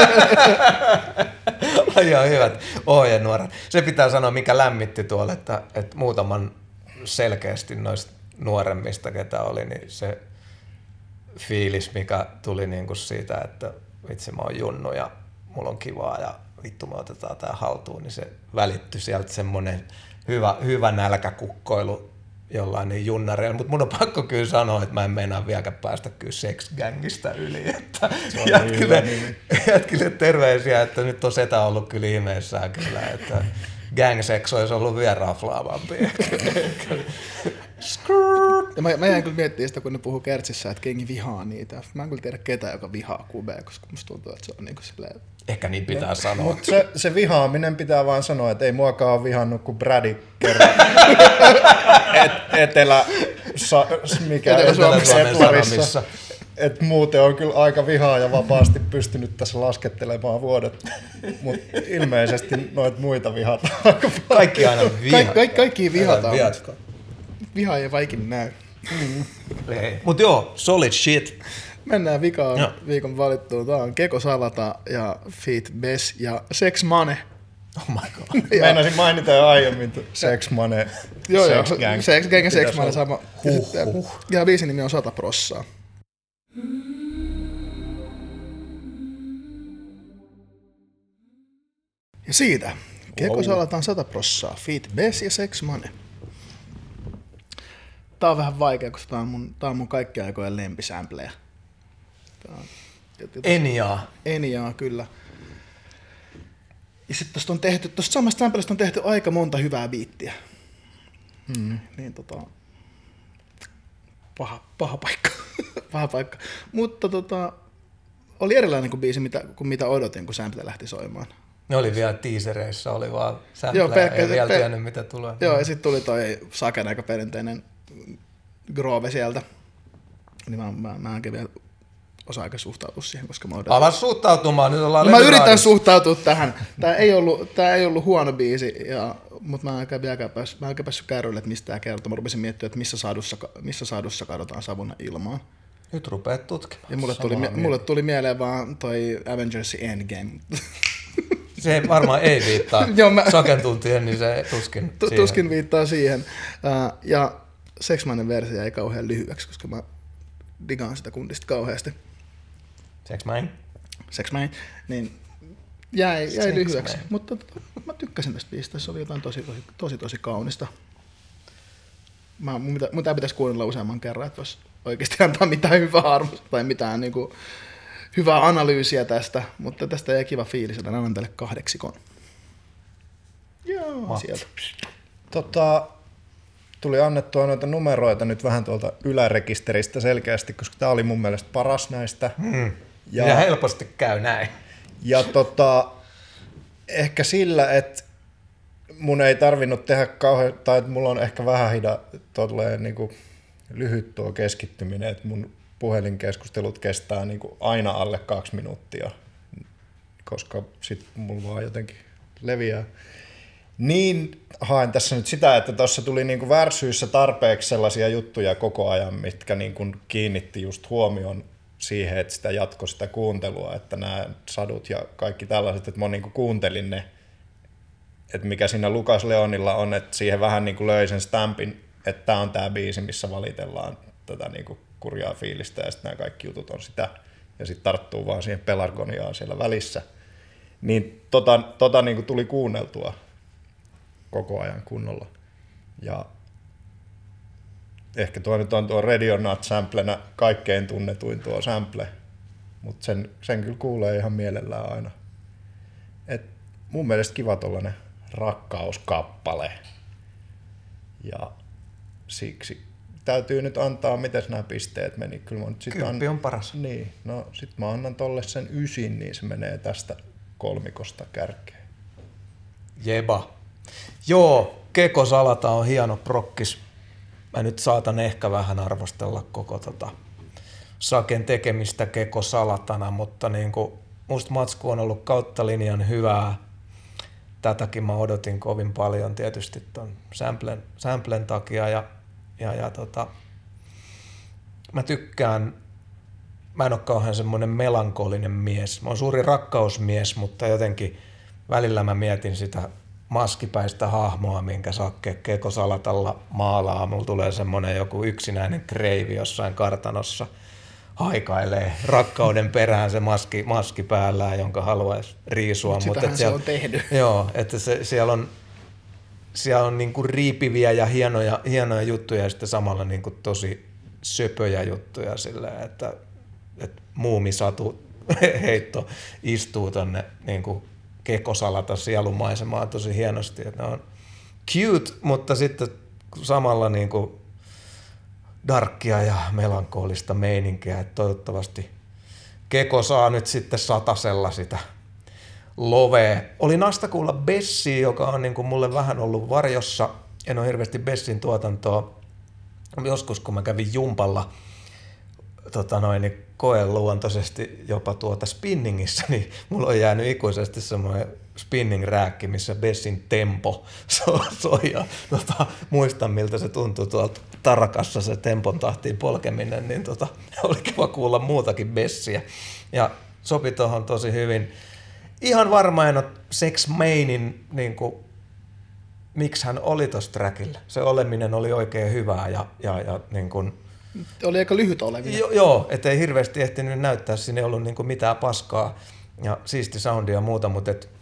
Ihan hyvät ohjenuorat. Se pitää sanoa, mikä lämmitti tuolla, että, että muutaman selkeästi noista nuoremmista, ketä oli, niin se fiilis, mikä tuli niinku siitä, että vitsi mä oon junnu ja mulla on kivaa ja vittu me otetaan tää haltuun, niin se välittyi sieltä semmonen hyvä, hyvä nälkäkukkoilu jollain niin junnareilla, mutta mun on pakko kyllä sanoa, että mä en meinaa vieläkään päästä kyllä sex-gängistä yli, että jätkille, jätkille terveisiä, että nyt on setä ollut kyllä ihmeissään kyllä, että gang-sex olisi ollut vielä raflaavampi. Ja mä, mä jäin kyllä miettimään sitä, kun ne puhuu Kertsissä, että kengi vihaa niitä. Mä en kyllä tiedä ketään, joka vihaa Kubea, koska musta tuntuu, että se on niinku silleen... Ehkä niin pitää no, sanoa. Mutta se, se vihaaminen pitää vaan sanoa, että ei muakaan ole vihannut kuin Brady kerran. Et, etelä... Sa, mikä Etelä-Suomessa. Et muuten on kyllä aika vihaa ja vapaasti pystynyt tässä laskettelemaan vuodet. Mutta ilmeisesti noit muita vihataan. Kaikki aina vihaa. Ka- ka- kaikki vihataan. Viha ei vaikin näy. Mm. Mut joo, solid shit. Mennään vikaan no. viikon valittuun. Tää on Keko Salata ja Feat Bes ja Sex Money. Oh my god. Meinasin mainita jo aiemmin Sex Money, joo, Sex joo, Gang. Sex Gang ja Sex Money sama. Huh, ja, huh. ja biisin nimi on sata prossaa. Ja siitä Keko wow. Salataan sata prossaa, Feat Bes ja Sex Money. Tää on vähän vaikea, koska tää on mun, tää on mun kaikkien aikojen lempisämplejä. Eniaa. Eniaa, kyllä. Ja sit tosta on tehty, tosta samasta sämpleistä on tehty aika monta hyvää biittiä. Hmm. Niin tota... Paha, paha paikka. paha paikka. Mutta tota... Oli erilainen kuin biisi, mitä, kuin mitä odotin, kun sample lähti soimaan. Ne oli vielä teasereissa, oli vaan sample, ei vielä pe- tiennyt mitä tulee. Joo, ja sitten tuli toi Saken aika perinteinen groove sieltä. Niin mä, mä, mä enkä vielä osaa aika suhtautua siihen, koska mä odotin. Ala suhtautumaan, nyt ollaan no, mä yritän suhtautua tähän. Tää ei ollut, tää ei ollut huono biisi, ja, mutta mä en oikein vieläkään päässyt, mä en oikein päässyt kärryille, että mistä tää kertoo. Mä rupesin miettimään, että missä saadussa, missä saadussa kadotaan savuna ilmaan. Nyt rupeat tutkimaan. Ja mulle tuli, mulle tuli mieleen vaan toi Avengersin Endgame. Se varmaan ei viittaa Joo, mä... Saken tuntien, niin se tuskin T- Tuskin viittaa siihen. Uh, ja Sex Moneyn versio jäi kauhean lyhyeksi, koska mä digaan sitä kundista kauheasti. Sex Mine? Sex Mine. Niin jäi, jäi lyhyeksi. Mine. Mutta tota, mä tykkäsin tästä biisistä. Se oli jotain tosi tosi, tosi, tosi kaunista. Mä, mun, pitä, mun tää pitäisi kuunnella useamman kerran, että vois oikeasti antaa mitään hyvää arvosta tai mitään niinku hyvää analyysiä tästä, mutta tästä jäi kiva fiilis, että annan tälle kahdeksikon. Joo, sieltä. Tota, tuli annettua noita numeroita nyt vähän tuolta ylärekisteristä selkeästi, koska tää oli mun mielestä paras näistä. Mm. Ja, ja helposti käy näin. Ja tota, ehkä sillä, että mun ei tarvinnut tehdä kauhean, tai että mulla on ehkä vähän hida, tolleen niinku lyhyt tuo keskittyminen, että mun puhelinkeskustelut kestää niinku aina alle kaksi minuuttia, koska sit mulla vaan jotenkin leviää. Niin haen tässä nyt sitä, että tuossa tuli niinku värsyissä tarpeeksi sellaisia juttuja koko ajan, mitkä niinku kiinnitti just huomion siihen, että sitä jatkoi sitä kuuntelua, että nämä sadut ja kaikki tällaiset, että mä niinku kuuntelin ne, että mikä siinä Lukas Leonilla on, että siihen vähän niinku löi sen stampin, että tää on tää biisi, missä valitellaan tätä niinku kurjaa fiilistä ja sitten nämä kaikki jutut on sitä. ja sitten tarttuu vaan siihen pelargoniaan siellä välissä. Niin tota, tota niin kuin tuli kuunneltua koko ajan kunnolla. Ja ehkä tuo nyt on tuo Radio Nut samplenä kaikkein tunnetuin tuo sample, mutta sen, sen kyllä kuulee ihan mielellään aina. Et mun mielestä kiva tollanen rakkauskappale. Ja siksi täytyy nyt antaa, miten nämä pisteet meni. Kyllä mä nyt sit Kymppi an... on paras. Niin, no sit mä annan tolle sen ysin, niin se menee tästä kolmikosta kärkeen. Jeba. Joo, Keko Salata on hieno prokkis. Mä nyt saatan ehkä vähän arvostella koko tota Saken tekemistä Keko Salatana, mutta niinku musta matsku on ollut kautta linjan hyvää. Tätäkin mä odotin kovin paljon tietysti ton samplen, samplen takia ja, ja, ja tota, mä tykkään, mä en ole kauhean semmoinen melankolinen mies. Mä oon suuri rakkausmies, mutta jotenkin välillä mä mietin sitä maskipäistä hahmoa, minkä Sakke Keko Salatalla maalaa. Mulla tulee semmoinen joku yksinäinen kreivi jossain kartanossa haikailee rakkauden perään se maski, maski päällään, jonka haluaisi riisua. Mut mutta sitähän siellä, se on tehnyt. Joo, että se, siellä on, siellä on niinku riipiviä ja hienoja, hienoja juttuja ja sitten samalla niinku tosi söpöjä juttuja silleen, että, että muumisatu heitto istuu tonne niinku Keko Salata sielumaisemaan tosi hienosti. Että ne on cute, mutta sitten samalla niinku darkkia ja melankolista meininkiä. Että toivottavasti Keko saa nyt sitten satasella sitä lovea. Oli nasta kuulla Bessia, joka on niinku mulle vähän ollut varjossa. En ole hirveästi Bessin tuotantoa. Joskus kun mä kävin jumpalla tota noin, niin koeluontoisesti jopa tuota spinningissä, niin mulla on jäänyt ikuisesti semmoinen spinning-rääkki, missä Bessin tempo soi. So, ja tota, muistan, miltä se tuntui tuolta tarakassa se tempon tahtiin polkeminen, niin tota, oli kiva kuulla muutakin Bessiä. Ja sopi tuohon tosi hyvin. Ihan varma en ole Sex Mainin, niin kuin, miksi hän oli tuossa trackillä. Se oleminen oli oikein hyvää ja, ja, ja niin kuin, oli aika lyhyt olevinen. Jo, joo, ettei hirveästi ehtinyt näyttää, siinä ei ollut niinku mitään paskaa ja siisti soundia ja muuta, mutta et,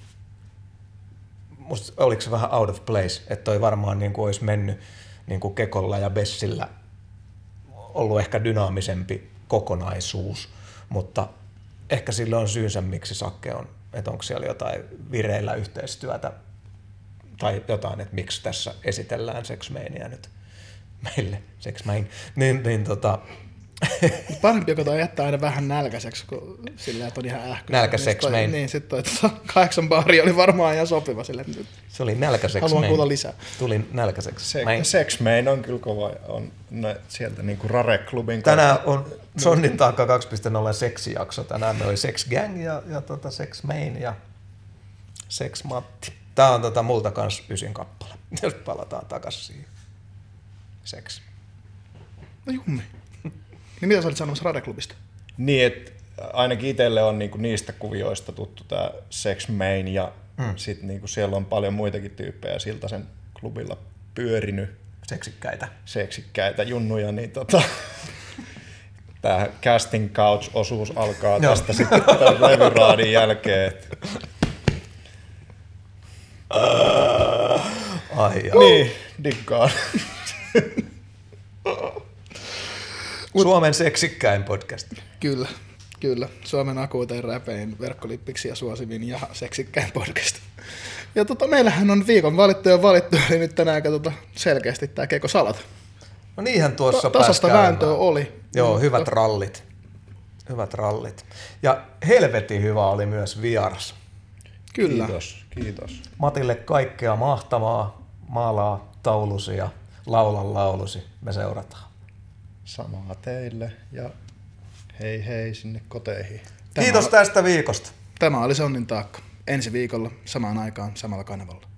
musta oliko se vähän out of place, että toi varmaan niinku olisi mennyt niinku Kekolla ja Bessillä ollut ehkä dynaamisempi kokonaisuus, mutta ehkä sillä on syynsä, miksi Sakke on, että onko siellä jotain vireillä yhteistyötä tai jotain, että miksi tässä esitellään Sex Mania nyt meille, Sex Main, niin, niin tota... Parempi, joka toi jättää aina vähän nälkäiseksi, kun silleen, että on ihan ähkö. Nälkä Sex niin, Main. Niin, sit toi tota, kahdeksan baari oli varmaan ihan sopiva silleen, että nyt se oli nälkä Sex haluan Main. kuulla lisää. Tuli nälkäiseksi. Se, Main. Sex Main on kyllä kova, on ne, sieltä niinku Rare-klubin Tänään on Sonnin taakka kaksi piste nolla seksijakso. Tänään me oli Sex Gang ja, ja tota Sex Main ja Sex Matti. Tää on tota multa kans ysin kappale, jos palataan takas siihen. Sex. No jummi. Niin mitä sä olit sanomassa Rare-klubista? Niin, että ainakin itselle on niinku niistä kuvioista tuttu tää Sex Main ja mm. sit niinku siellä on paljon muitakin tyyppejä siltä sen klubilla pyörinyt. Seksikkäitä. Seksikkäitä junnuja, niin tota, tää Casting Couch-osuus alkaa Joo. tästä sitten tämän levyraadin jälkeen. Ai ja. Niin, diggaan. Suomen seksikkäin podcast. Kyllä, kyllä. Suomen akuutein, räpein, verkkolippiksi ja suosivin ja seksikkäin podcast. Ja tota, meillähän on viikon valittu ja valittu, eli nyt tänään katsotaan selkeästi tää Keko Salata. No niinhän tuossa Ta- tasasta pääsi vääntöä käymään. oli. Joo, Mutta- hyvät rallit. Hyvät rallit. Ja helvetin hyvä oli myös vieras. Kyllä. Kiitos, kiitos. Matille kaikkea mahtavaa, maalaa taulusi ja laula laulusi. Me seurataan. Samaa teille ja hei hei sinne koteihin. Tämä Kiitos on- tästä viikosta. Tämä oli Sonnin taakka. Ensi viikolla samaan aikaan samalla kanavalla.